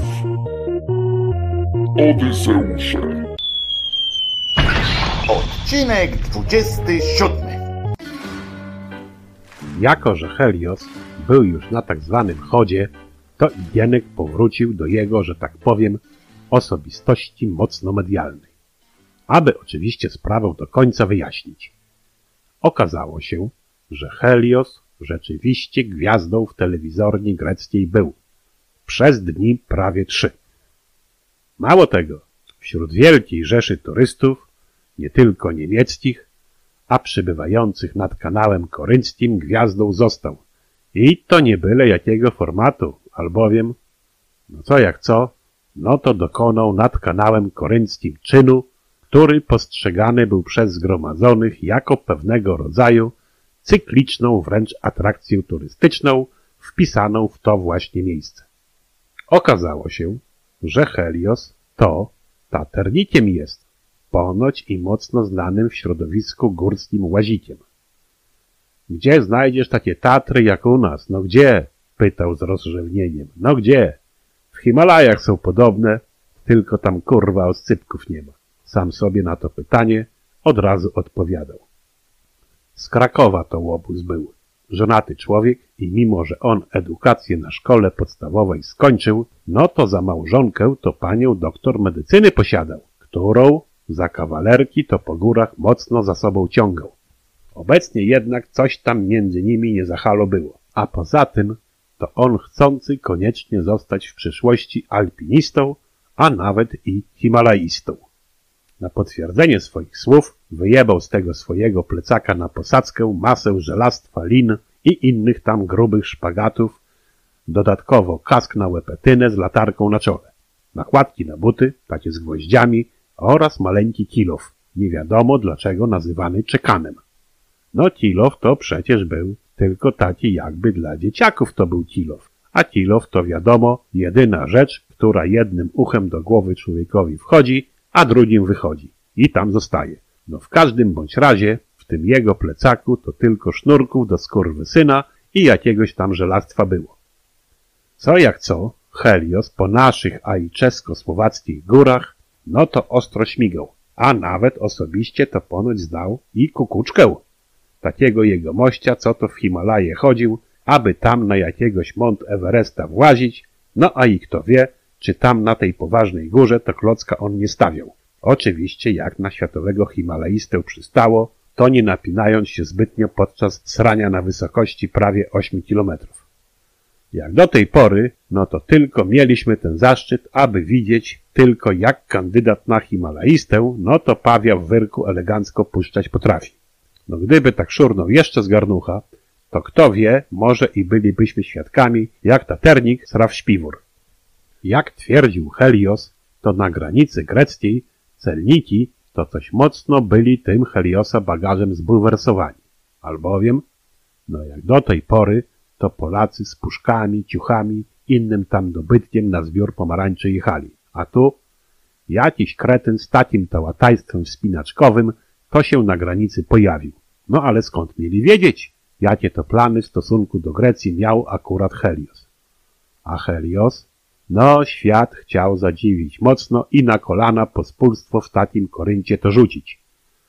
Odyseusze. Odcinek 27. Jako że Helios był już na tak zwanym chodzie, to i Gienek powrócił do jego, że tak powiem, osobistości mocno medialnej, aby oczywiście sprawę do końca wyjaśnić. Okazało się, że Helios rzeczywiście gwiazdą w telewizorni greckiej był. Przez dni prawie 3. Mało tego, wśród wielkiej rzeszy turystów, nie tylko niemieckich, a przybywających nad kanałem korynckim gwiazdą został. I to nie byle jakiego formatu, albowiem, no co jak co, no to dokonał nad kanałem korynckim czynu, który postrzegany był przez zgromadzonych jako pewnego rodzaju cykliczną wręcz atrakcję turystyczną wpisaną w to właśnie miejsce. Okazało się, że Helios to, Taternikiem jest, ponoć i mocno znanym w środowisku górskim łazikiem. Gdzie znajdziesz takie Tatry jak u nas? No gdzie? Pytał z rozrzewnieniem. No gdzie? W Himalajach są podobne, tylko tam kurwa oscypków nie ma. Sam sobie na to pytanie od razu odpowiadał. Z Krakowa to łobuz był. Żonaty człowiek i mimo, że on edukację na szkole podstawowej skończył, no to za małżonkę to panią doktor medycyny posiadał, którą za kawalerki to po górach mocno za sobą ciągał. Obecnie jednak coś tam między nimi nie za halo było. A poza tym to on chcący koniecznie zostać w przyszłości alpinistą, a nawet i himalaistą. Na potwierdzenie swoich słów wyjebał z tego swojego plecaka na posadzkę masę żelastwa, lin i innych tam grubych szpagatów, dodatkowo kask na łepetynę z latarką na czole, nakładki na buty, takie z gwoździami oraz maleńki kilof, nie wiadomo dlaczego nazywany czekanem. No kilof to przecież był tylko taki jakby dla dzieciaków to był kilof, a kilof to wiadomo jedyna rzecz, która jednym uchem do głowy człowiekowi wchodzi, a drugim wychodzi i tam zostaje. No w każdym bądź razie w tym jego plecaku to tylko sznurków do skurwysyna i jakiegoś tam żelastwa było. Co jak co, Helios po naszych, a i czesko-słowackich górach, no to ostro śmigał, a nawet osobiście to ponoć znał i Kukuczkę, takiego jegomościa, co to w Himalaje chodził, aby tam na jakiegoś Mont Everesta włazić, no a i kto wie, czy tam na tej poważnej górze to klocka on nie stawiał. Oczywiście jak na światowego himalaistę przystało, to nie napinając się zbytnio podczas srania na wysokości prawie 8 kilometrów. Jak do tej pory, no to tylko mieliśmy ten zaszczyt, aby widzieć tylko jak kandydat na himalaistę, no to pawia w wyrku elegancko puszczać potrafi. No gdyby tak szurnął jeszcze z garnucha, to kto wie, może i bylibyśmy świadkami, jak taternik sra w śpiwór. Jak twierdził Helios, to na granicy greckiej celniki to coś mocno byli tym Heliosa bagażem zbulwersowani. Albowiem, no jak do tej pory, to Polacy z puszkami, ciuchami, innym tam dobytkiem na zbiór pomarańczy jechali. A tu jakiś kretyn z takim tałatajstwem wspinaczkowym to się na granicy pojawił. No ale skąd mieli wiedzieć, jakie to plany w stosunku do Grecji miał akurat Helios? A Helios? No, świat chciał zadziwić mocno i na kolana pospólstwo w takim Koryncie to rzucić.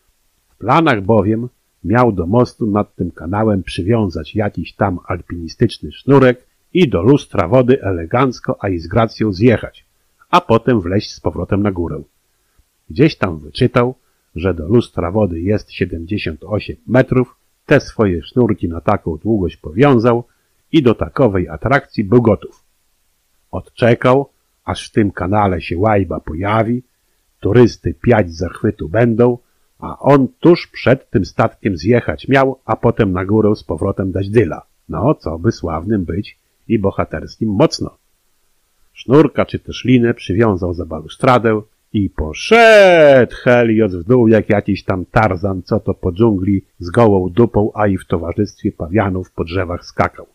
W planach bowiem miał do mostu nad tym kanałem przywiązać jakiś tam alpinistyczny sznurek i do lustra wody elegancko, a i z gracją zjechać, a potem wleźć z powrotem na górę. Gdzieś tam wyczytał, że do lustra wody jest 78 metrów, te swoje sznurki na taką długość powiązał i do takowej atrakcji był gotów. Odczekał, aż w tym kanale się łajba pojawi, turysty piać z zachwytu będą, a on tuż przed tym statkiem zjechać miał, a potem na górę z powrotem dać dyla. No, co by sławnym być i bohaterskim mocno. Sznurka czy też linę przywiązał za balustradę i poszedł Helios w dół jak jakiś tam Tarzan, co to po dżungli z gołą dupą, a i w towarzystwie pawianów po drzewach skakał.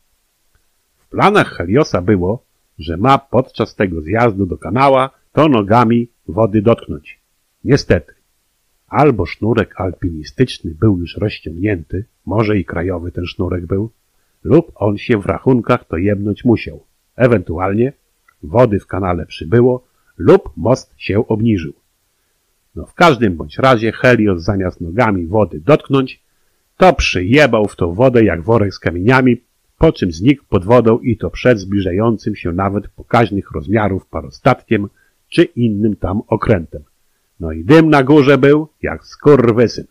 W planach Heliosa było, że ma podczas tego zjazdu do kanała to nogami wody dotknąć. Niestety, albo sznurek alpinistyczny był już rozciągnięty, może i krajowy ten sznurek był, lub on się w rachunkach to jebnąć musiał. Ewentualnie wody w kanale przybyło, lub most się obniżył. No w każdym bądź razie Helios zamiast nogami wody dotknąć, to przyjebał w tą wodę jak worek z kamieniami, po czym znikł pod wodą i to przed zbliżającym się nawet pokaźnych rozmiarów parostatkiem czy innym tam okrętem. No i dym na górze był jak skurwysyn.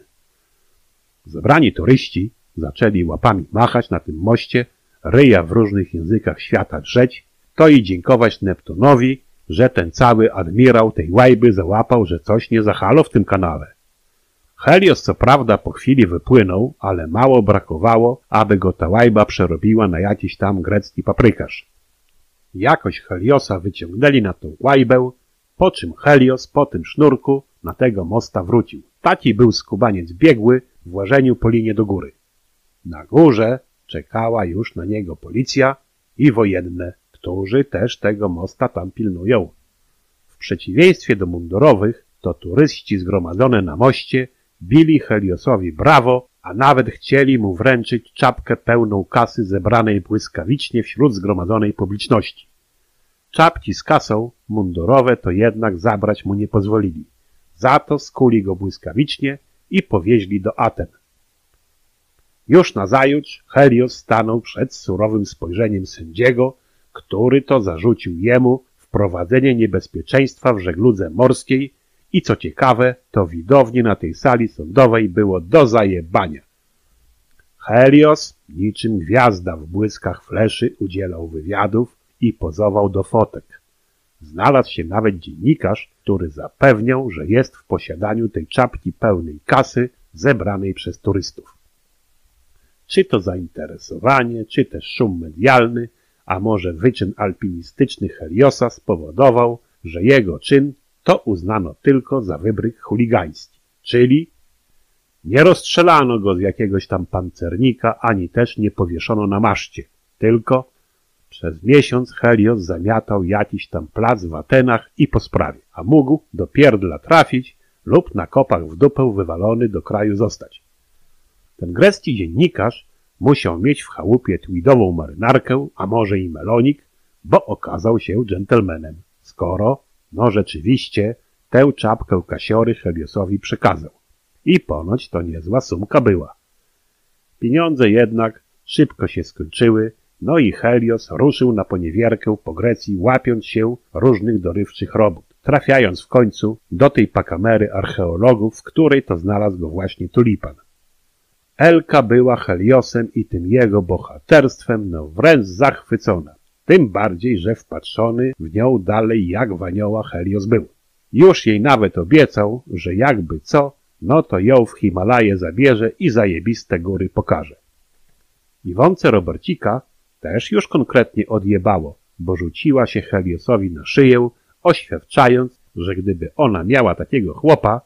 Zebrani turyści zaczęli łapami machać na tym moście, ryja w różnych językach świata drzeć, to i dziękować Neptunowi, że ten cały admirał tej łajby załapał, że coś nie zahalo w tym kanale. Helios co prawda po chwili wypłynął, ale mało brakowało, aby go ta łajba przerobiła na jakiś tam grecki paprykarz. Jakoś Heliosa wyciągnęli na tą łajbę, po czym Helios po tym sznurku na tego mosta wrócił. Taki był skubaniec biegły w łażeniu po linie do góry. Na górze czekała już na niego policja i wojenne, którzy też tego mosta tam pilnują. W przeciwieństwie do mundurowych, to turyści zgromadzone na moście bili Heliosowi brawo, a nawet chcieli mu wręczyć czapkę pełną kasy zebranej błyskawicznie wśród zgromadzonej publiczności. Czapki z kasą mundurowe to jednak zabrać mu nie pozwolili. Za to skuli go błyskawicznie i powieźli do Aten. Już nazajutrz Helios stanął przed surowym spojrzeniem sędziego, który to zarzucił jemu wprowadzenie niebezpieczeństwa w żegludze morskiej i co ciekawe, to widownie na tej sali sądowej było do zajebania. Helios, niczym gwiazda w błyskach fleszy, udzielał wywiadów i pozował do fotek. Znalazł się nawet dziennikarz, który zapewniał, że jest w posiadaniu tej czapki pełnej kasy zebranej przez turystów. Czy to zainteresowanie, czy też szum medialny, a może wyczyn alpinistyczny Heliosa spowodował, że jego czyn to uznano tylko za wybryk chuligański, czyli nie rozstrzelano go z jakiegoś tam pancernika, ani też nie powieszono na maszcie, tylko przez miesiąc Helios zamiatał jakiś tam plac w Atenach i po sprawie, a mógł do pierdla trafić lub na kopach w dupę wywalony do kraju zostać. Ten grecki dziennikarz musiał mieć w chałupie tweedową marynarkę, a może i melonik, bo okazał się dżentelmenem, skoro, no rzeczywiście, tę czapkę kasiory Heliosowi przekazał. I ponoć to niezła sumka była. Pieniądze jednak szybko się skończyły, no i Helios ruszył na poniewierkę po Grecji, łapiąc się różnych dorywczych robót, trafiając w końcu do tej pakamery archeologów, w której to znalazł go właśnie Tulipan. Elka była Heliosem i tym jego bohaterstwem no wręcz zachwycona, tym bardziej, że wpatrzony w nią dalej jak w anioła Helios był. Już jej nawet obiecał, że jakby co, no to ją w Himalaje zabierze i zajebiste góry pokaże. Iwonce Robercika też już konkretnie odjebało, bo rzuciła się Heliosowi na szyję, oświadczając, że gdyby ona miała takiego chłopa,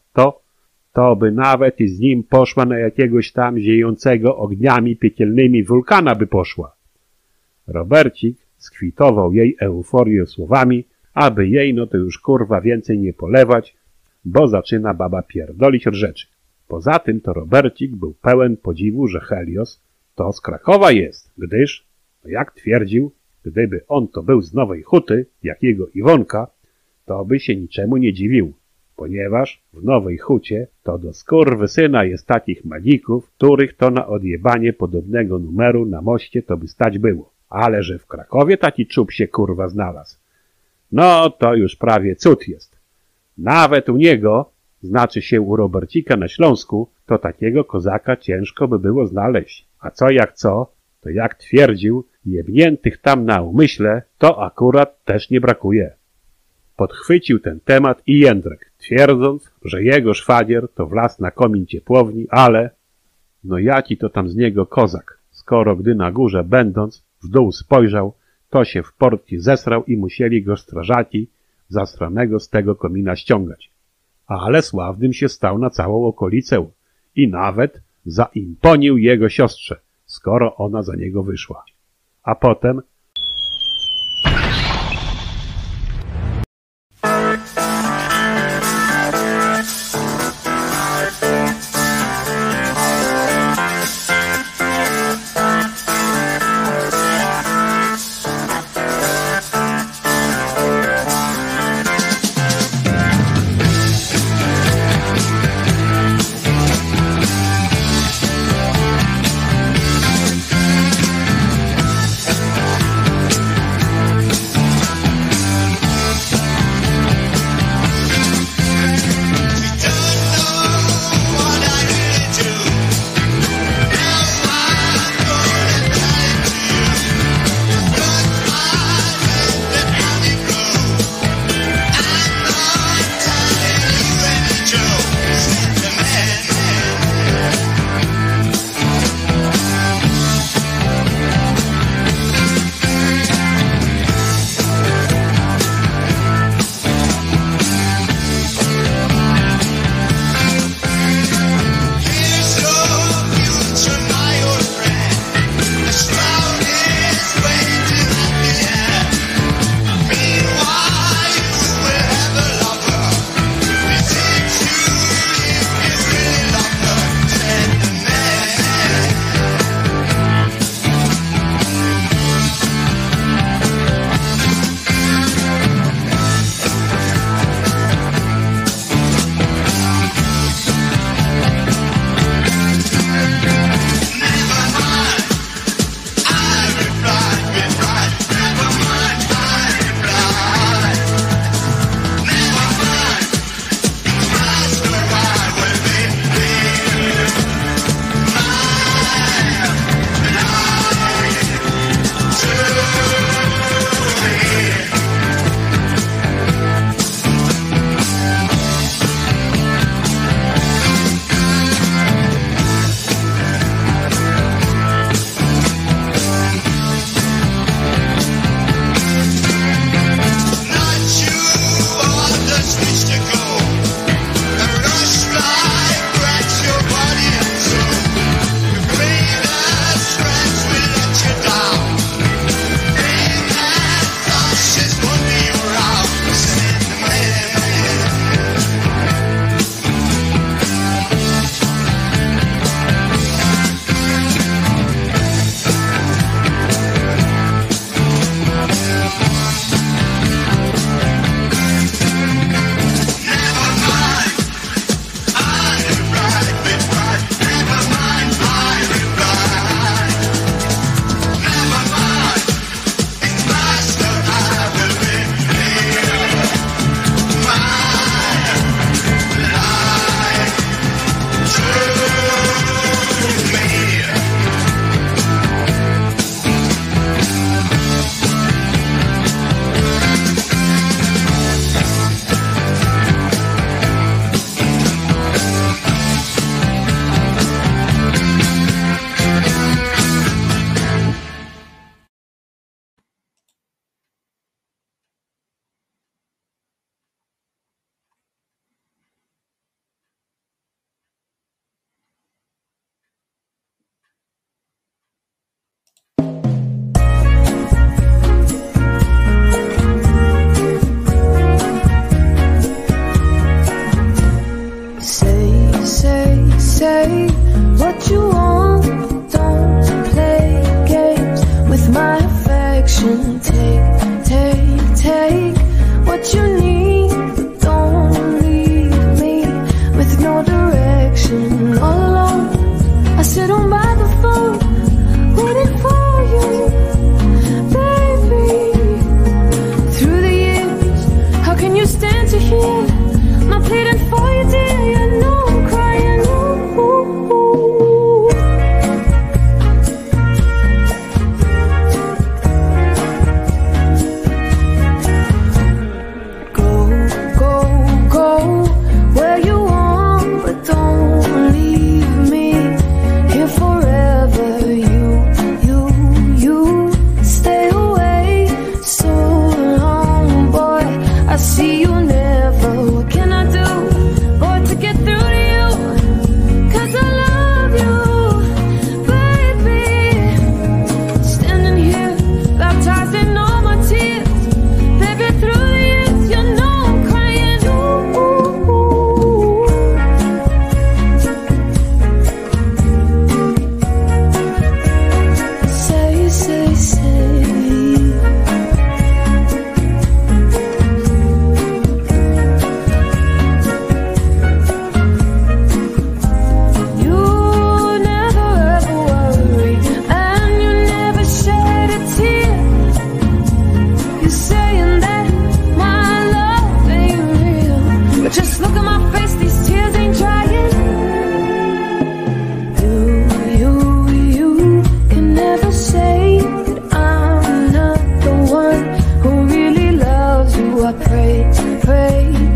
to by nawet i z nim poszła na jakiegoś tam ziejącego ogniami piekielnymi wulkana by poszła. Robercik skwitował jej euforię słowami, aby jej no to już kurwa więcej nie polewać, bo zaczyna baba pierdolić od rzeczy. Poza tym to Robercik był pełen podziwu, że Helios to z Krakowa jest, gdyż, jak twierdził, gdyby on to był z Nowej Huty, jak jego Iwonka, to by się niczemu nie dziwił, ponieważ w Nowej Hucie to do skurwysyna jest takich magików, których to na odjebanie podobnego numeru na moście to by stać było. Ale że w Krakowie taki czub się kurwa znalazł, no to już prawie cud jest. Nawet u niego, znaczy się u Robercika na Śląsku, to takiego kozaka ciężko by było znaleźć. A co jak co, to jak twierdził, jebniętych tam na umyśle, to akurat też nie brakuje. Podchwycił ten temat i Jędrek, twierdząc, że jego szwagier to wlazł na komin ciepłowni, ale no jaki to tam z niego kozak, skoro gdy na górze będąc w dół spojrzał, to się w portki zesrał i musieli go strażaci zasranego z tego komina ściągać. Ale sławnym się stał na całą okolicę i nawet zaimponił jego siostrze, skoro ona za niego wyszła. A potem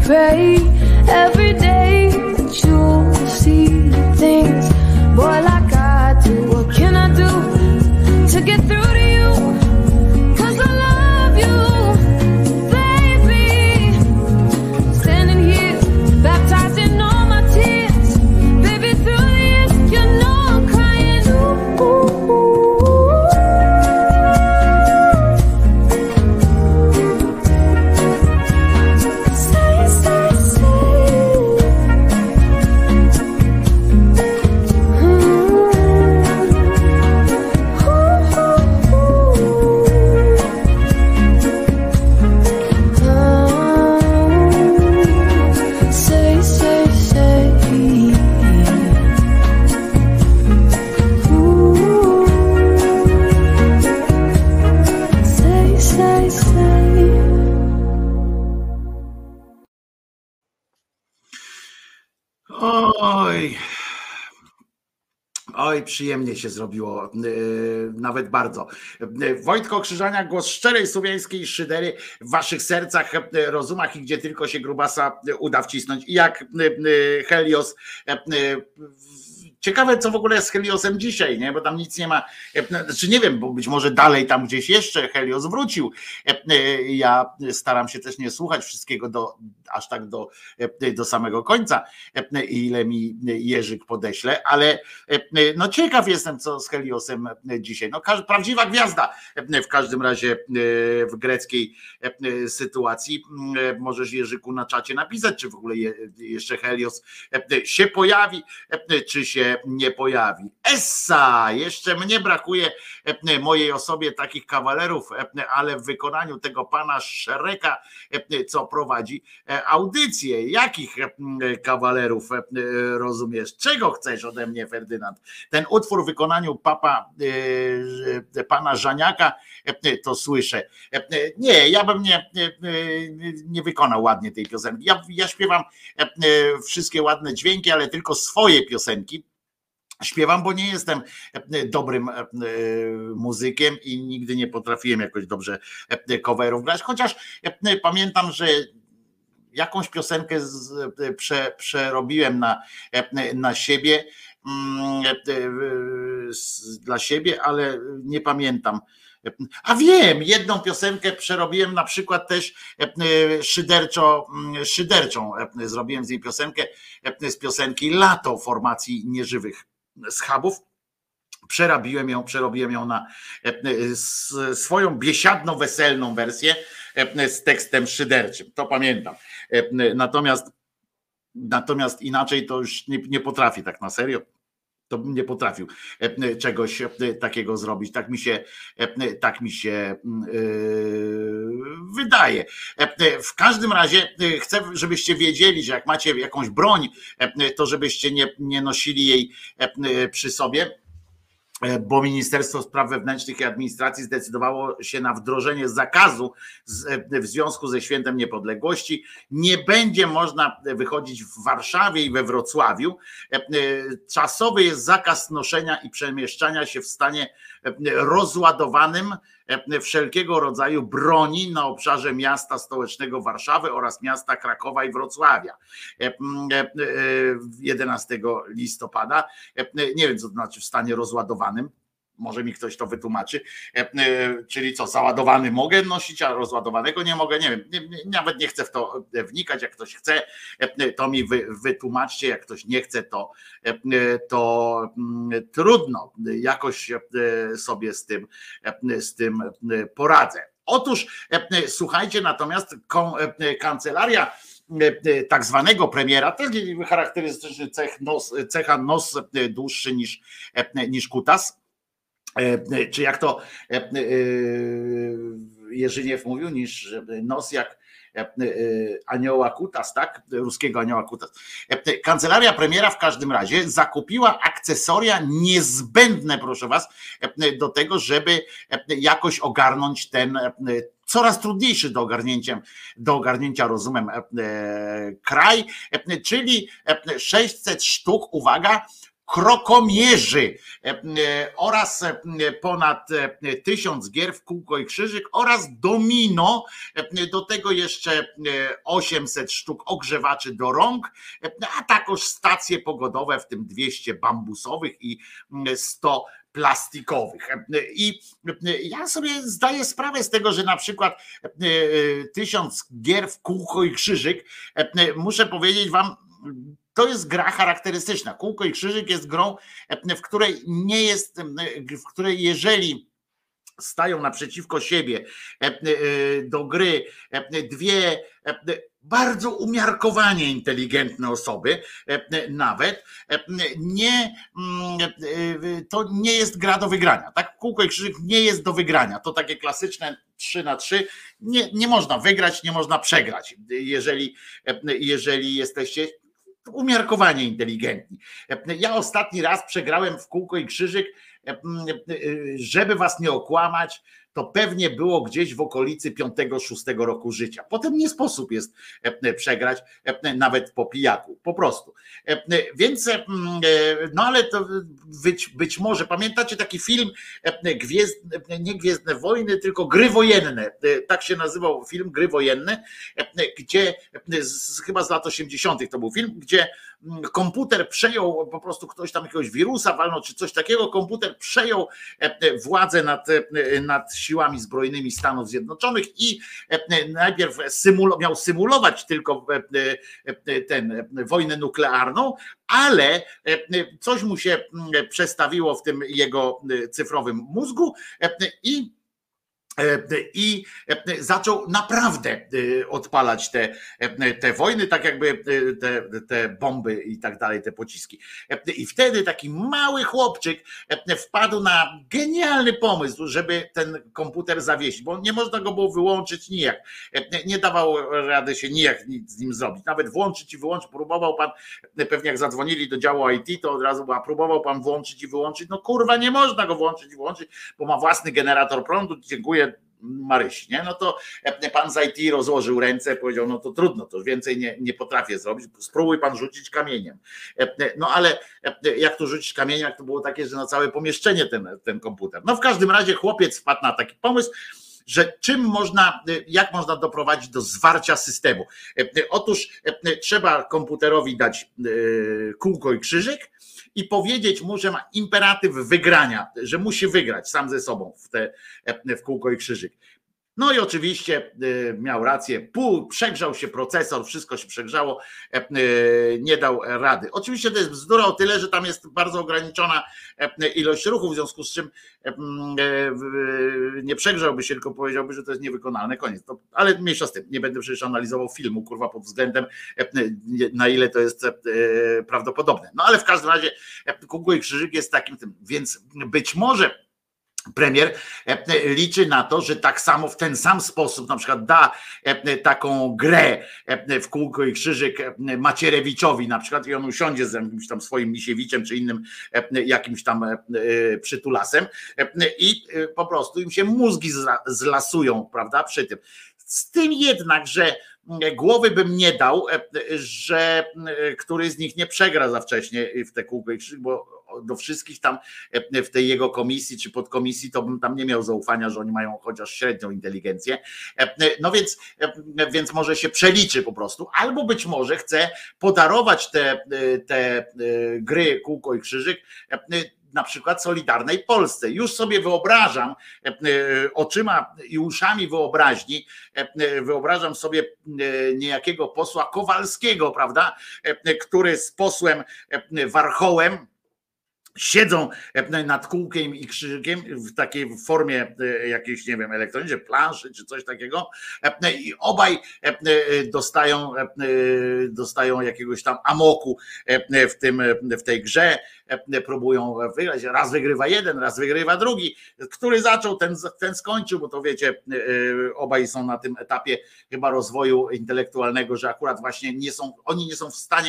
pray every day that you'll see things, boy, like I do. What can I do to get through to you? 'Cause I love you, baby. Standing here, baptized in all my tears, baby, through the years, you know I'm crying. Ooh, ooh, ooh. Say, say, say. Say, say, say. Say, say, say. Oj. Oj, przyjemnie się zrobiło, nawet bardzo. Wojtko Krzyżaniak, głos szczerej słowiańskiej szydery w waszych sercach, rozumach i gdzie tylko się grubasa uda wcisnąć. I jak Helios. Ciekawe, co w ogóle jest z Heliosem dzisiaj, nie? Bo tam nic nie ma. Znaczy nie wiem, bo być może dalej tam gdzieś jeszcze Helios wrócił. Ja staram się też nie słuchać wszystkiego aż tak do samego końca, ile mi Jerzyk podeśle, ale no ciekaw jestem, co z Heliosem dzisiaj. No prawdziwa gwiazda w każdym razie w greckiej sytuacji. Możesz, Jerzyku, na czacie napisać, czy w ogóle jeszcze Helios się pojawi, czy się nie pojawi. Essa! Jeszcze mnie brakuje mojej osobie takich kawalerów, ale w wykonaniu tego pana Szereka, co prowadzi audycję. Jakich kawalerów rozumiesz? Czego chcesz ode mnie, Ferdynand? Ten utwór w wykonaniu pana Żaniaka, to słyszę. Nie, ja bym nie wykonał ładnie tej piosenki. Ja śpiewam wszystkie ładne dźwięki, ale tylko swoje piosenki. Śpiewam, bo nie jestem dobrym muzykiem i nigdy nie potrafiłem jakoś dobrze coverów grać, chociaż pamiętam, że jakąś piosenkę przerobiłem na siebie, dla siebie, ale nie pamiętam. A wiem, jedną piosenkę przerobiłem na przykład też szyderczą. Zrobiłem z niej piosenkę, z piosenki Lato formacji Nieżywych Schabów. Przerobiłem ją na swoją biesiadno-weselną wersję z tekstem szyderczym. To pamiętam. Natomiast inaczej to już nie potrafię, tak na serio. To bym nie potrafił czegoś takiego zrobić. Tak mi się wydaje. W każdym razie chcę, żebyście wiedzieli, że jak macie jakąś broń, to żebyście nie nosili jej przy sobie, bo Ministerstwo Spraw Wewnętrznych i Administracji zdecydowało się na wdrożenie zakazu w związku ze Świętem Niepodległości. Nie będzie można wychodzić w Warszawie i we Wrocławiu. Czasowy jest zakaz noszenia i przemieszczania się w stanie rozładowanym wszelkiego rodzaju broni na obszarze miasta stołecznego Warszawy oraz miasta Krakowa i Wrocławia 11 listopada. Nie wiem, co to znaczy w stanie rozładowanym. Może mi ktoś to wytłumaczy. Czyli co, załadowany mogę nosić, a rozładowanego nie mogę? Nie wiem, nawet nie chcę w to wnikać. Jak ktoś chce, to mi wytłumaczcie. Jak ktoś nie chce, to trudno. Jakoś sobie z tym poradzę. Otóż słuchajcie, natomiast kancelaria tak zwanego premiera, to jest charakterystyczny cecha nos dłuższy niż kutas, czy jak to Jerzyniew mówił, niż nos jak anioła kutas, tak? Ruskiego anioła kutas. Kancelaria premiera w każdym razie zakupiła akcesoria niezbędne, proszę was, do tego, żeby jakoś ogarnąć ten coraz trudniejszy do ogarnięcia rozumem kraj, czyli 600 sztuk, uwaga, Krokomierzy oraz ponad 1000 gier w kółko i krzyżyk oraz domino, do tego jeszcze 800 sztuk ogrzewaczy do rąk, a takoż stacje pogodowe, w tym 200 bambusowych i 100 plastikowych. I ja sobie zdaję sprawę z tego, że na przykład 1000 gier w kółko i krzyżyk, muszę powiedzieć wam, to jest gra charakterystyczna. Kółko i krzyżyk jest grą, w której nie jest, w której jeżeli stają naprzeciwko siebie do gry dwie bardzo umiarkowanie inteligentne osoby, nawet to nie jest gra do wygrania. Tak? Kółko i krzyżyk nie jest do wygrania. To takie klasyczne 3-3. Nie można wygrać, nie można przegrać, jeżeli jesteście umiarkowanie inteligentni. Ja ostatni raz przegrałem w kółko i krzyżyk, żeby was nie okłamać, to pewnie było gdzieś w okolicy 5-6 roku życia. Potem nie sposób jest przegrać, nawet po pijaku, po prostu. Więc, no ale to być może, pamiętacie taki film, nie Gwiezdne Wojny, tylko Gry Wojenne, tak się nazywał film, Gry Wojenne, gdzie chyba z lat 80. to był film, gdzie komputer przejął, po prostu ktoś tam jakiegoś wirusa walnął, czy coś takiego, komputer przejął władzę nad siłami zbrojnymi Stanów Zjednoczonych i najpierw miał symulować tylko wojnę nuklearną, ale coś mu się przestawiło w tym jego cyfrowym mózgu i zaczął naprawdę odpalać te wojny, tak jakby te bomby i tak dalej, te pociski. I wtedy taki mały chłopczyk wpadł na genialny pomysł, żeby ten komputer zawiesić, bo nie można go było wyłączyć nijak. Nie dawał rady się nijak nic z nim zrobić. Nawet włączyć i wyłączyć. Próbował pan, pewnie jak zadzwonili do działu IT, to od razu próbował pan włączyć i wyłączyć. No kurwa, nie można go włączyć i wyłączyć, bo ma własny generator prądu. Dziękuję Marysi, nie? No to pan z IT rozłożył ręce, powiedział, no to trudno, to więcej nie potrafię zrobić, spróbuj pan rzucić kamieniem. No ale jak to rzucić kamieniem, jak to było takie, że na całe pomieszczenie ten komputer. No w każdym razie chłopiec wpadł na taki pomysł, że jak można doprowadzić do zwarcia systemu. Otóż trzeba komputerowi dać kółko i krzyżyk i powiedzieć mu, że ma imperatyw wygrania, że musi wygrać sam ze sobą w kółko i krzyżyk. No i oczywiście miał rację, przegrzał się procesor, wszystko się przegrzało, nie dał rady. Oczywiście to jest bzdura o tyle, że tam jest bardzo ograniczona ilość ruchów, w związku z czym nie przegrzałby się, tylko powiedziałby, że to jest niewykonalne, koniec. Ale mniejsza z tym, nie będę przecież analizował filmu, kurwa, pod względem na ile to jest prawdopodobne. No ale w każdym razie kółko i krzyżyk jest takim tym, więc być może premier liczy na to, że tak samo w ten sam sposób na przykład da taką grę w kółko i krzyżyk Macierewiczowi na przykład i on usiądzie z jakimś tam swoim Misiewiczem czy innym jakimś tam przytulasem i po prostu im się mózgi zlasują, prawda, przy tym. Z tym jednak, że głowy bym nie dał, że któryś z nich nie przegra za wcześnie w te kółko i krzyżyk, bo do wszystkich tam w tej jego komisji czy podkomisji to bym tam nie miał zaufania, że oni mają chociaż średnią inteligencję. No więc może się przeliczy po prostu, albo być może chce podarować te gry kółko i krzyżyk na przykład Solidarnej Polsce. Już sobie wyobrażam oczyma i uszami wyobraźni, wyobrażam sobie niejakiego posła Kowalskiego, prawda, który z posłem Warchołem siedzą nad kółkiem i krzyżykiem w takiej formie jakiejś, nie wiem, elektronicznej planszy czy coś takiego i obaj dostają jakiegoś tam amoku w tej grze, próbują wygrać, raz wygrywa jeden, raz wygrywa drugi, który zaczął, ten skończył, bo to wiecie, obaj są na tym etapie chyba rozwoju intelektualnego, że akurat właśnie oni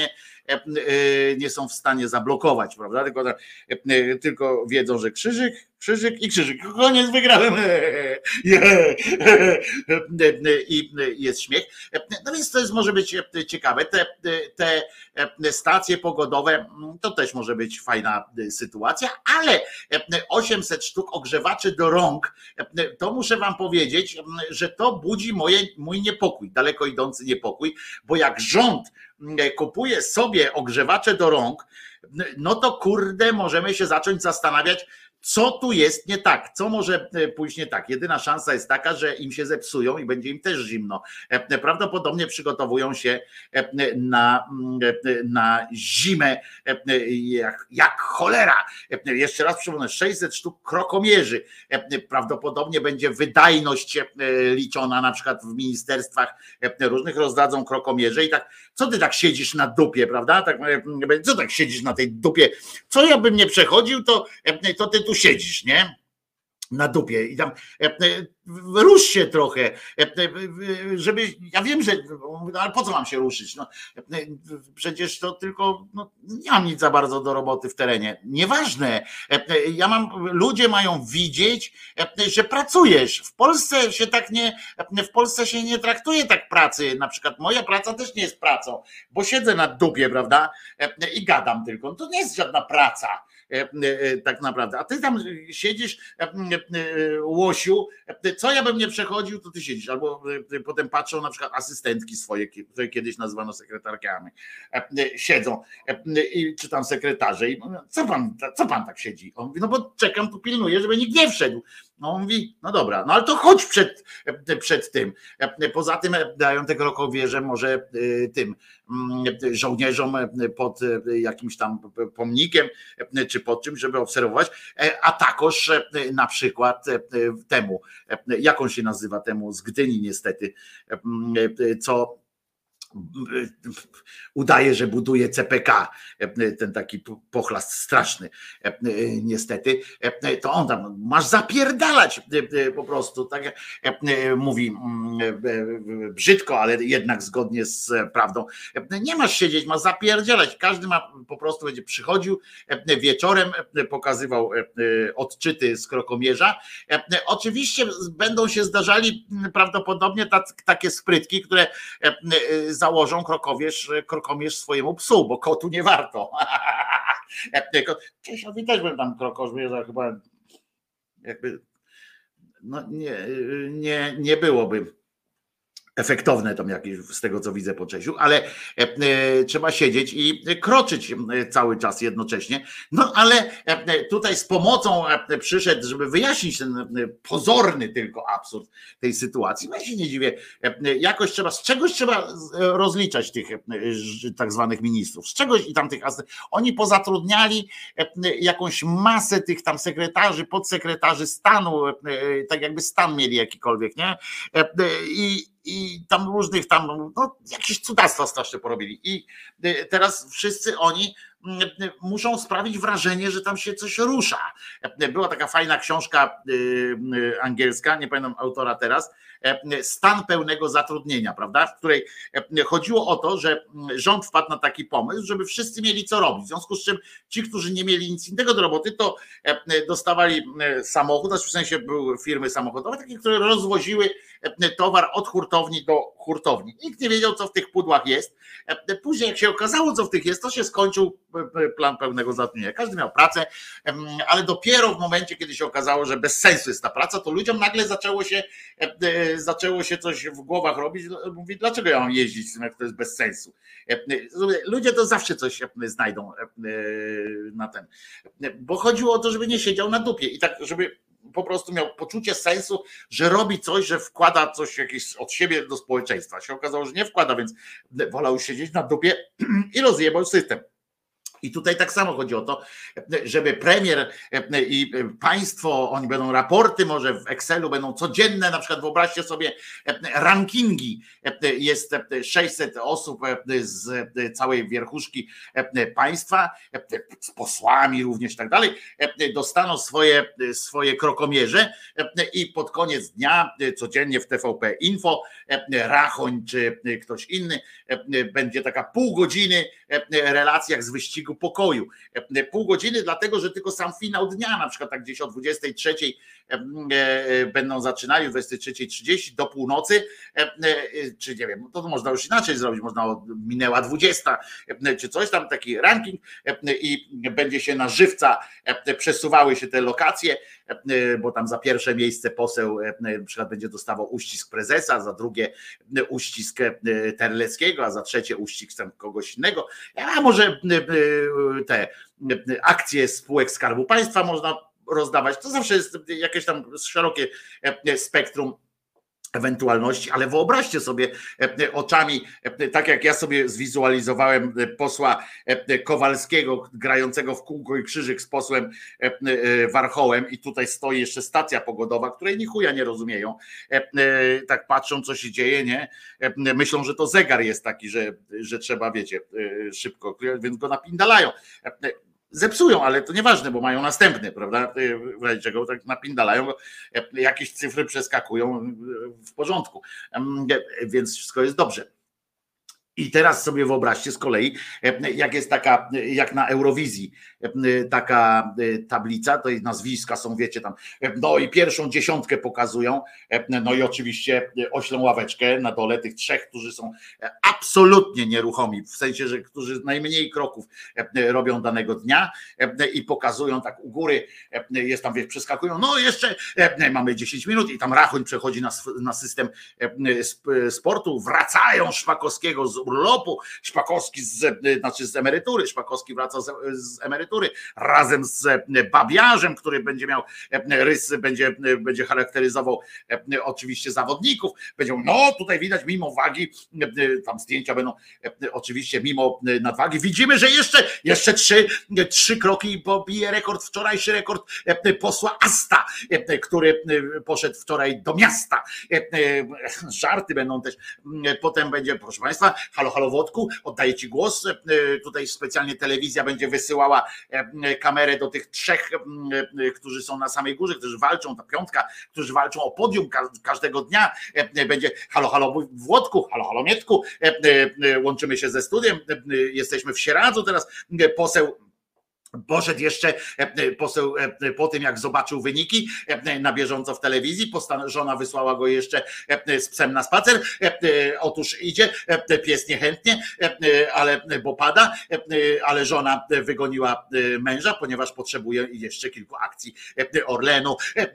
nie są w stanie zablokować, prawda, tylko wiedzą, że krzyżyk, Krzyżyk i krzyżyk. Koniec, wygrałem. I jest śmiech. No więc to jest, może być ciekawe. Te stacje pogodowe to też może być fajna sytuacja, ale 800 sztuk ogrzewaczy do rąk, to muszę wam powiedzieć, że to budzi mój niepokój, daleko idący niepokój, bo jak rząd kupuje sobie ogrzewacze do rąk, no to kurde, możemy się zacząć zastanawiać, co tu jest nie tak, co może pójść nie tak. Jedyna szansa jest taka, że im się zepsują i będzie im też zimno. Prawdopodobnie przygotowują się na zimę jak cholera. Jeszcze raz przypomnę, 600 sztuk krokomierzy. Prawdopodobnie będzie wydajność liczona, na przykład w ministerstwach różnych rozdadzą krokomierze i tak, co ty tak siedzisz na dupie, prawda? Tak, co tak siedzisz na tej dupie? Co ja bym nie przechodził, to ty tu siedzisz, nie? Na dupie i tam rusz się trochę, żeby, ja wiem, że, ale po co mam się ruszyć? No, przecież to tylko, nie mam nic za bardzo do roboty w terenie. Nieważne, ludzie mają widzieć, że pracujesz. W Polsce się nie traktuje tak pracy. Na przykład moja praca też nie jest pracą, bo siedzę na dupie, prawda? I gadam tylko. To nie jest żadna praca. Tak naprawdę, a ty tam siedzisz, łosiu, co ja bym nie przechodził, to ty siedzisz, albo potem patrzą na przykład asystentki swoje, które kiedyś nazwano sekretarkami, siedzą, czy tam sekretarze i co pan tak siedzi? On mówi, no bo czekam, tu pilnuję, żeby nikt nie wszedł. No on mówi, no dobra, no ale to chodź przed tym. Poza tym dają te krokowierze może tym żołnierzom pod jakimś tam pomnikiem, czy pod czymś, żeby obserwować, a takoż na przykład temu, jak on się nazywa, temu z Gdyni niestety, co udaje, że buduje CPK, ten taki pochlast straszny niestety, to on tam, masz zapierdalać po prostu, tak mówi brzydko, ale jednak zgodnie z prawdą, nie masz siedzieć, masz zapierdzielać, każdy ma po prostu będzie przychodził wieczorem, pokazywał odczyty z krokomierza, oczywiście będą się zdarzali prawdopodobnie takie sprytki, które założą krokomierz swojemu psu, bo kotu nie warto. Czesiowi też bym tam krokomierza chyba jakby no nie byłoby efektowne tam jakieś, z tego co widzę po Czesiu, ale trzeba siedzieć i kroczyć cały czas jednocześnie. No ale tutaj z pomocą przyszedł, żeby wyjaśnić ten pozorny tylko absurd tej sytuacji. Ja się nie dziwię, jakoś z czegoś trzeba rozliczać tych tak zwanych ministrów, z czegoś i tamtych, oni pozatrudniali jakąś masę tych tam sekretarzy, podsekretarzy stanu, tak jakby stan mieli jakikolwiek, nie? I tam różnych tam, no jakieś cudactwa strasznie porobili i teraz wszyscy oni muszą sprawić wrażenie, że tam się coś rusza. Była taka fajna książka angielska, nie pamiętam autora teraz, Stan pełnego zatrudnienia, prawda, w której chodziło o to, że rząd wpadł na taki pomysł, żeby wszyscy mieli co robić, w związku z czym ci, którzy nie mieli nic innego do roboty, to dostawali samochód, w sensie były firmy samochodowe, takie, które rozwoziły towar od hurtowni do hurtowni. Nikt nie wiedział, co w tych pudłach jest. Później jak się okazało, co w tych jest, to się skończył plan pełnego zatrudnienia. Każdy miał pracę, ale dopiero w momencie, kiedy się okazało, że bez sensu jest ta praca, to ludziom nagle zaczęło się coś w głowach robić. Mówi, dlaczego ja mam jeździć z tym, jak to jest bez sensu? Ludzie to zawsze coś znajdą na ten. Bo chodziło o to, żeby nie siedział na dupie i tak, żeby po prostu miał poczucie sensu, że robi coś, że wkłada coś jakieś od siebie do społeczeństwa. Się okazało, że nie wkłada, więc wolał siedzieć na dupie i rozjebał system. I tutaj tak samo chodzi o to, żeby premier i państwo, oni będą raporty, może w Excelu będą codzienne, na przykład wyobraźcie sobie rankingi, jest 600 osób z całej wierchuszki państwa, z posłami również i tak dalej, dostaną swoje krokomierze i pod koniec dnia codziennie w TVP Info Rachoń czy ktoś inny będzie taka pół godziny relacji jak z wyścigu przebiegu pokoju. Pół godziny, dlatego że tylko sam finał dnia, na przykład tak gdzieś o 23 będą zaczynali, o 23:30 do północy, czy nie wiem, to można już inaczej zrobić, można minęła 20, czy coś tam, taki ranking i będzie się na żywca przesuwały się te lokacje, bo tam za pierwsze miejsce poseł na przykład będzie dostawał uścisk prezesa, za drugie uścisk Terleckiego, a za trzecie uścisk tam kogoś innego, a może te akcje spółek Skarbu Państwa można rozdawać, to zawsze jest jakieś tam szerokie spektrum ewentualności, ale wyobraźcie sobie oczami, tak jak ja sobie zwizualizowałem posła Kowalskiego grającego w kółko i krzyżyk z posłem Warchołem i tutaj stoi jeszcze stacja pogodowa, której ni chuja nie rozumieją, tak patrzą co się dzieje, nie? Myślą, że to zegar jest taki, że trzeba, wiecie, szybko, więc go napindalają. Zepsują, ale to nieważne, bo mają następny, prawda? W razie czego tak napindalają, jakieś cyfry przeskakują, w porządku, więc wszystko jest dobrze. I teraz sobie wyobraźcie z kolei, jak jest taka, jak na Eurowizji, taka tablica, to nazwiska są, wiecie, tam, no i pierwszą dziesiątkę pokazują, no i oczywiście oślą ławeczkę na dole tych trzech, którzy są absolutnie nieruchomi, w sensie, że którzy najmniej kroków robią danego dnia i pokazują tak u góry, jest tam, wiesz, przeskakują, no jeszcze mamy 10 minut i tam rachuń przechodzi na system sportu, wracają Szpakowskiego z urlopu, Szpakowski z emerytury, Szpakowski wraca z emerytury razem z Babiarzem, który będzie miał rys, będzie charakteryzował oczywiście zawodników, będzie, no tutaj widać mimo wagi, tam zdjęcia będą oczywiście mimo nadwagi, widzimy, że jeszcze trzy kroki i pobije rekord, wczorajszy rekord posła Asta, który poszedł wczoraj do miasta. Żarty będą też, potem będzie, proszę Państwa, halo Włodku, oddaję Ci głos, tutaj specjalnie telewizja będzie wysyłała kamerę do tych trzech, którzy są na samej górze, którzy walczą, ta piątka, którzy walczą o podium każdego dnia, będzie halo Włodku, halo Mietku, łączymy się ze studiem, jesteśmy w Sieradzu teraz, poseł poszedł jeszcze, poseł po tym jak zobaczył wyniki na bieżąco w telewizji, żona wysłała go jeszcze z psem na spacer, otóż idzie, pies niechętnie, bo pada, ale żona wygoniła męża, ponieważ potrzebuje jeszcze kilku akcji Orlenu,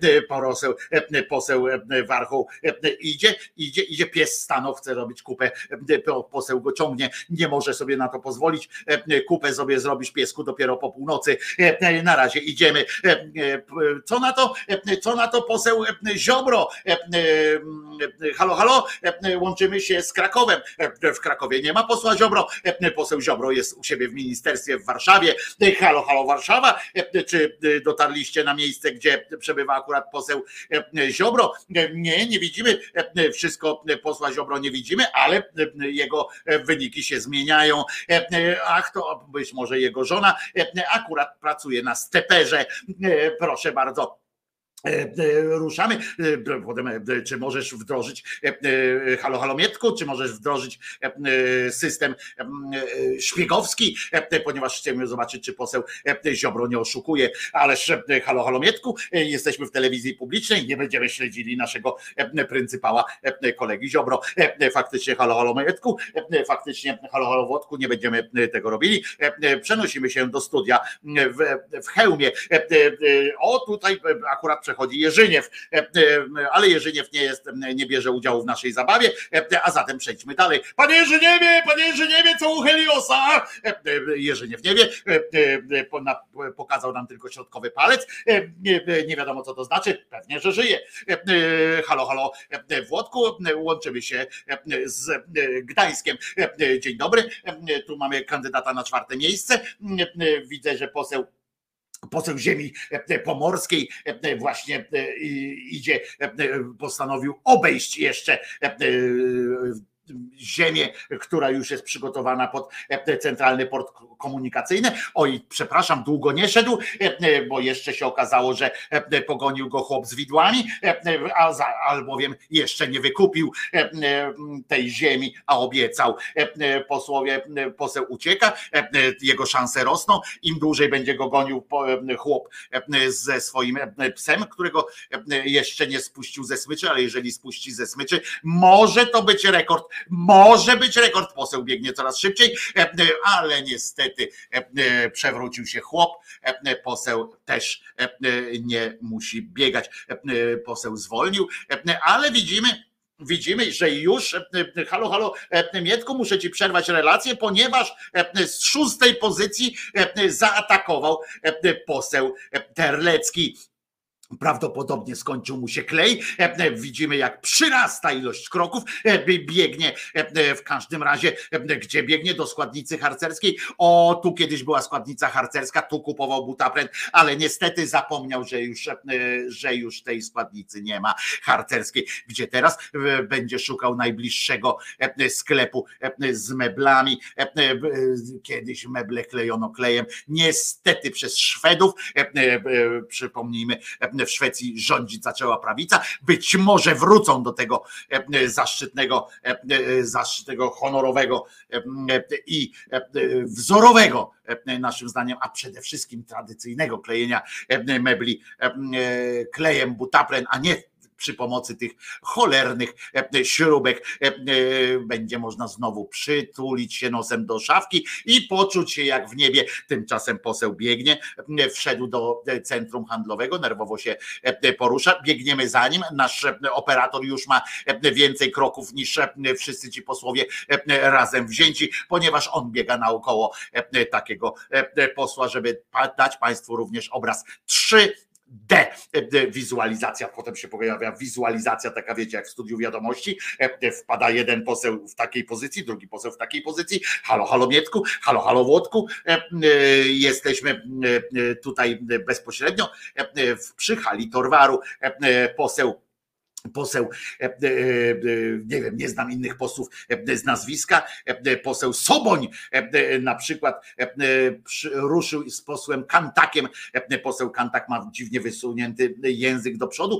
poseł Warchoł idzie, pies stanął, chce robić kupę, poseł go ciągnie, nie może sobie na to pozwolić, kupę sobie zrobisz piesku dopiero po północy, na razie idziemy. Co na to poseł Ziobro? Halo, łączymy się z Krakowem. W Krakowie nie ma posła Ziobro. Poseł Ziobro jest u siebie w ministerstwie w Warszawie. Halo Warszawa. Czy dotarliście na miejsce, gdzie przebywa akurat poseł Ziobro? Nie widzimy. Wszystko posła Ziobro nie widzimy, ale jego wyniki się zmieniają. Ach, to być może jego żona akurat pracuje na steperze, proszę bardzo. Ruszamy. Potem, czy możesz wdrożyć halo Mietku, czy możesz wdrożyć system szpiegowski, ponieważ chcemy zobaczyć, czy poseł Ziobro nie oszukuje, ależ halo Mietku, jesteśmy w telewizji publicznej, nie będziemy śledzili naszego pryncypała kolegi Ziobro, faktycznie halo Mietku, faktycznie halo Włodku, nie będziemy tego robili, przenosimy się do studia w Chełmie, o tutaj akurat przechodzi Jerzyniew, ale Jerzyniew nie bierze udziału w naszej zabawie, a zatem przejdźmy dalej. Panie Jerzyniewie, co u Heliosa? Jerzyniew nie wie, pokazał nam tylko środkowy palec, nie wiadomo co to znaczy, pewnie, że żyje. Halo Włodku, łączymy się z Gdańskiem. Dzień dobry, tu mamy kandydata na 4. miejsce, widzę, że poseł ziemi pomorskiej właśnie idzie, postanowił obejść jeszcze ziemię, która już jest przygotowana pod centralny port komunikacyjny. Oj, przepraszam, długo nie szedł, bo jeszcze się okazało, że pogonił go chłop z widłami, albowiem jeszcze nie wykupił tej ziemi, a obiecał. Poseł ucieka, jego szanse rosną, im dłużej będzie go gonił chłop ze swoim psem, którego jeszcze nie spuścił ze smyczy, ale jeżeli spuści ze smyczy, może to być rekord, poseł biegnie coraz szybciej, ale niestety przewrócił się chłop, poseł też nie musi biegać, poseł zwolnił, ale widzimy, że już, halo, Mietku, muszę ci przerwać relację, ponieważ z 6. pozycji zaatakował poseł Terlecki. Prawdopodobnie skończył mu się klej. Widzimy, jak przyrasta ilość kroków. Biegnie w każdym razie, gdzie biegnie? Do składnicy harcerskiej. O, tu kiedyś była składnica harcerska, tu kupował butapren, ale niestety zapomniał, że już tej składnicy nie ma harcerskiej. Gdzie teraz? Będzie szukał najbliższego sklepu z meblami. Kiedyś meble klejono klejem. Niestety przez Szwedów, przypomnijmy, w Szwecji rządzić zaczęła prawica. Być może wrócą do tego zaszczytnego, honorowego i wzorowego, naszym zdaniem, a przede wszystkim tradycyjnego klejenia mebli klejem butapren, a nie przy pomocy tych cholernych śrubek. Będzie można znowu przytulić się nosem do szafki i poczuć się jak w niebie. Tymczasem poseł biegnie, wszedł do centrum handlowego, nerwowo się porusza, biegniemy za nim. Nasz operator już ma więcej kroków niż wszyscy ci posłowie razem wzięci, ponieważ on biega naokoło takiego posła, żeby dać Państwu również obraz 3D wizualizacja, potem się pojawia wizualizacja taka, wiecie, jak w studiu wiadomości, wpada jeden poseł w takiej pozycji, drugi poseł w takiej pozycji, halo Mietku, halo Włodku, jesteśmy tutaj bezpośrednio przy hali Torwaru, poseł, nie wiem, nie znam innych posłów z nazwiska, poseł Soboń na przykład ruszył z posłem Kantakiem, poseł Kantak ma dziwnie wysunięty język do przodu,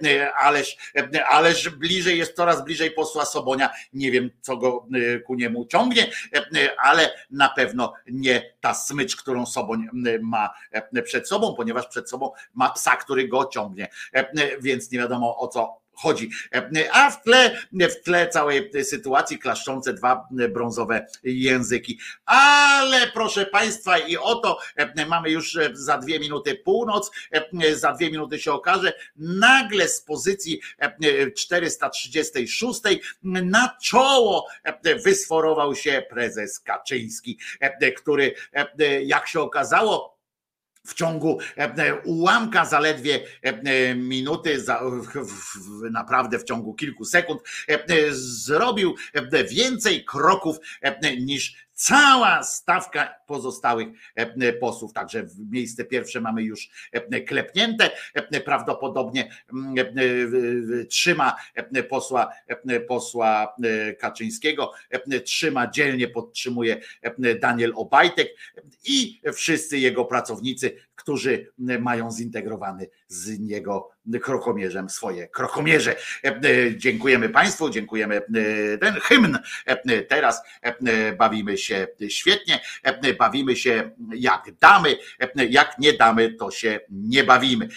ależ bliżej jest, coraz bliżej posła Sobonia, nie wiem co go ku niemu ciągnie, ale na pewno nie ta smycz, którą Soboń ma przed sobą, ponieważ przed sobą ma psa, który go ciągnie, więc nie wiadomo o co chodzi. A w tle całej sytuacji klaszczące dwa brązowe języki. Ale proszę Państwa, i oto mamy już za 2 minuty północ, za 2 minuty się okaże, nagle z pozycji 436 na czoło wysforował się prezes Kaczyński, który, jak się okazało, w ciągu ułamka zaledwie minuty, naprawdę w ciągu kilku sekund, zrobił więcej kroków niż cała stawka pozostałych posłów. Także w miejsce pierwsze mamy już klepnięte. Prawdopodobnie trzyma posła Kaczyńskiego, dzielnie podtrzymuje Daniel Obajtek i wszyscy jego pracownicy, którzy mają zintegrowany z niego krokomierzem swoje krokomierze. Dziękujemy Państwu, dziękujemy. Ten hymn teraz bawimy się świetnie, bawimy się jak damy, jak nie damy, to się nie bawimy.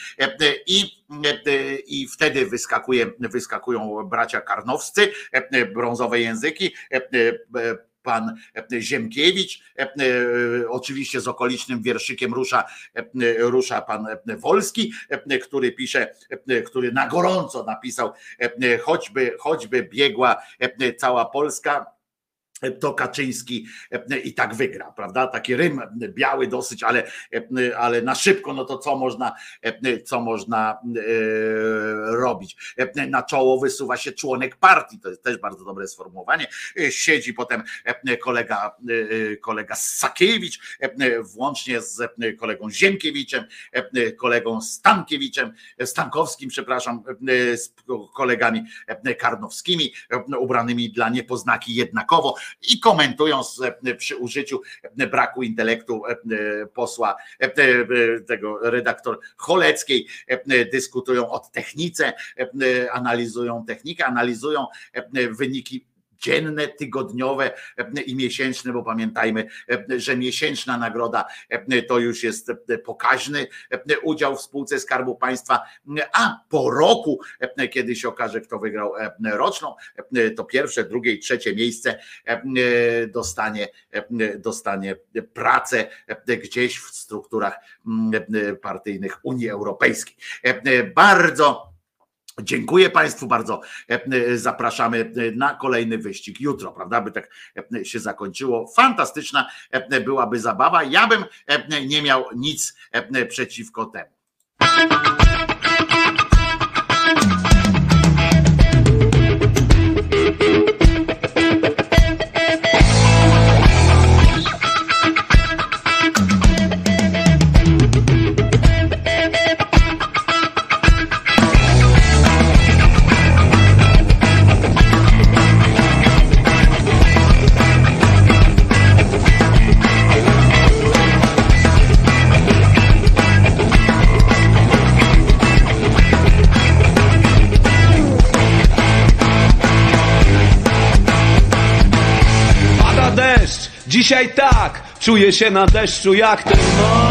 I wtedy wyskakują bracia Karnowscy, brązowe języki, pan Ziemkiewicz, oczywiście z okolicznym wierszykiem rusza pan Wolski, który pisze, który na gorąco napisał, choćby biegła cała Polska, to Kaczyński i tak wygra, prawda? Taki rym biały dosyć, ale na szybko, no to co można robić? Na czoło wysuwa się członek partii, to jest też bardzo dobre sformułowanie. Siedzi potem kolega Sakiewicz, włącznie z kolegą Ziemkiewiczem, kolegą Stankowskim, przepraszam, z kolegami Karnowskimi, ubranymi dla niepoznaki jednakowo, i komentują przy użyciu braku intelektu posła, tego redaktor Choleckiej, dyskutują o technice, analizują technikę, analizują wyniki dzienne, tygodniowe i miesięczne, bo pamiętajmy, że miesięczna nagroda to już jest pokaźny udział w spółce Skarbu Państwa, a po roku, kiedy się okaże, kto wygrał roczną, to pierwsze, drugie i trzecie miejsce dostanie pracę gdzieś w strukturach partyjnych Unii Europejskiej. Bardzo dziękuję Państwu, bardzo zapraszamy na kolejny wyścig jutro, prawda, by tak się zakończyło. Fantastyczna byłaby zabawa, ja bym nie miał nic przeciwko temu. Dzisiaj tak, czuję się na deszczu jak ten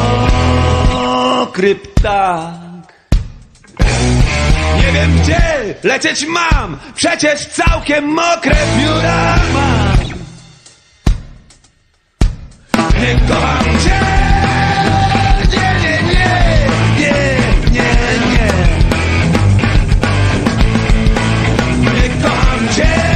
mokry ptak. Nie wiem gdzie lecieć mam, przecież całkiem mokre pióra mam. Nie kocham cię, nie. Nie kocham cię.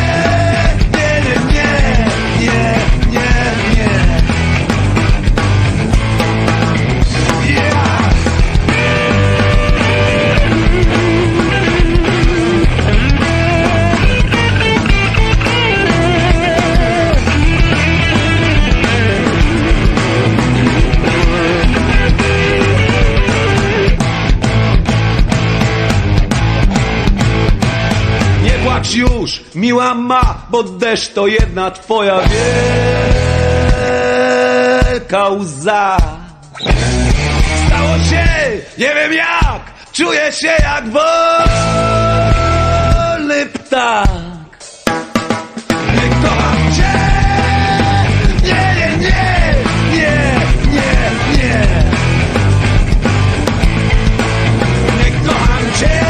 Już, miła ma, bo deszcz to jedna twoja wielka łza. Stało się, nie wiem jak, czuję się jak wolny ptak. Nie kocham cię, nie. Nie kocham cię.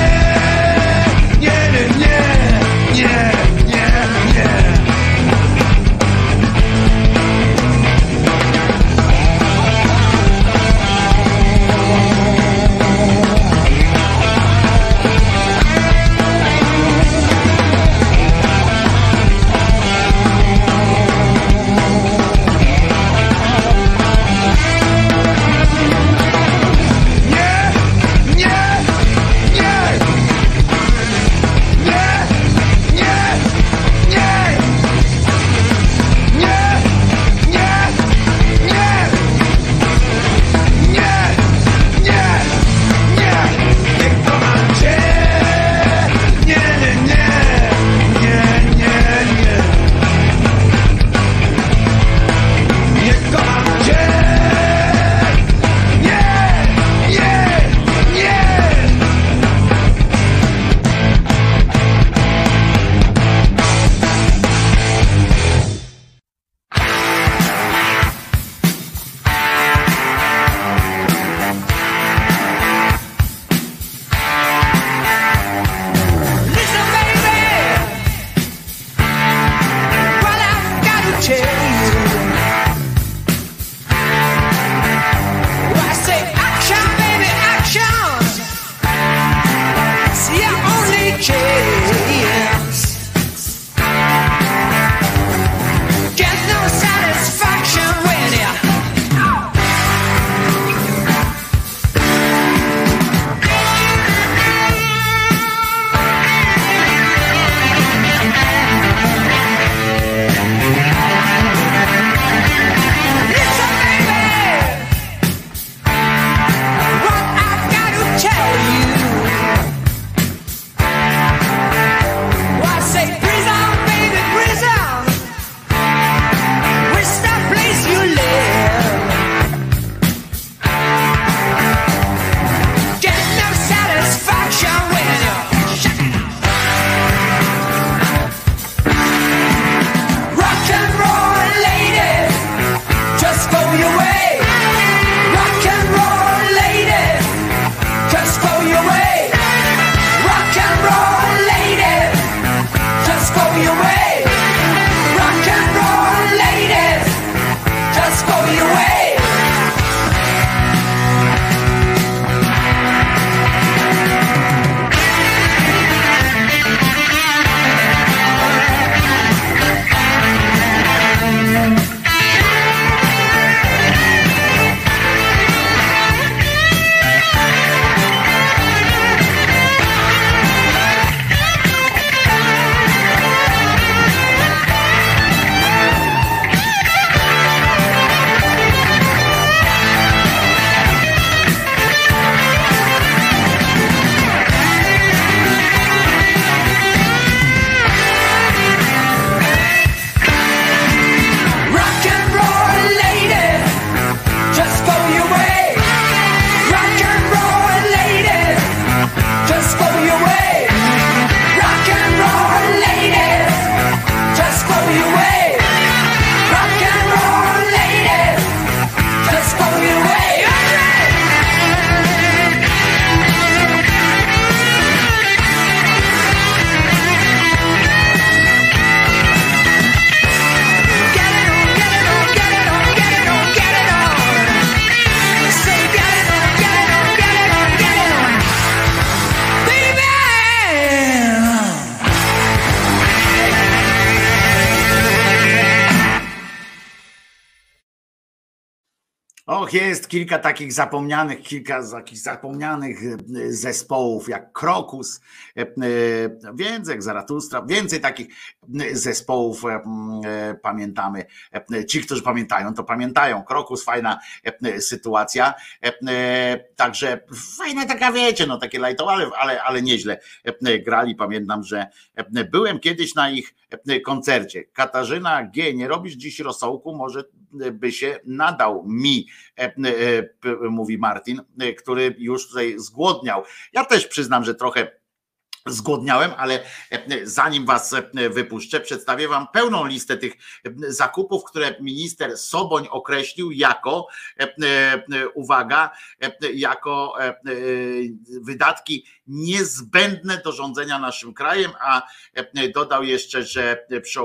Och, jest kilka takich zapomnianych zespołów jak Krokus, więcej jak Zaratustra, więcej takich zespołów pamiętamy. Ci, którzy pamiętają, to pamiętają. Krokus, fajna sytuacja. Także fajna taka, wiecie, no takie lightowe, ale nieźle grali. Pamiętam, że byłem kiedyś na ich koncercie. Katarzyna G., nie robisz dziś rosołku, może by się nadał mi, mówi Martin, który już tutaj zgłodniał. Ja też przyznam, że trochę zgłodniałem, ale zanim was wypuszczę, przedstawię wam pełną listę tych zakupów, które minister Soboń określił jako, uwaga, jako wydatki niezbędne do rządzenia naszym krajem, a dodał jeszcze, że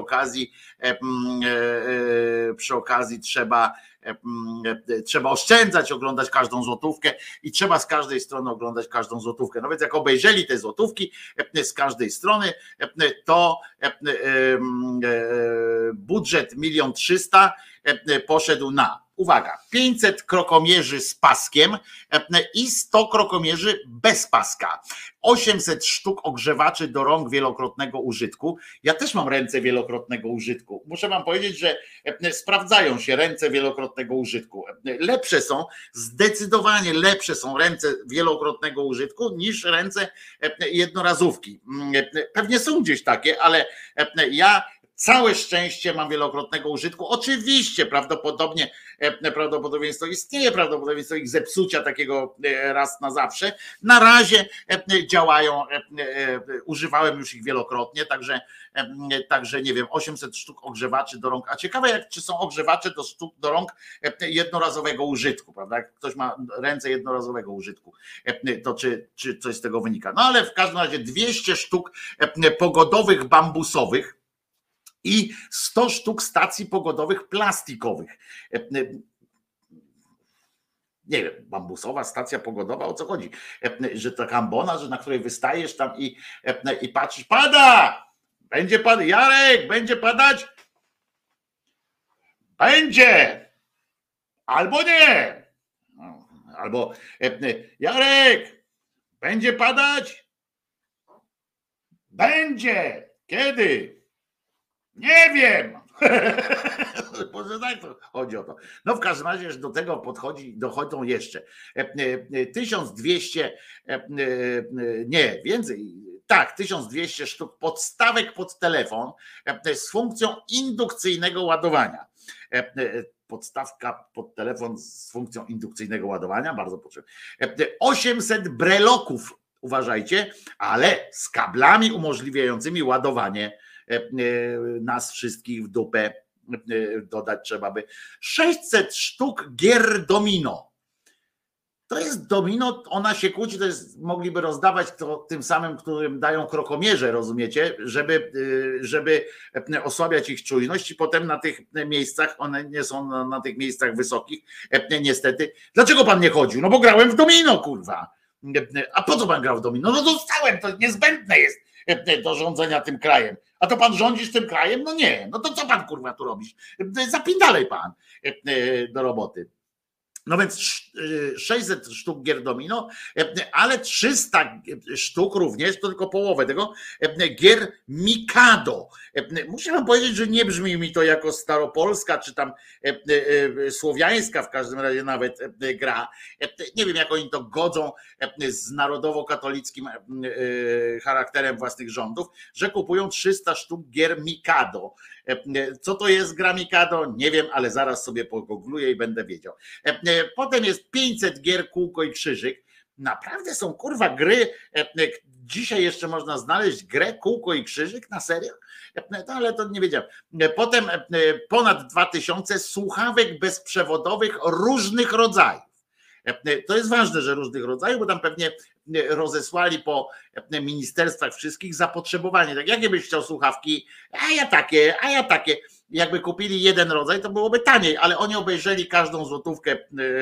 przy okazji trzeba oszczędzać, oglądać każdą złotówkę i trzeba z każdej strony oglądać każdą złotówkę. No więc jak obejrzeli te złotówki z każdej strony, to budżet 1 300 000 poszedł na, uwaga, 500 krokomierzy z paskiem i 100 krokomierzy bez paska. 800 sztuk ogrzewaczy do rąk wielokrotnego użytku. Ja też mam ręce wielokrotnego użytku. Muszę wam powiedzieć, że sprawdzają się ręce wielokrotnego użytku. Lepsze są, zdecydowanie lepsze są ręce wielokrotnego użytku niż ręce jednorazówki. Pewnie są gdzieś takie, ale ja całe szczęście mam wielokrotnego użytku. Oczywiście prawdopodobieństwo istnieje, prawdopodobieństwo ich zepsucia takiego raz na zawsze. Na razie działają, używałem już ich wielokrotnie, także nie wiem, 800 sztuk ogrzewaczy do rąk. A ciekawe, czy są ogrzewacze do rąk jednorazowego użytku, prawda? Jak ktoś ma ręce jednorazowego użytku, to czy coś z tego wynika. No ale w każdym razie 200 sztuk pogodowych bambusowych i 100 sztuk stacji pogodowych plastikowych. Nie wiem, bambusowa stacja pogodowa, o co chodzi? Że taka ambona, że na której wystajesz tam i patrzysz, pada! Będzie padać, Jarek, będzie padać? Będzie! Albo nie! Albo Jarek, będzie padać? Będzie! Kiedy? Nie wiem. Może tak to chodzi o to. No w każdym razie, że do tego dochodzą jeszcze 1200, nie, więcej, tak, 1200 sztuk podstawek pod telefon z funkcją indukcyjnego ładowania. Podstawka pod telefon z funkcją indukcyjnego ładowania, bardzo potrzebne. 800 breloków, uważajcie, ale z kablami umożliwiającymi ładowanie. Nas wszystkich w dupę dodać trzeba by. 600 sztuk gier domino. To jest domino, ona się kłóci, to jest, mogliby rozdawać to tym samym, którym dają krokomierze, rozumiecie, żeby osłabiać ich czujność i potem na tych miejscach, one nie są na tych miejscach wysokich, niestety. Dlaczego pan nie chodził? No bo grałem w domino, kurwa. A po co pan grał w domino? No dostałem, to niezbędne jest do rządzenia tym krajem. A to pan rządzisz tym krajem? No nie. No to co pan kurwa tu robisz? Zapindalej pan do roboty. No więc 600 sztuk gier domino, ale 300 sztuk również, to tylko połowę tego, gier Mikado. Muszę wam powiedzieć, że nie brzmi mi to jako staropolska, czy tam słowiańska w każdym razie nawet gra. Nie wiem, jak oni to godzą z narodowo-katolickim charakterem własnych rządów, że kupują 300 sztuk gier Mikado. Co to jest gra Mikado? Nie wiem, ale zaraz sobie pogoogluję i będę wiedział. Potem jest 500 gier Kółko i Krzyżyk. Naprawdę są kurwa gry. Dzisiaj jeszcze można znaleźć grę Kółko i Krzyżyk, na serio? No, ale to nie wiedziałem. Potem ponad 2000 słuchawek bezprzewodowych różnych rodzajów. To jest ważne, że różnych rodzajów, bo tam pewnie rozesłali po ministerstwach wszystkich zapotrzebowanie. Tak, jakie byś chciał słuchawki? A ja takie. Jakby kupili jeden rodzaj, to byłoby taniej, ale oni obejrzeli każdą złotówkę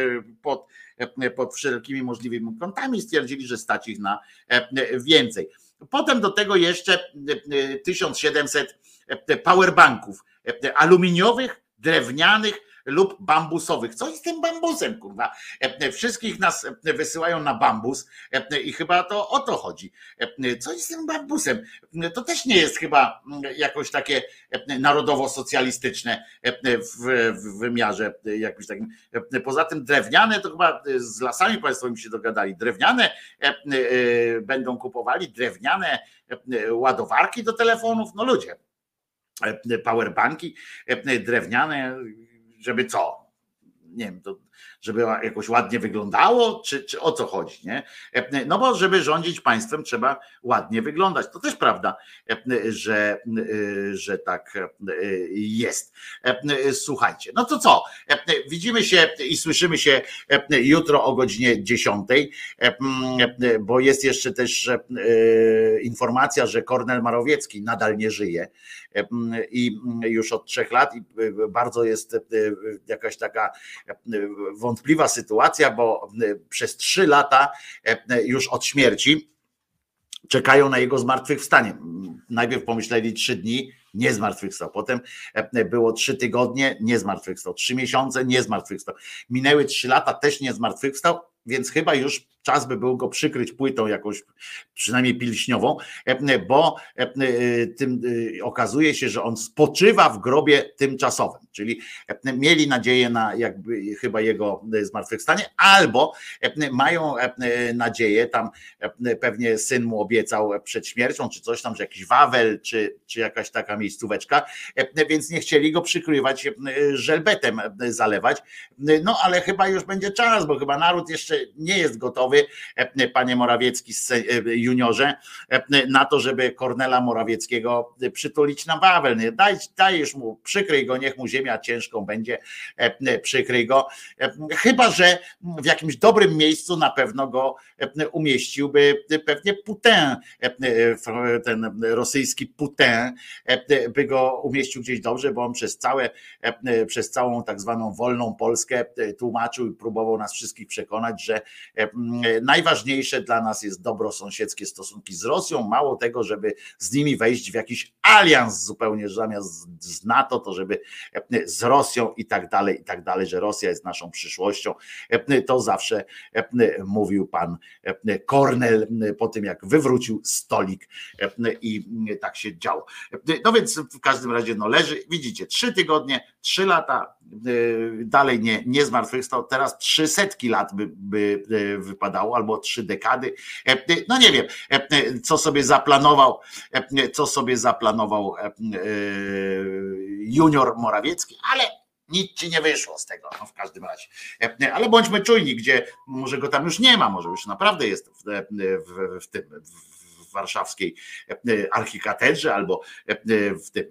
pod wszelkimi możliwymi kątami i stwierdzili, że stać ich na więcej. Potem do tego jeszcze 1700 powerbanków aluminiowych, drewnianych, lub bambusowych. Co jest tym bambusem, kurwa? Wszystkich nas wysyłają na bambus i chyba to o to chodzi. Co jest tym bambusem? To też nie jest chyba jakoś takie narodowo-socjalistyczne w wymiarze jakimś takim. Poza tym drewniane to chyba z Lasami Państwowymi się dogadali. Drewniane będą kupowali, drewniane ładowarki do telefonów, no ludzie, powerbanki drewniane, żeby co? Nie wiem, to żeby jakoś ładnie wyglądało, czy o co chodzi, nie? No bo żeby rządzić państwem trzeba ładnie wyglądać. To też prawda, że tak jest. Słuchajcie, no to co? Widzimy się i słyszymy się jutro o godzinie 10, bo jest jeszcze też informacja, że Kornel Morawiecki nadal nie żyje i już od 3 lat i bardzo jest jakaś taka wątpliwa sytuacja, bo przez 3 lata już od śmierci czekają na jego zmartwychwstanie. Najpierw pomyśleli 3 dni, nie zmartwychwstał. Potem było 3 tygodnie, nie zmartwychwstał. 3 miesiące, nie zmartwychwstał. Minęły 3 lata, też nie zmartwychwstał, więc chyba już czas by był go przykryć płytą jakąś, przynajmniej pilśniową, bo tym okazuje się, że on spoczywa w grobie tymczasowym, czyli mieli nadzieję na jakby chyba jego zmartwychwstanie, albo mają nadzieję, tam pewnie syn mu obiecał przed śmiercią, czy coś tam, że jakiś Wawel, czy jakaś taka miejscóweczka, więc nie chcieli go przykrywać żelbetem, zalewać, no ale chyba już będzie czas, bo chyba naród jeszcze nie jest gotowy, panie Morawiecki juniorze, na to, żeby Kornela Morawieckiego przytulić na Wawel. Dajesz mu, przykryj go, niech mu ziemia ciężką będzie, przykryj go. Chyba że w jakimś dobrym miejscu na pewno go umieściłby pewnie Putin, ten rosyjski Putin, by go umieścił gdzieś dobrze, bo on przez całą tak zwaną wolną Polskę tłumaczył i próbował nas wszystkich przekonać, że najważniejsze dla nas jest dobrosąsiedzkie stosunki z Rosją, mało tego, żeby z nimi wejść w jakiś alians zupełnie, zamiast z NATO, to żeby z Rosją i tak dalej, że Rosja jest naszą przyszłością. To zawsze mówił pan Kornel po tym, jak wywrócił stolik i tak się działo. No więc w każdym razie no leży, widzicie, 3 tygodnie, 3 lata, dalej nie zmartwychwstał, teraz 300 lat by wypadało, albo 3 dekady. No nie wiem, co sobie zaplanował junior Morawiecki, ale nic ci nie wyszło z tego, no w każdym razie. Ale bądźmy czujni, gdzie może go tam już nie ma, może już naprawdę jest w warszawskiej archikatedrze, albo w tym.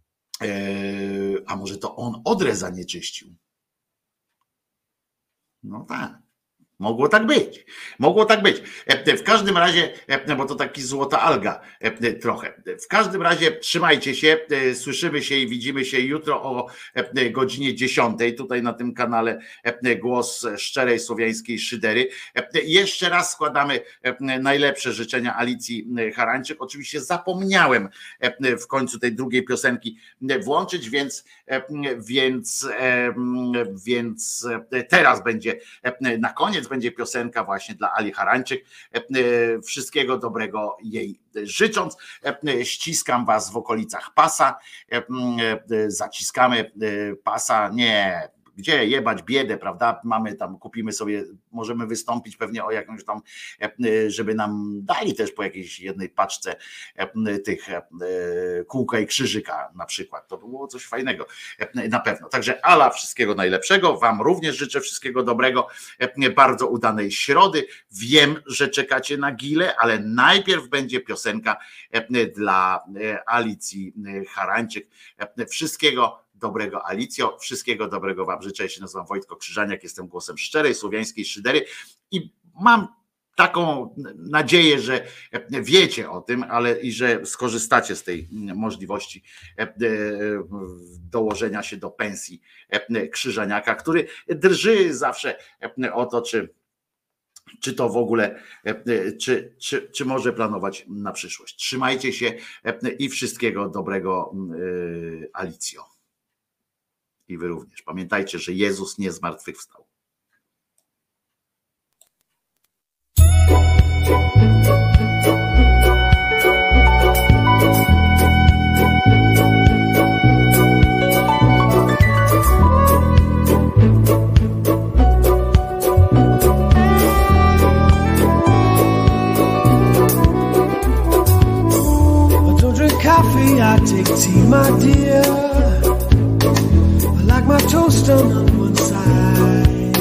A może to on Odrę zanieczyścił? No tak. Mogło tak być. W każdym razie, bo to taki złota alga trochę. W każdym razie trzymajcie się, słyszymy się i widzimy się jutro o godzinie 10 tutaj na tym kanale Głos Szczerej Słowiańskiej Szydery. Jeszcze raz składamy najlepsze życzenia Alicji Harańczyk. Oczywiście zapomniałem w końcu tej drugiej piosenki włączyć, więc teraz będzie na koniec będzie piosenka właśnie dla Ali Harańczyk. Wszystkiego dobrego jej życząc. Ściskam was w okolicach pasa. Zaciskamy pasa. Nie, gdzie jebać biedę, prawda? Mamy tam, kupimy sobie, możemy wystąpić pewnie o jakąś tam, żeby nam dali też po jakiejś jednej paczce tych kółka i krzyżyka na przykład. To było coś fajnego na pewno. Także Ala, wszystkiego najlepszego. Wam również życzę wszystkiego dobrego. Bardzo udanej środy. Wiem, że czekacie na Gilę, ale najpierw będzie piosenka dla Alicji Harańczyk. Wszystkiego dobrego, Alicjo, wszystkiego dobrego wam życzę. Ja się nazywam Wojtko Krzyżaniak, jestem głosem szczerej słowiańskiej szydery i mam taką nadzieję, że wiecie o tym, ale i że skorzystacie z tej możliwości dołożenia się do pensji Krzyżaniaka, który drży zawsze o to, czy to w ogóle, czy może planować na przyszłość. Trzymajcie się i wszystkiego dobrego, Alicjo. I wy również. Pamiętajcie, że Jezus nie zmartwychwstał. Coffee, I take tea, my dear. I like my toast on one side.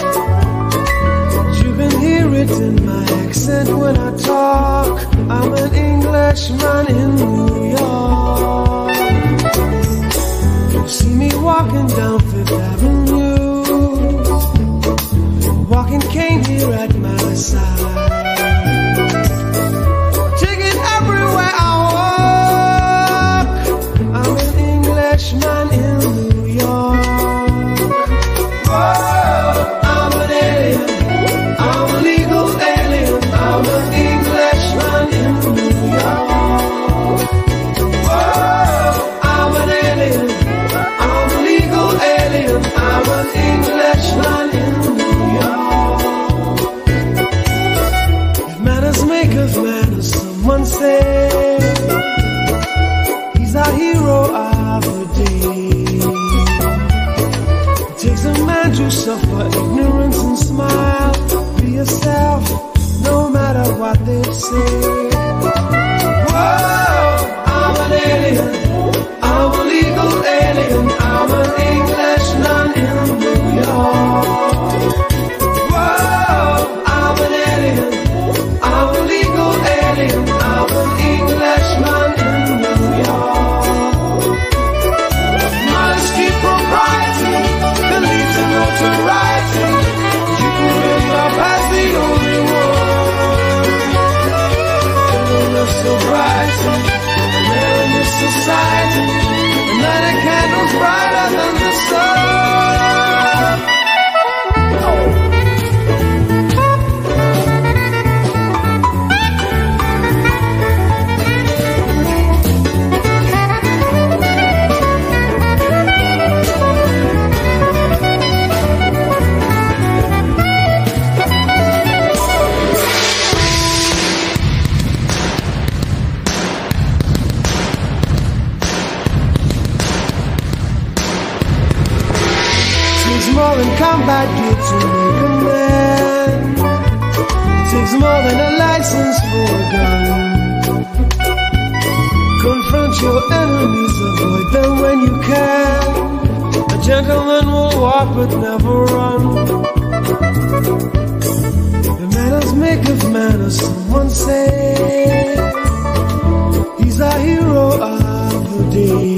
You can hear it in my accent when I talk. I'm an Englishman in New York. You see me walking down Fifth Avenue, walking cane here at my side. Man in New York. Whoa, I'm an alien. I'm a legal alien. I'm an Englishman in New York. Whoa, I'm an alien. I'm a legal alien. I'm an Englishman in New York. If manners make of manners, someone say he's a hero of the day. It takes a man to suffer ignorance and smile. Be yourself, no matter what they say. Whoa, I'm an alien. I'm a legal alien. I'm an Englishman in New York. Whoa, I'm an alien. I'm a legal alien. I'm an Englishman in New York. Modesty, propriety, the lead to notoriety. You can live up as the only one. Living sobriety, there in this society, and light a candle's brighter than the sun. More than combat gear to make a man. It takes more than a license for a gun. Confront your enemies, avoid them when you can. A gentleman will walk but never run. The manners make of manners, someone say. He's a hero of the day.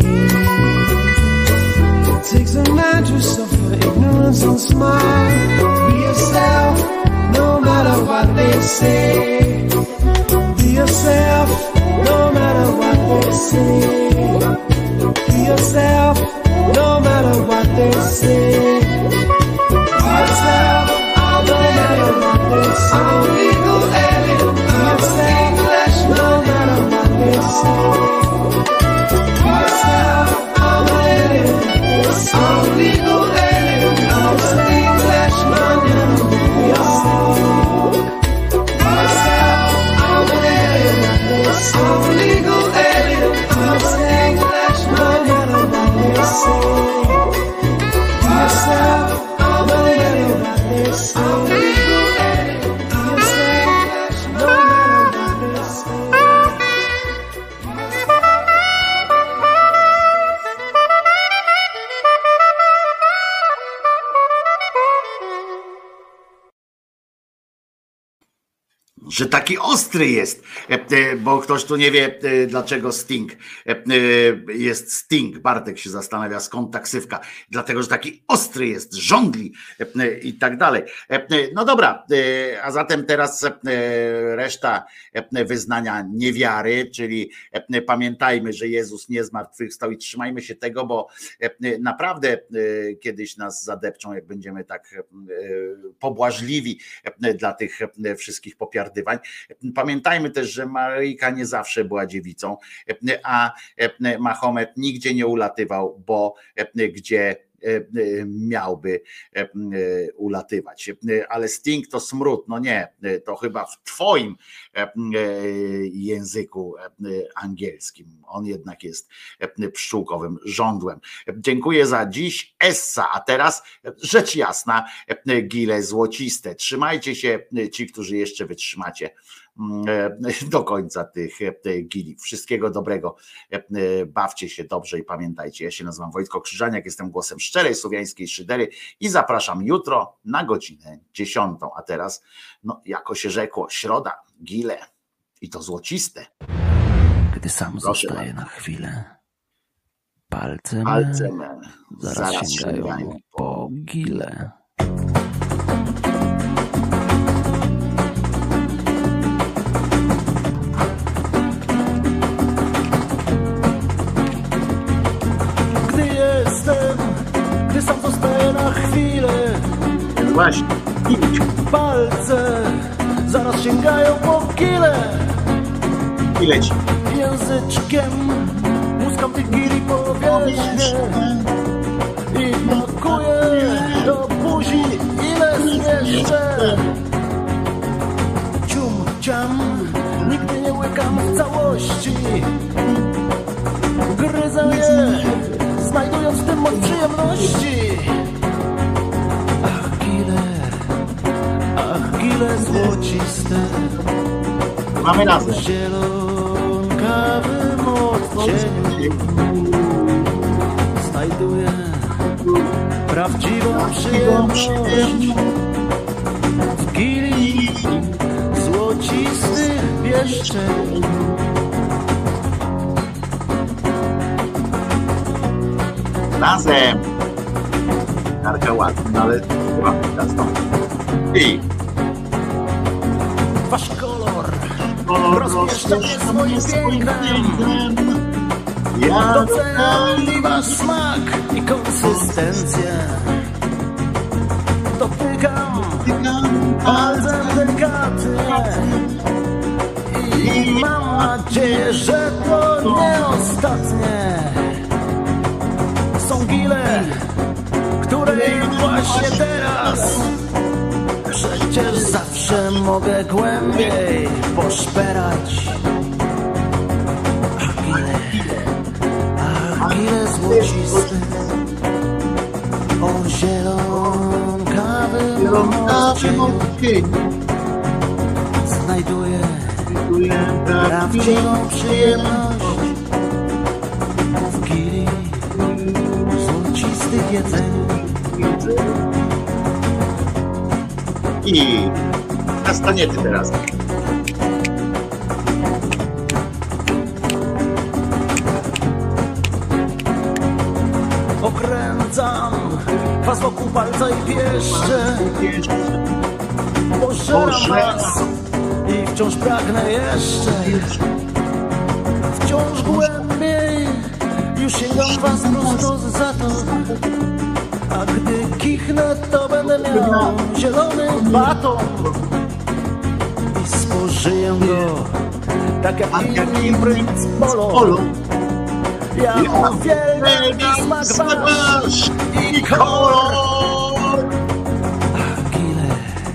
It takes a man to suffer ignorance and smile. Be yourself, no matter what they say. Be yourself, no matter what they say. Be yourself, no matter what they say. Be yourself, no matter what they say. I'm a legal alien. Be yourself, no matter what they say. Be yourself, I'm an alien. I'm a legal alien. I'm an Englishman in New York. Myself, I'm an alien. I'm a legal alien. I'm an Englishman in New York. Myself, I'm an alien. I'm a legal alien. I'm an Englishman, no matter what they say. Że taki ostry jest, bo ktoś tu nie wie, dlaczego Sting jest Sting. Bartek się zastanawia, skąd ta ksywka. Dlatego, że taki ostry jest, żądli i tak dalej. No dobra, a zatem teraz reszta wyznania niewiary, czyli pamiętajmy, że Jezus nie zmartwychwstał i trzymajmy się tego, bo naprawdę kiedyś nas zadepczą, jak będziemy tak pobłażliwi dla tych wszystkich popiardywań. Pamiętajmy też, że Maryjka nie zawsze była dziewicą, a Mahomet nigdzie nie ulatywał, bo gdzie miałby ulatywać. Ale Sting to smród, no nie, to chyba w twoim języku angielskim. On jednak jest pszczółkowym żądłem. Dziękuję za dziś, Essa, a teraz rzecz jasna, gile złociste. Trzymajcie się, ci, którzy jeszcze wytrzymacie do końca tych gili. Wszystkiego dobrego, bawcie się dobrze i pamiętajcie, ja się nazywam Wojtko Krzyżaniak, jestem głosem szczerej słowiańskiej szydery i zapraszam jutro na godzinę 10. A teraz, no jako się rzekło, środa, gile i to złociste. Gdy sam zostaję na chwilę, palce me zaraz sięgają po gile. Gdy sam zostaję na chwilę, właśnie palce zaraz sięgają po gile. I leci. Języczkiem muskam tych gili powierzchnię i pakuję do buzi ile zmieszczę. Cium, ciam, nigdy nie łykam w całości. Gryzę je, znajdując w tym moc przyjemności. Ach gile złociste. Mamy razem. Zielonkawym odcieniu znajduję prawdziwą przyjemność. W gili złocistych pieszczeń. Razem. Narka ładna, ale chyba teraz to. I wasz kolor rozpieszcza mnie swoim pięknem. Doceniam wasz smak i konsystencję. Dotykam palcem delikatnie i mam nadzieję, że to nie ostatnie. Są gile, które właśnie teraz. Przecież zawsze mogę głębiej poszperać. Ach gile złociste, o zielonkawym odcieniu znajduję prawdziwą przyjemność. W gili złocistych jedzeniu. I kastaniety teraz. Okręcam was wokół palca i pieszczę. Pożeram was i wciąż pragnę jeszcze. Wciąż głębiej już sięgam was prosto za to. A gdy kichnę, to będę miał zielony baton i spożyję go tak jak inni princ Polo. Ja uwielbiam smak wasz i kolor. Ach gile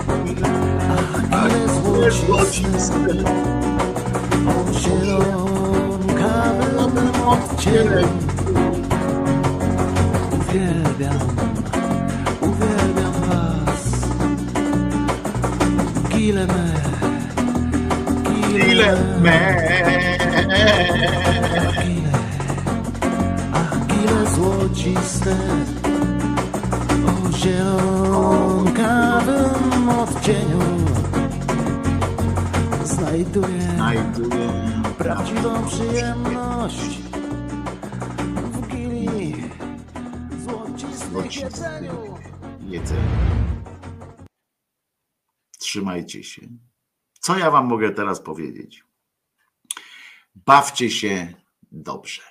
złociste, o zielonkawym odcieniu. Uwielbiam was. Gile me. Ach gile złociste, o zielonkawym odcieniu znajduję prawdziwą przyjemność. W gili złocistych jedzeniu. Trzymajcie się. Co ja wam mogę teraz powiedzieć? Bawcie się dobrze.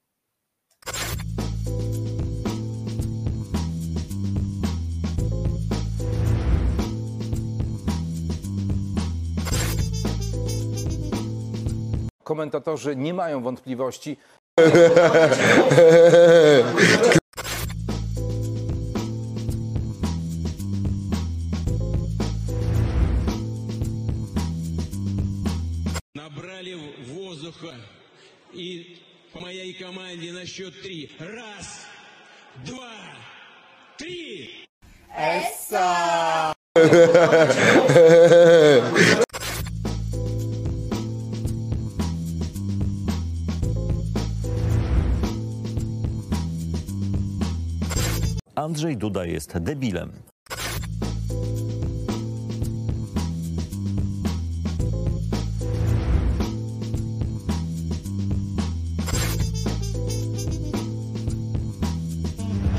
Komentatorzy nie mają wątpliwości. воздуха. И по моей команде на счет 3. 1, 2, 3. Essa! Andrzej Duda jest debilem.